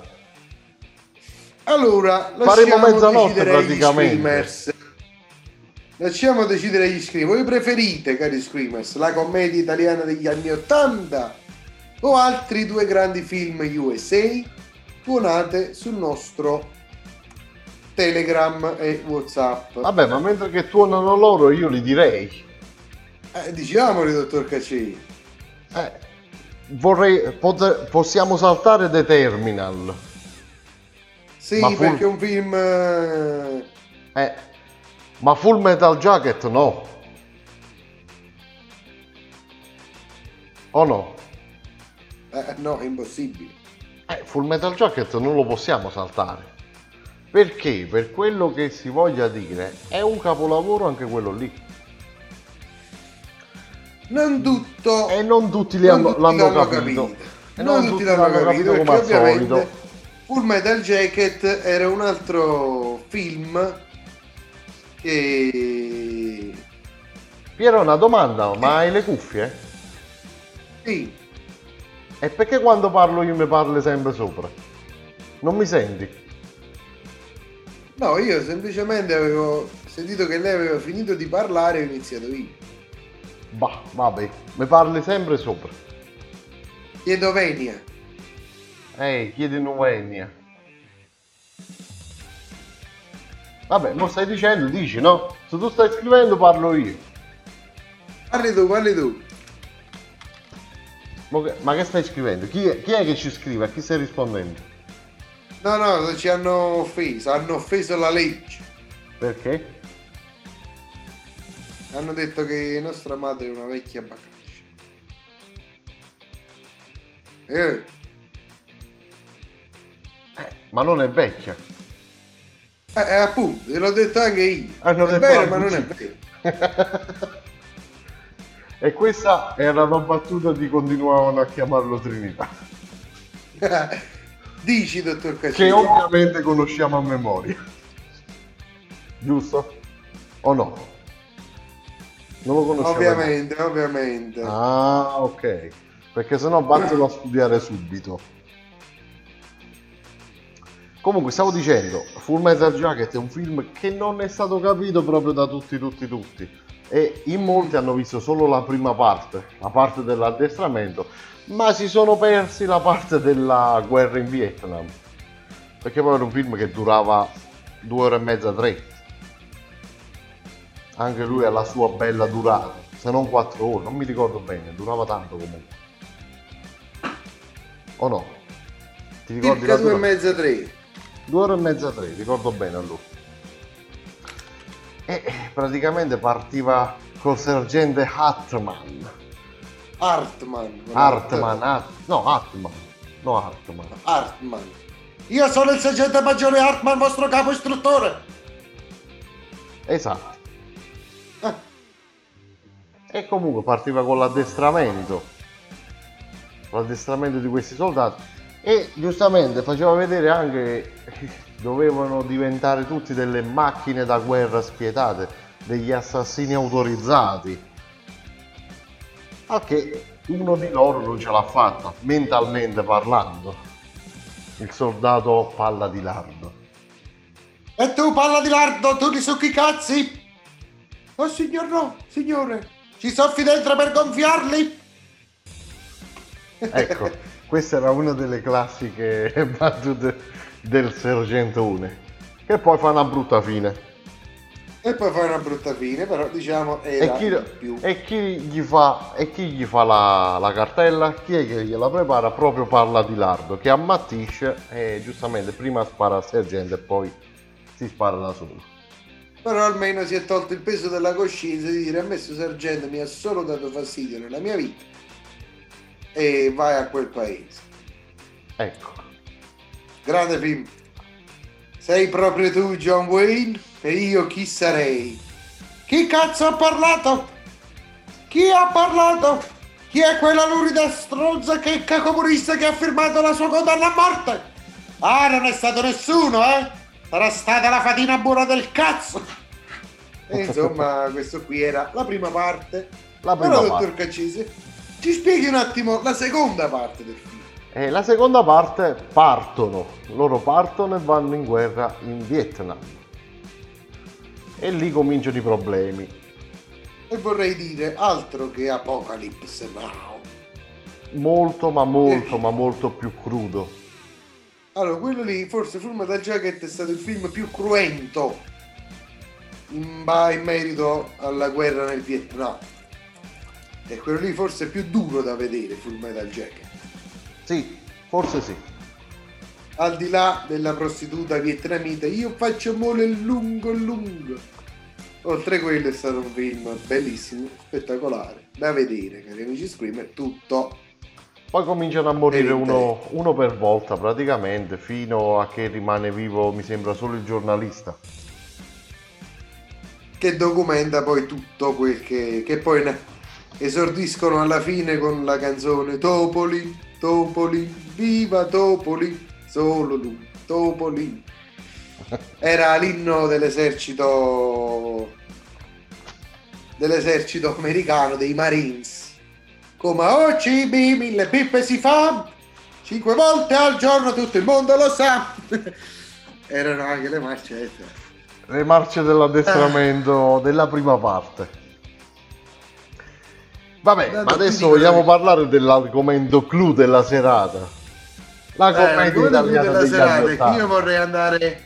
Allora, Faremo lasciamo mezzanotte decidere agli praticamente. screamers. Lasciamo decidere agli screamers. Voi preferite, cari screamers, la commedia italiana degli anni ottanta o altri due grandi film U S A? Tuonate sul nostro Telegram e WhatsApp. Vabbè, ma mentre che tuonano loro io li direi. Eh, diciamoli, dottor Cacei. Eh, vorrei, poter- possiamo saltare The Terminal. Sì, Ma full- perché è un film... eh, Eh, ma Full Metal Jacket no. O no? eh, no, è impossibile. Eh, Full Metal Jacket non lo possiamo saltare. Perché? Per quello che si voglia dire, è un capolavoro anche quello lì. Non tutto... E non tutti li non hanno, tutti l'hanno l'hanno capito. capito. E Non tutti l'hanno capito, come perché al solito. ovviamente Full Metal Jacket era un altro film che... Piero, una domanda, ma hai le cuffie? Sì, E perché quando parlo io mi parli sempre sopra? Non mi senti? no, io semplicemente avevo sentito che lei aveva finito di parlare e ho iniziato io. Bah, vabbè, mi parli sempre sopra. Chiedo venia. Ehi, chiedi Novenia. Vabbè, non stai dicendo, dici, no? Se tu stai scrivendo parlo io. Parli tu, parli tu. Ma che, ma che stai scrivendo? Chi è, chi è che ci scrive? A chi stai rispondendo? No, no, ci hanno offeso, hanno offeso la legge. Perché? Hanno detto che nostra madre è una vecchia bacaccia. Eh, Ma non è vecchia. eh, eh, appunto, te l'ho detto anche io. Ah, non è è vero, proprio ma non è così. vero. E questa era una battuta di continuavano a chiamarlo Trinità. Dici, dottor Che Caccini. ovviamente conosciamo a memoria. Giusto? O no? Non lo conosciamo? Ovviamente, ovviamente. Ah, ok. Perché sennò vattelo a studiare subito. Comunque, stavo dicendo, Full Metal Jacket è un film che non è stato capito proprio da tutti, tutti, tutti. E in molti hanno visto solo la prima parte, la parte dell'addestramento, ma si sono persi la parte della guerra in Vietnam. Perché poi era un film che durava due ore e mezza, tre. Anche lui ha la sua bella durata, se non quattro ore, non mi ricordo bene, durava tanto comunque. O no? Ti ricordi Circa la due e durata? mezza, tre. Due ore e mezza, tre, ricordo bene allora. E praticamente partiva col sergente Hartman. Hartman. con Hartman, Hart- Hart- no Hartman, no Hartman. Hartman. Io sono il sergente maggiore Hartman, vostro capo istruttore. Esatto. Ah, E comunque partiva con l'addestramento. L'addestramento di questi soldati. E giustamente faceva vedere anche che dovevano diventare tutti delle macchine da guerra spietate, degli assassini autorizzati. Al che uno di loro non ce l'ha fatta, mentalmente parlando. Il soldato Palla di Lardo. E tu, palla di lardo, tu li succhi i cazzi? Oh signor no, signore. Ci soffi dentro per gonfiarli? Ecco, questa era una delle classiche battute del sergentone, che poi fa una brutta fine. E poi fa una brutta fine, però diciamo E era chi, il più. e chi gli fa, e chi gli fa la, la cartella? Chi è che gliela prepara? Proprio Palla di Lardo, che ammattisce e giustamente prima spara al sergente e poi si spara da solo. Però almeno si è tolto il peso della coscienza di dire a me sto sergente mi ha solo dato fastidio nella mia vita e vai a quel paese. Ecco, Grande film. Sei proprio tu John Wayne? E io chi sarei? Chi cazzo ha parlato? Chi ha parlato? Chi è quella lurida stronza checca comunista che ha firmato la sua condanna a morte? Ah, non è stato nessuno, eh? Sarà stata la fatina buona del cazzo. E insomma, questo qui era la prima parte. la prima Però, parte. dottor Caccese, ci spieghi un attimo la seconda parte del film. E la seconda parte partono, loro partono e vanno in guerra in Vietnam. E lì cominciano i problemi. E vorrei dire altro che Apocalypse Now. Molto ma molto ma molto più crudo. Allora, quello lì, forse Full Metal Jacket è stato il film più cruento in, ba- in merito alla guerra nel Vietnam. E quello lì forse è più duro da vedere, Full Metal Jacket. Sì, forse sì. al di là della prostituta vietnamita, io faccio mole lungo lungo. Oltre a quello è stato un film bellissimo, spettacolare, da vedere, cari amici Screamer, tutto. Poi cominciano a morire Ehi, uno, uno per volta praticamente, fino a che rimane vivo, mi sembra, solo il giornalista. Che documenta poi tutto quel che, che poi ne esordiscono alla fine con la canzone Topoli, Topoli, viva Topoli, solo lui, Topoli. Era l'inno dell'esercito dell'esercito americano, dei Marines. Come O C B, mille pippe si fa, cinque volte al giorno tutto il mondo lo sa. Erano anche le marcette. Le marce dell'addestramento della prima parte. Vabbè, No, ma no, ti adesso dico, vogliamo dai. parlare dell'argomento clou della serata. La Eh, commedia come italiana della degli serata anni è che io ottanta. vorrei andare.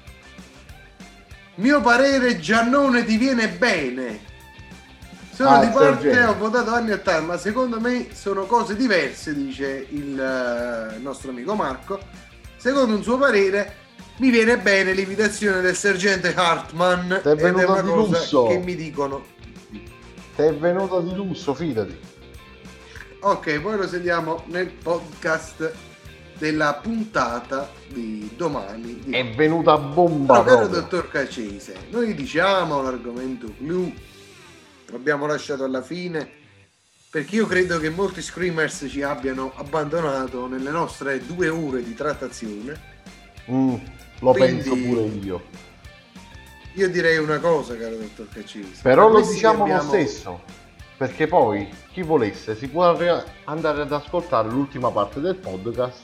Mio parere, Giannone ti viene bene. Sono Ah, di il parte, sergente. ho votato anni ottanta, ma secondo me sono cose diverse, dice il eh, nostro amico Marco. Secondo un suo parere, mi viene bene l'imitazione del sergente Hartman. Ti è ed è venuta una di cosa lusso. che mi dicono. Ti è venuto di lusso, fidati. Ok, poi lo sentiamo nel podcast della puntata di domani. Di... È venuta a bomba Però, caro proprio. dottor Cacese, noi diciamo l'argomento clou, l'abbiamo lasciato alla fine, perché io credo che molti screamers ci abbiano abbandonato nelle nostre due ore di trattazione. Mm, lo Quindi- penso pure io. Io direi una cosa, caro dottor Cacese. Però per lo questi diciamo che lo abbiamo- stesso, perché poi chi volesse si può arri- andare ad ascoltare l'ultima parte del podcast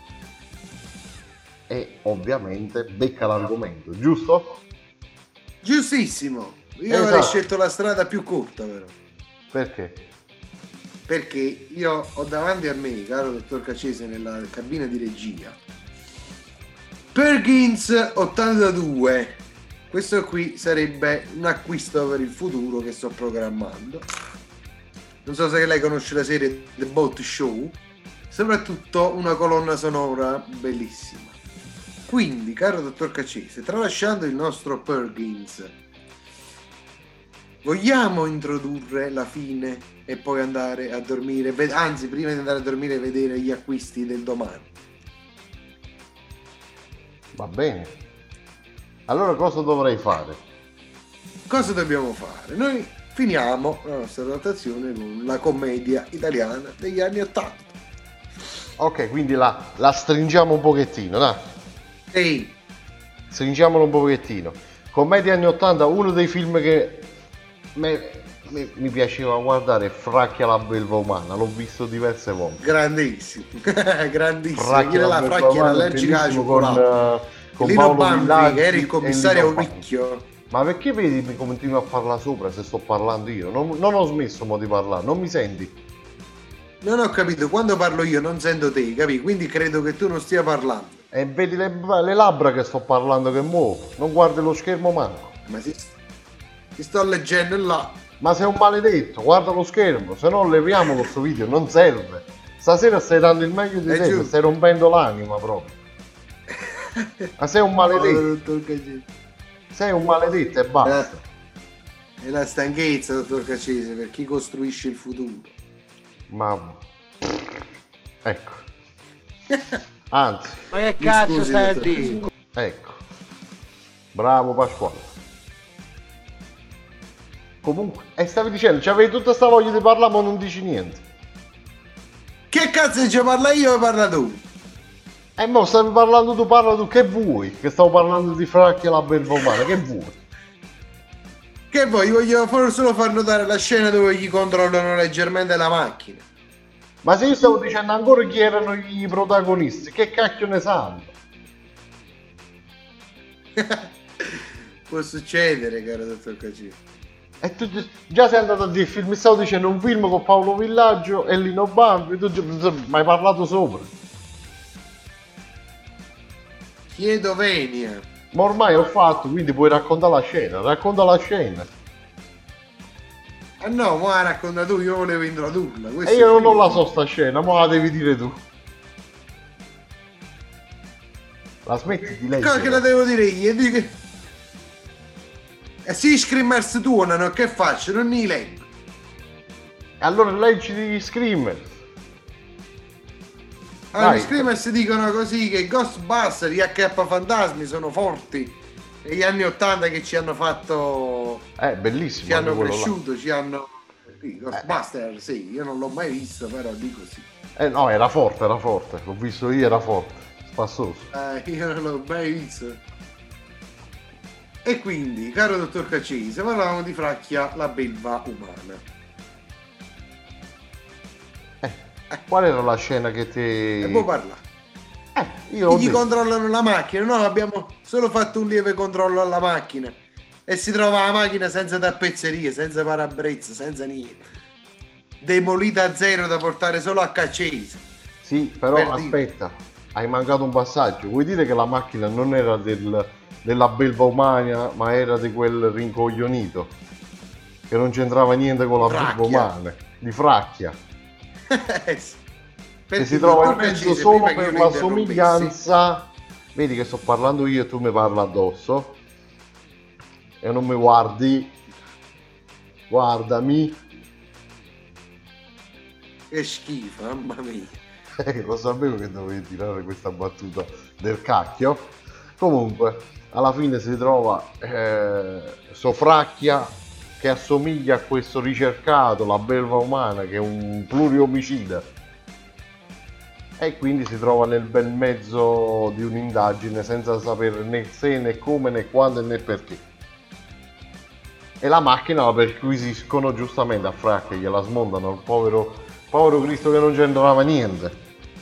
e ovviamente becca l'argomento, giusto? Giustissimo, io Esatto. avrei scelto la strada più corta, però. Perché? Perché io ho davanti a me, caro dottor Cacese, nella cabina di regia, Perkins ottantadue. Questo qui sarebbe un acquisto per il futuro che sto programmando. Non so se lei conosce la serie The Boat Show. Soprattutto una colonna sonora bellissima. Quindi, caro dottor Cacese, tralasciando il nostro Perkins, vogliamo introdurre la fine e poi andare a dormire, ve- anzi prima di andare a dormire vedere gli acquisti del domani. Va bene. Allora cosa dovrei fare? Cosa dobbiamo fare? Noi finiamo la nostra rotazione con la commedia italiana degli anni ottanta. Ok, quindi la, la stringiamo un pochettino, dai. Ehi, Stringiamolo un pochettino. Commedia anni ottanta, uno dei film che me- me- mi piaceva guardare è Fracchia la belva umana, l'ho visto diverse volte. grandissimo, grandissimo. Fracchia Chi era la belva fracchia era umana, allergica alla bellissimo, con, cioccolata. eh, con Lino Paolo Banfi, Villaggi che era il e commissario Lino Banfi. Ricchio. Ma perché vedi mi continui a parlare sopra se sto parlando io? Non, non ho smesso mo di parlare, non mi senti? Non ho capito, quando parlo io non sento te, capi? Quindi credo che tu non stia parlando. E vedi le, le labbra che sto parlando che muovo, non guardi lo schermo manco. Ma si, ti sto leggendo là. Ma sei un maledetto, guarda lo schermo, se no leviamo questo video, non serve. Stasera stai dando il meglio di È te, giusto. mi stai rompendo l'anima proprio. Ma sei un maledetto, Dottor Cacese. sei un maledetto e basta. È la stanchezza, dottor Cacese, per chi costruisce il futuro. Ma... Ecco. Anzi, Ma che Mi cazzo scusi, stai a dottor dire? ecco. Bravo Pasquale. Comunque, e stavi dicendo, c'avevi tutta sta voglia di parlare ma non dici niente. Che cazzo ci parla io o parla tu? E mo stavi parlando tu, parla tu, che vuoi? Che stavo parlando di Fracchia la belva umana, che vuoi? Che vuoi? Voglio far- solo far notare la scena dove gli controllano leggermente la macchina. Ma se io stavo dicendo ancora chi erano i protagonisti, che cacchio ne sanno? Può succedere, caro dottor Cacese. E tu gi- già sei andato a dire film, mi stavo dicendo un film con Paolo Villaggio e Lino Banfi, tu gi- mi hai parlato sopra. Chiedo venia. Ma ormai ho fatto, quindi puoi raccontare la scena, racconta la scena. Ah no, ma racconta tu, io volevo introdurla. E io non ho la so sta scena, ma la devi dire tu. La smetti di Cosa che la leggere? devo dire io? Dico... E se i screamers tuonano, che faccio? Non li leggo. Allora leggi gli screamer. Allora, Dai. gli screamers dicono così che i Ghostbuster, gli acca fantasmi sono forti. E gli anni ottanta che ci hanno fatto... È bellissimo. ci hanno anche quello là. cresciuto, ci hanno... Sì, Ghostbuster, sì, io non l'ho mai visto, però dico sì. Eh no, era forte, era forte. L'ho visto io, era forte. Spassoso. Eh, io non l'ho mai visto. E quindi, caro dottor Caccese, parlavamo di Fracchia, la belva umana. Qual era la scena che ti... E poi parla. Eh, io ho Gli detto. controllano la macchina, no, abbiamo solo fatto un lieve controllo alla macchina. E si trova la macchina senza tappezzerie, senza parabrezza, senza niente. Demolita a zero da portare solo a Caccese. Sì, però Per dire. aspetta, hai mancato un passaggio. Vuoi dire che la macchina non era del, della belva umana, ma era di quel rincoglionito? Che non c'entrava niente con la belva Fracchia. umana, di Fracchia. Eh sì. Che Perché si trova in dottor mezzo Caccese, solo prima che per io la lo interrompessi, somiglianza. Vedi che sto parlando io e tu mi parli addosso. E non mi guardi. Guardami. Che schifo, mamma mia. Eh, lo sapevo che dovevi tirare questa battuta del cacchio. Comunque, alla fine si trova eh, Sofracchia che assomiglia a questo ricercato, la belva umana, che è un pluriomicida. E quindi si trova nel bel mezzo di un'indagine senza sapere né se, né come, né quando né perché. E la macchina la perquisiscono giustamente a Fracchia, gliela smontano al povero, povero Cristo che non c'entrava niente.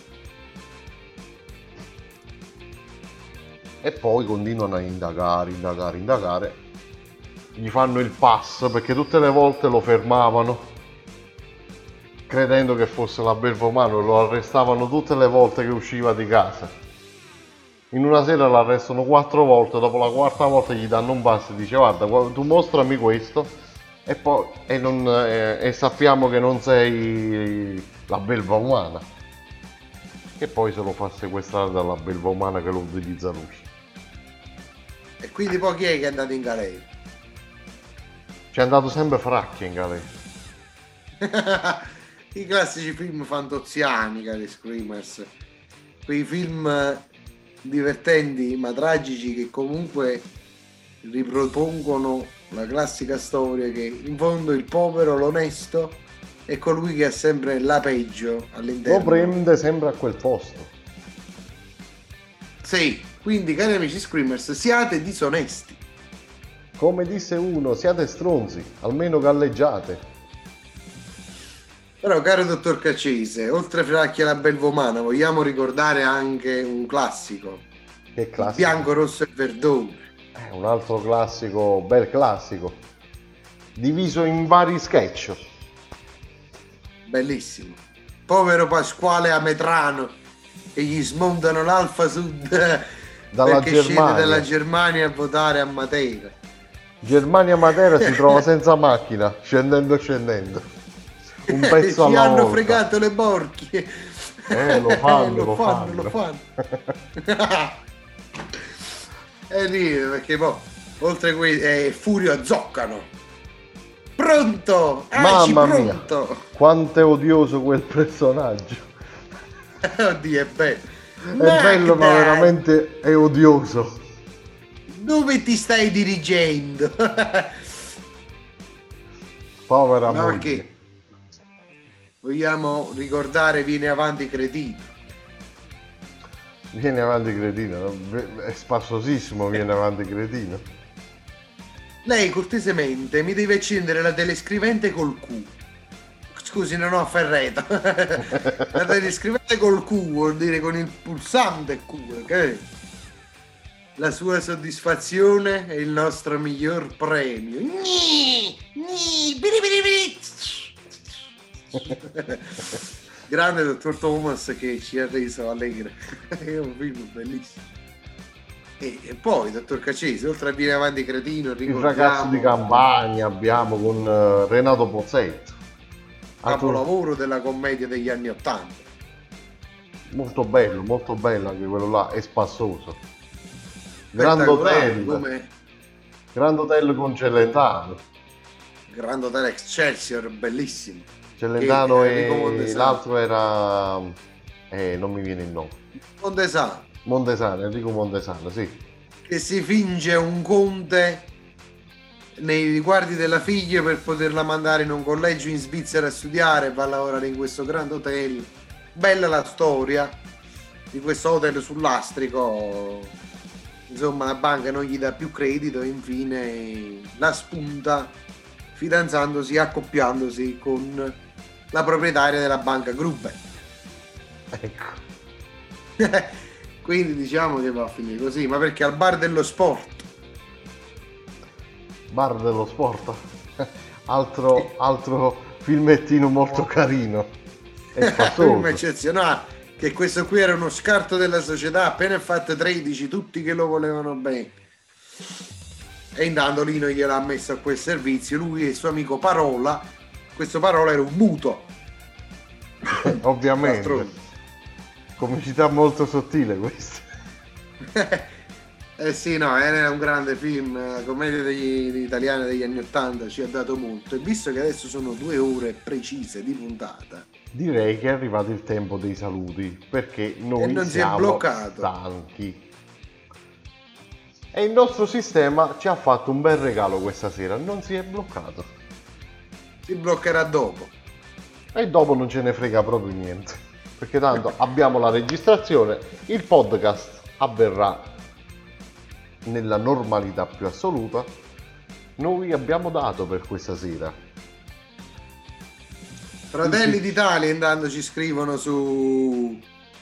E poi continuano a indagare, indagare, indagare. Gli fanno il pass perché tutte le volte lo fermavano credendo che fosse la belva umana, lo arrestavano tutte le volte che usciva di casa. In una sera lo arrestano quattro volte, dopo la quarta volta gli danno un pass e dice guarda tu mostrami questo e poi e, non, eh, e sappiamo che non sei la belva umana. E poi se lo fa sequestrare dalla belva umana che lo utilizza lui. E quindi poi chi è che è andato in galera? C'è andato sempre Fracchia in galera. I classici film fantoziani, cari Screamers. Quei film divertenti ma tragici che comunque ripropongono la classica storia che in fondo il povero, l'onesto è colui che ha sempre la peggio all'interno. Lo prende sempre a quel posto. Sì, quindi cari amici Screamers, siate disonesti. Come disse uno, siate stronzi, almeno galleggiate. Però caro dottor Caccese, oltre a Fracchia la belva umana, vogliamo ricordare anche un classico. Che classico. Bianco, rosso e verdone. È un altro classico, bel classico. Diviso in vari sketch. Bellissimo. Povero Pasquale Ametrano che gli smontano l'Alfa Sud Dalla perché scende Germania. dalla Germania a votare a Matera. Germania Matera si trova senza macchina, scendendo scendendo. Un pezzo Ci alla hanno volta. fregato le borchie. Eh, lo fanno, lo lo fanno, fanno. lo fanno. E lì, perché poi, oltre a questo, è Furio a Zoccano. Pronto! Aci, Mamma mia, pronto! quanto è odioso quel personaggio. Oddio, è bello. È bello, ma Magda, veramente è odioso. dove ti stai dirigendo? Povera Ma moglie. perché? Vogliamo ricordare Viene avanti cretino. Vieni avanti cretino, è spassosissimo, viene avanti cretino. Lei cortesemente mi deve accendere la telescrivente col Q. Scusi, non ho ferreta. La telescrivente col Q vuol dire con il pulsante Q, ok? La sua soddisfazione è il nostro miglior premio. Gni, gni, biri biri biri. Grande dottor Thomas che ci ha reso allegre. È un film bellissimo. E, e poi dottor Caccese, oltre a Viene avanti cretino, Il ricordiamo ragazzo di campagna abbiamo con eh, Renato Pozzetto. Altro- capolavoro della commedia degli anni Ottanta. molto bello, molto bello anche quello là, è spassoso. Grand Spettacolare, Hotel, come Grand Hotel con Celentano. Grand Hotel Excelsior, bellissimo. Celentano Che, eh, Enrico e Montesano. l'altro era... Eh, non mi viene il nome. Montesano, Montesano, Enrico Montesano, sì. che si finge un conte nei riguardi della figlia per poterla mandare in un collegio in Svizzera a studiare e va a lavorare in questo Grand Hotel. Bella la storia di questo hotel sul lastrico. Insomma, la banca non gli dà più credito e infine la spunta fidanzandosi, accoppiandosi con la proprietaria della banca Gruber. Ecco. Quindi diciamo che va a finire così, ma perché al bar dello sport. Bar dello sport. altro, altro filmettino molto carino. È Film spassoso. eccezionale, che questo qui era uno scarto della società, appena fatto tredici, tutti che lo volevano bene. E intanto Lino gliel'ha messo a quel servizio, lui e il suo amico Parola. Questo Parola era un muto. Ovviamente. D'altronde. Comicità molto sottile questa. Eh sì, no, era un grande film, la commedia degli, degli italiani degli anni Ottanta ci ha dato molto, e visto che adesso sono due ore precise di puntata Direi che è arrivato il tempo dei saluti, perché noi e non si è siamo bloccato. stanchi. E il nostro sistema ci ha fatto un bel regalo questa sera, non si è bloccato. Si bloccherà dopo. E dopo non ce ne frega proprio niente, perché tanto abbiamo la registrazione, il podcast avverrà nella normalità più assoluta. Noi abbiamo dato per questa sera. Fratelli d'Italia intanto ci scrivono su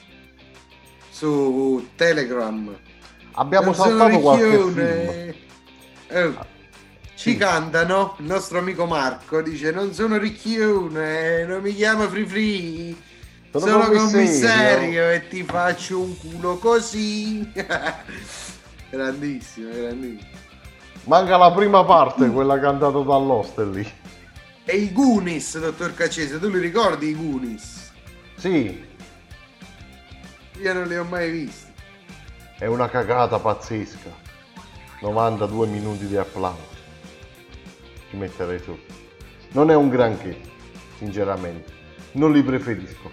su Telegram. Abbiamo Non sono saltato qualche ricchione. film. Oh, ci Sì. cantano, il nostro amico Marco dice: non sono ricchione, non mi chiamo Free Free, Sono sono commissario." commissario e ti faccio un culo così. Grandissimo, grandissimo. Manca la prima parte, quella cantata dall'Hostel lì. E i Goonies, dottor Caccese, tu li ricordi i Goonies? Sì, Io non li ho mai visti. è una cagata pazzesca. novantadue minuti di applauso. Ci metterei su. Non è un granché, sinceramente. Non li preferisco.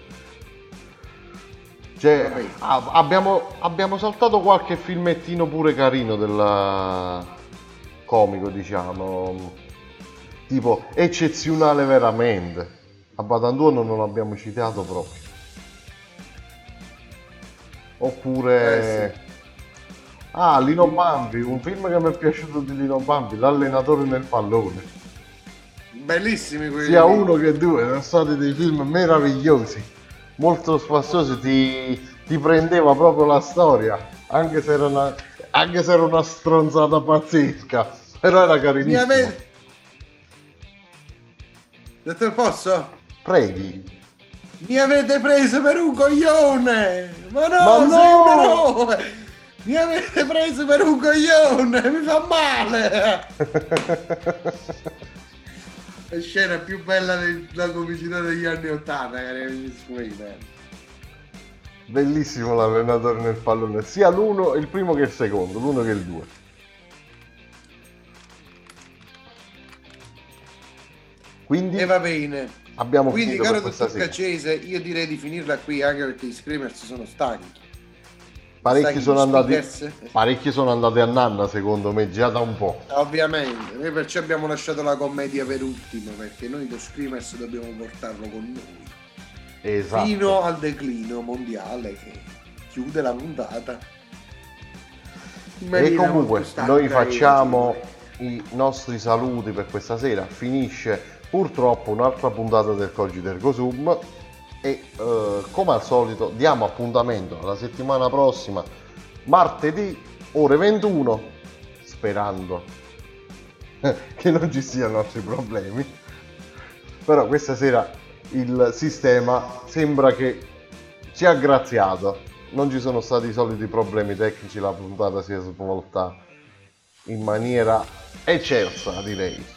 Cioè, Vabbè. a- abbiamo, abbiamo saltato qualche filmettino pure carino del comico, diciamo. Tipo, eccezionale veramente. A Batantuono non l'abbiamo citato proprio. Oppure... Eh, Ah, Lino Bambi, un film che mi è piaciuto di Lino Bambi, L'allenatore nel pallone. Bellissimi quelli. Sia lì. uno che due, sono stati dei film meravigliosi, molto spassosi, ti, ti prendeva proprio la storia, anche se era una, anche se era una stronzata pazzesca, però era Mi carinissimo. avete... Dottor Posso? Preghi. Mi avete preso per un coglione! Ma no, Ma sei no! un eroe! Mi avete preso per un coglione! Mi fa male! La scena più bella della comicità degli anni Ottanta, cari Bellissimo l'allenatore nel pallone, sia l'uno, il primo che il secondo, l'uno che il due. Quindi E va bene. abbiamo Quindi, finito caro per questa dottor sera. Caccese, io direi di finirla qui anche perché i screamers sono stanchi. Parecchi Stanchi sono, di andati, speakers. parecchi sono andati a nanna, secondo me, già da un po'. Ovviamente, noi perciò abbiamo lasciato la commedia per ultimo, perché noi lo Screamers dobbiamo portarlo con noi Esatto. fino al declino mondiale che chiude la puntata. in E maniera comunque molto stanca noi e facciamo agevole. i nostri saluti per questa sera. Finisce purtroppo un'altra puntata del Cogito Ergo Sum e eh, come al solito diamo appuntamento alla settimana prossima, martedì ore ventuno, sperando che non ci siano altri problemi. Però questa sera il sistema sembra che ci ha graziato, non ci sono stati i soliti problemi tecnici, la puntata si è svolta in maniera eccelsa, direi.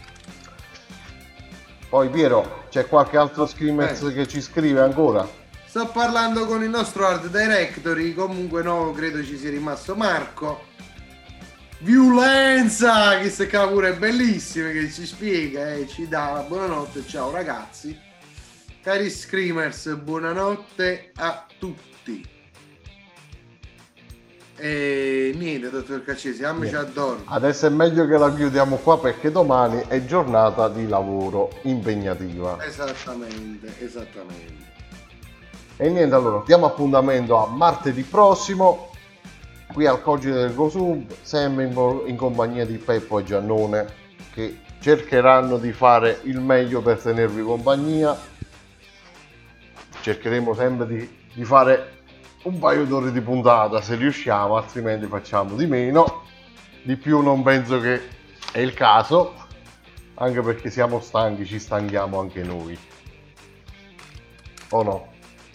Poi Piero, c'è qualche altro Screamers Eh. che ci scrive ancora? sto parlando con il nostro art directory, comunque no, credo ci sia rimasto Marco. Violenza, che se pure è bellissimo, che ci spiega e eh, ci dà la buonanotte. Ciao ragazzi, cari screamers, buonanotte a tutti. E niente, dottor Caccesi, amici a dormire. Adesso è meglio che la chiudiamo qua perché domani è giornata di lavoro impegnativa. Esattamente, esattamente. E niente, allora diamo appuntamento a martedì prossimo qui al Cogito del Gosum, sempre in, in compagnia di Peppo e Giannone, che cercheranno di fare il meglio per tenervi compagnia. Cercheremo sempre di, di fare un paio d'ore di puntata se riusciamo, altrimenti facciamo di meno. Di più non penso che è il caso, anche perché siamo stanchi, ci stanchiamo anche noi, o no?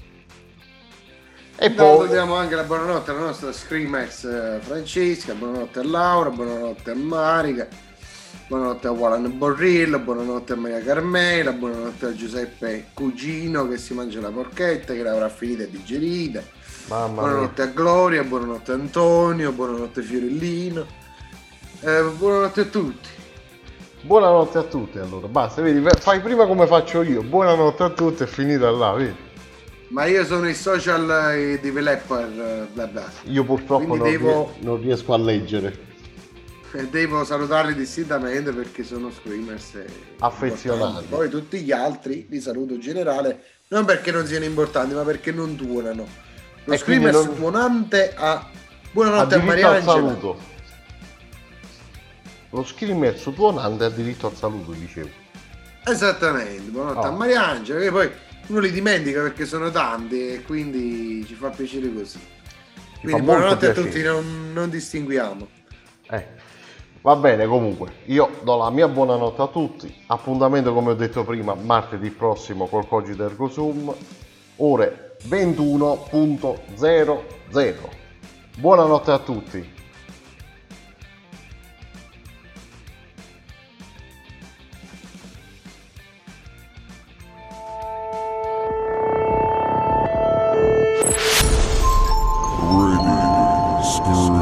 E Intanto poi diamo anche la buonanotte alla nostra Screamers Francesca, buonanotte a Laura, buonanotte a Marica, buonanotte a Walan Borrillo, buonanotte a Maria Carmela, buonanotte a Giuseppe Cugino che si mangia la porchetta, che l'avrà finita e digerita. mamma Buonanotte mia. a Gloria, buonanotte a Antonio, buonanotte a Fiorellino, eh, buonanotte a tutti. Buonanotte a tutti, allora basta, vedi, fai prima come faccio io, buonanotte a tutti e finita là, vedi. Ma io sono il social eh, developer, bla bla. Io purtroppo non, Quindi devo- ries- non riesco a leggere. E devo salutarli distintamente perché sono screamers e Affezionati. importanti. Poi tutti gli altri li saluto in generale, non perché non siano importanti, ma perché non tuonano. Lo E screamer quindi non- tuonante a Ha buonanotte a diritto al Mariangela. saluto. Lo screamer su tuonante ha diritto al saluto, dicevo. Esattamente, buonanotte Oh. a Mariangela, che poi uno li dimentica perché sono tanti e quindi ci fa piacere così. Ci Quindi fa molto buonanotte a piacere. tutti, non, non distinguiamo. Eh, va bene, comunque, io do la mia buonanotte a tutti. Appuntamento, come ho detto prima, martedì prossimo col Cogito Ergo Sum, ore ventuno e zero zero. Buonanotte a tutti. Ready, scream.